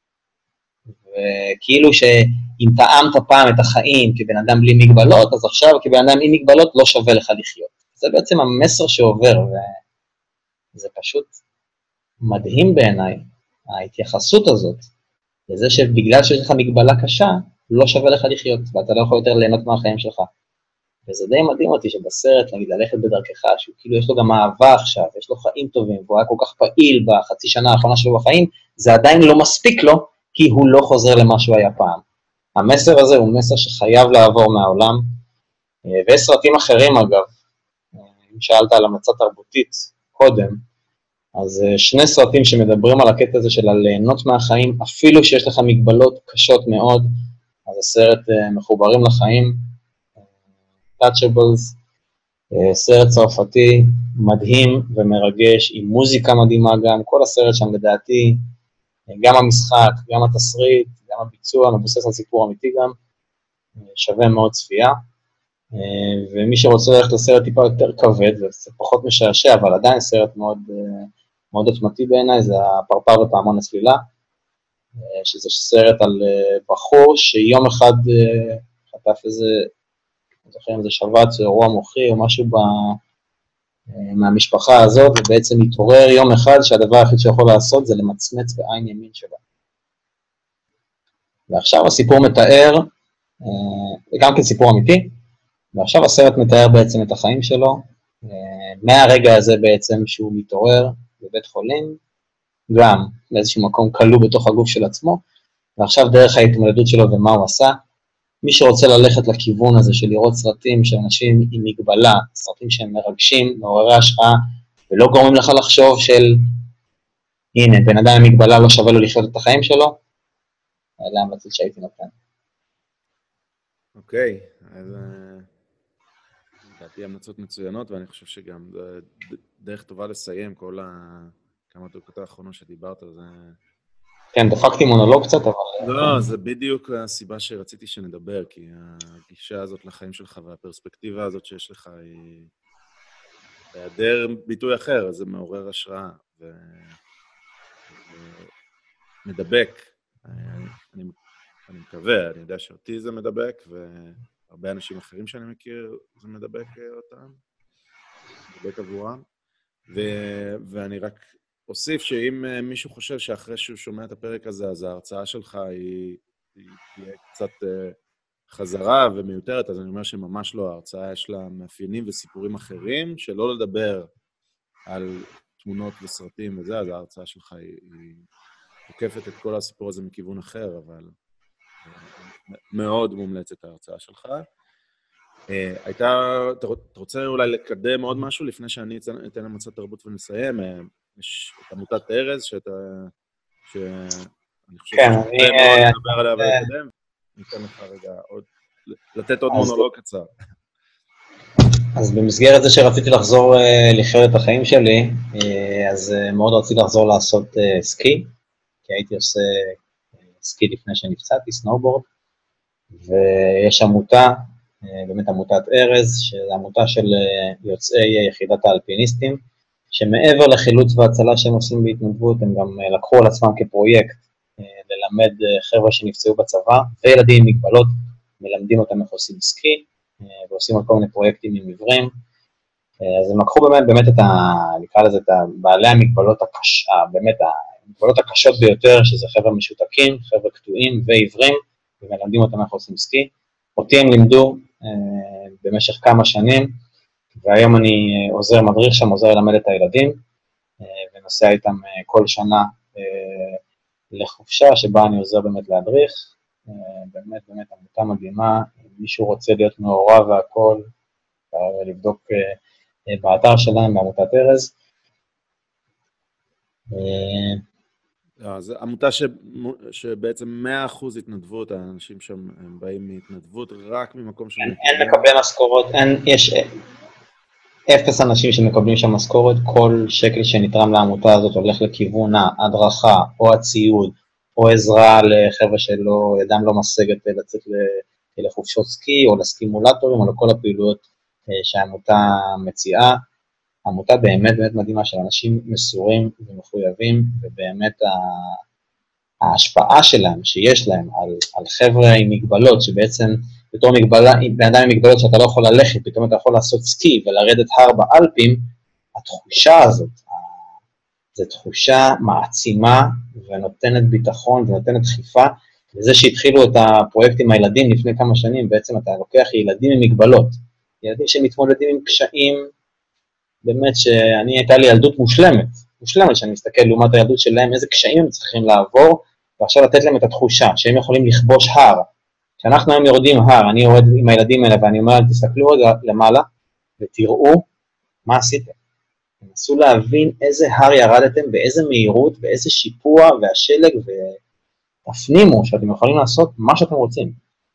וכאילו שאם טעמת פעם את החיים כבן אדם בלי מגבלות, אז עכשיו כבן אדם עם מגבלות לא שווה לך לחיות. זה בעצם המסר שעובר, וזה פשוט מדהים בעיניי, ההתייחסות הזאת, לזה שבגלל שיש לך מגבלה קשה, לא שווה לך לחיות, ואתה לא יכול יותר ליהנות מהחיים שלך. וזה די מדהים אותי שבסרט, נגיד, ללכת בדרכך, שהוא כאילו יש לו גם אהבה עכשיו, יש לו חיים טובים, והוא היה כל כך פעיל בחצי שנה האחרונה שלו בחיים, זה עדיין לא מספיק לו, כי הוא לא חוזר למה שהוא היה פעם. המסר הזה הוא מסר שחייב לעבור מהעולם, ויש סרטים אחרים אגב, אם שאלת על המלצה תרבותית קודם, אז שני סרטים שמדברים על הקטע הזה של ליהנות מהחיים, אפילו שיש לך מגבלות קשות מאוד, אז הסרט מחוברים לחיים, Touchables, סרט צרפתי מדהים ומרגש, עם מוזיקה מדהימה גם, כל הסרט שם לדעתי, גם המשחק, גם התסריט, גם הביצוע, מבוסס על סיפור אמיתי גם, שווה מאוד צפייה, ומי שרוצה ללכת לסרט טיפה יותר כבד, זה פחות משעשע, אבל עדיין סרט מאוד, מאוד עוצמתי בעיניי, זה הפרפר ופעמון הסלילה, שזה סרט על בחור שיום אחד חטף איזה, אני זוכר אם זה שבץ או אירוע מוחי או משהו מהמשפחה הזאת, ובעצם מתעורר יום אחד שהדבר היחיד שיכול לעשות זה למצמץ בעין ימין שלו. ועכשיו הסיפור מתאר, גם כן סיפור אמיתי, ועכשיו הסרט מתאר בעצם את החיים שלו, מהרגע הזה בעצם שהוא מתעורר בבית חולים, גם באיזשהו מקום כלוא בתוך הגוף של עצמו, ועכשיו דרך ההתמודדות שלו ומה הוא עשה, מי שרוצה ללכת לכיוון הזה של לראות סרטים של אנשים עם מגבלה, סרטים שהם מרגשים, מעוררי השראה, ולא גורמים לך לחשוב של, הנה, בן אדם עם מגבלה לא שווה לו לחיות את החיים שלו, אלה ההמלצות שהייתי נותן. אוקיי, אז לדעתי המלצות מצוינות, ואני חושב שגם דרך טובה לסיים כל כמה דקות האחרונות שדיברת, זה... כן, דפקתי מונולוג קצת, אבל... לא, זה בדיוק הסיבה שרציתי שנדבר, כי הגישה הזאת לחיים שלך והפרספקטיבה הזאת שיש לך היא בהיעדר ביטוי אחר, אז זה מעורר השראה ומדבק. אני מקווה, אני יודע שאותי זה מדבק, והרבה אנשים אחרים שאני מכיר זה מדבק אותם, מדבק עבורם. ואני רק אוסיף שאם מישהו חושב שאחרי שהוא שומע את הפרק הזה, אז ההרצאה שלך היא תהיה קצת חזרה ומיותרת, אז אני אומר שממש לא, ההרצאה יש לה מאפיינים וסיפורים אחרים, שלא לדבר על תמונות וסרטים וזה, אז ההרצאה שלך היא תוקפת את כל הסיפור הזה מכיוון אחר, אבל מאוד מומלצת ההרצאה שלך. אתה רוצה אולי לקדם עוד משהו לפני שאני אתן למצאת תרבות ונסיים? יש את עמותת ארז, שאני חושב כן, מאוד לדבר עליה ולקדם. ניתן לך רגע לתת עוד מונולוג קצר. אז במסגרת זה שרציתי לחזור לחיות את החיים שלי, אז מאוד רציתי לחזור לעשות סקי, כי הייתי עושה סקי לפני שנפצעתי, סנובורד, ויש עמותה, באמת עמותת ארז, שזו עמותה של יוצאי יחידת האלפיניסטים, שמעבר לחילוץ והצלה שהם עושים בהתנדבות, הם גם לקחו על עצמם כפרויקט ללמד חבר'ה שנפצעו בצבא, וילדים עם מגבלות, מלמדים אותם איך עושים סקי, ועושים על כל מיני פרויקטים עם עיוורים. אז הם לקחו באמת נקרא לזה את בעלי המגבלות באמת המגבלות הקשות ביותר, שזה חבר'ה משותקים, חבר'ה קטועים ועיוורים, ומלמדים אותם איך עושים סקי. אותי הם לימדו במשך כמה שנים, והיום אני עוזר מדריך שם, עוזר ללמד את הילדים, ונוסע איתם כל שנה לחופשה, שבה אני עוזר באמת להדריך. באמת עמותה מדהימה, אם מישהו רוצה להיות מעורב והכל, ולבדוק באתר שלהם, בעמותת ארז. זו עמותה שבעצם 100% התנדבות, האנשים שם הם באים מהתנדבות רק ממקום של... אין מקבלי משכורות, יש 0 אנשים שמקבלים שם משכורת, כל שקל שנתרם לעמותה הזאת הולך לכיוון ההדרכה, או הציוד, או עזרה לחבר'ה שלא, ידם לא משגת לצאת לחופשות סקי, או לסקימולטורים, או לכל הפעילויות שהעמותה מציעה. עמותה באמת מדהימה של אנשים מסורים ומחויבים, ובאמת ההשפעה שלהם, שיש להם על חבר'ה עם מגבלות, שבעצם בתור מגבלה, בן אדם עם מגבלות שאתה לא יכול ללכת, פתאום אתה יכול לעשות סקי ולרדת הר באלפים, התחושה הזאת, זו תחושה מעצימה ונותנת ביטחון ונותנת דחיפה, וזה שהתחילו את הפרויקט עם הילדים לפני כמה שנים, בעצם אתה לוקח ילדים עם מגבלות, ילדים שמתמודדים עם קשיים, באמת שאני הייתה לי ילדות מושלמת, שאני מסתכל לעומת הילדות שלהם, איזה קשיים הם צריכים לעבור, ועכשיו לתת להם את התחושה שהם יכולים לכבוש הר. כשאנחנו היום יורדים הר, אני יורד עם הילדים האלה, ואני אומר, תסתכלו רגע למעלה, ותראו מה עשיתם. תנסו להבין איזה הר ירדתם, באיזה מהירות, באיזה שיפוע והשלג, ותפנימו שאתם יכולים לעשות מה שאתם רוצים.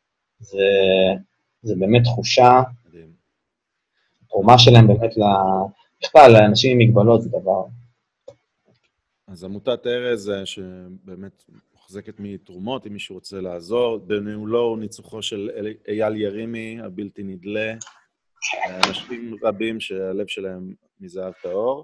זה באמת תחושה, תרומה שלהם באמת בכלל, לאנשים עם מגבלות זה דבר. אז עמותת ארז, שבאמת מוחזקת מתרומות, אם מישהו רוצה לעזור, בניהולו וניצוחו של אייל ירימי, הבלתי נדלה, אנשים רבים שהלב שלהם מזהב טהור.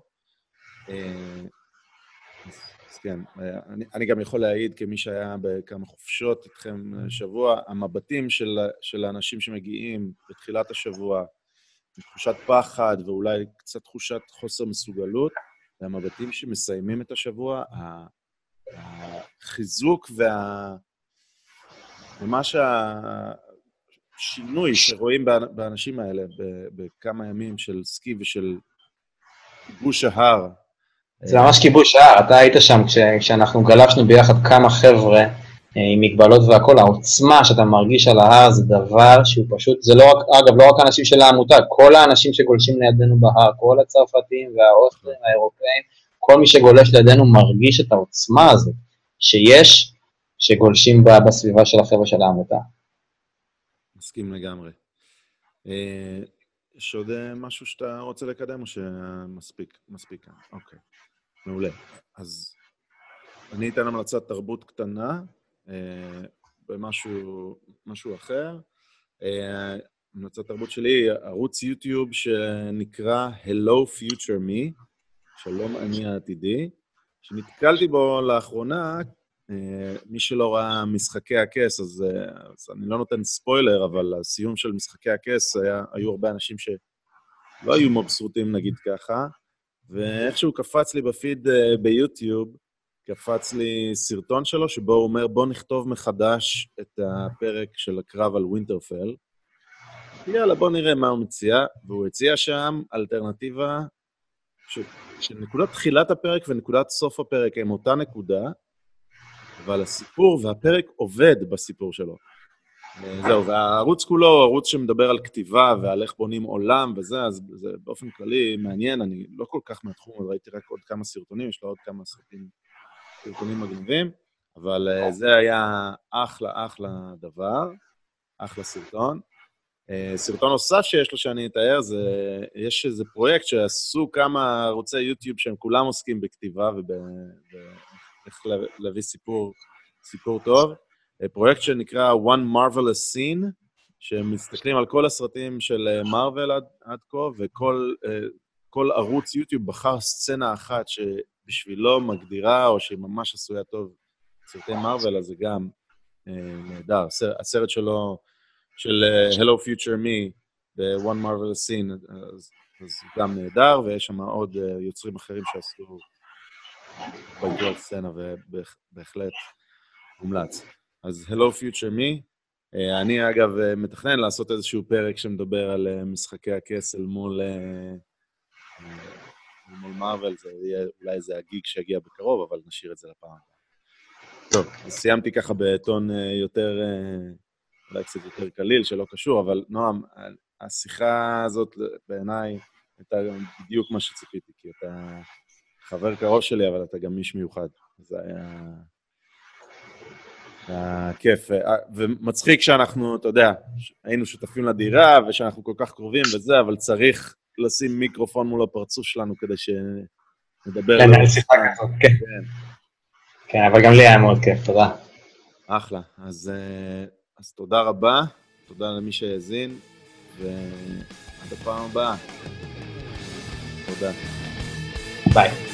אז כן, אני גם יכול להעיד כמי שהיה בכמה חופשות איתכם שבוע, המבטים של האנשים שמגיעים בתחילת השבוע, תחושת פחד ואולי קצת תחושת חוסר מסוגלות, והמבטים שמסיימים את השבוע, החיזוק ומה השינוי שרואים באנשים האלה בכמה ימים של סקי ושל כיבוש ההר. זה ממש כיבוש ההר, אתה היית שם כשאנחנו גלשנו ביחד כמה חבר'ה עם מגבלות והכל, העוצמה שאתה מרגיש על ההר זה דבר שהוא פשוט, זה לא רק, אגב, לא רק האנשים של העמותה, כל האנשים שגולשים לידינו בהר, כל הצרפתים והאוסטרים, האירופאים, כל מי שגולש לידינו מרגיש את העוצמה הזאת שיש, שגולשים בסביבה של החבר'ה של העמותה. מסכים לגמרי. יש עוד משהו שאתה רוצה לקדם או שמספיק? מספיק. אוקיי, מעולה. אז אני אתן המלצת תרבות קטנה, במשהו אחר. המלצת תרבות שלי, ערוץ יוטיוב שנקרא Hello Future Me, שלום אני העתידי, שנתקלתי בו לאחרונה, מי שלא ראה משחקי הכס, אז אני לא נותן ספוילר, אבל הסיום של משחקי הכס היו הרבה אנשים שלא היו מבסוטים, נגיד ככה, ואיכשהו קפץ לי בפיד ביוטיוב, קפץ לי סרטון שלו, שבו הוא אומר, בוא נכתוב מחדש את הפרק של הקרב על ווינטרפל. יאללה, בוא נראה מה הוא מציע, והוא הציע שם אלטרנטיבה, שנקודת תחילת הפרק ונקודת סוף הפרק הם אותה נקודה, אבל הסיפור והפרק עובד בסיפור שלו. זהו, והערוץ כולו, ערוץ שמדבר על כתיבה ועל איך בונים עולם וזה, אז זה באופן כללי מעניין, אני לא כל כך מהתחום, אז ראיתי רק עוד כמה סרטונים, יש לו עוד כמה סרטונים מגניבים, אבל זה היה אחלה דבר, אחלה סרטון. סרטון נוסף שיש לו שאני אתאר, יש איזה פרויקט שעשו כמה ערוצי יוטיוב שהם כולם עוסקים בכתיבה ואיך להביא סיפור טוב. פרויקט שנקרא One Marvelous Scene, שמסתכלים על כל הסרטים של מארוול עד כה, וכל ערוץ יוטיוב בחר סצנה אחת שבשבילו מגדירה, או שהיא ממש עשויה טוב סרטי מארוול, אז זה גם נהדר. הסרט שלו, של Hello Future Me, ב-One Marvelous Scene, אז גם נהדר, ויש שם עוד יוצרים אחרים שעשו בגלל הסצנה, ובהחלט מומלץ. אז Hello Future Me, אני אגב מתכנן לעשות איזשהו פרק שמדבר על משחקי הכס אל מול מארוול, זה יהיה אולי איזה הגיג שיגיע בקרוב, אבל נשאיר את זה לפעם. טוב, אז סיימתי ככה בטון יותר, אולי קצת יותר קליל, שלא קשור, אבל נועם, השיחה הזאת בעיניי הייתה בדיוק מה שציפיתי, כי אתה חבר קרוב שלי, אבל אתה גם איש מיוחד. זה היה כיף, ומצחיק שאנחנו, אתה יודע, היינו שותפים לדירה, ושאנחנו כל כך קרובים וזה, אבל צריך לשים מיקרופון מול הפרצוף שלנו, כדי שנדבר. כן, על שיחה כזאת, כן. כן, אבל גם לי היה מאוד כיף, תודה. אחלה, אז תודה רבה, תודה למי שהאזין, ועד הפעם הבאה. תודה. ביי.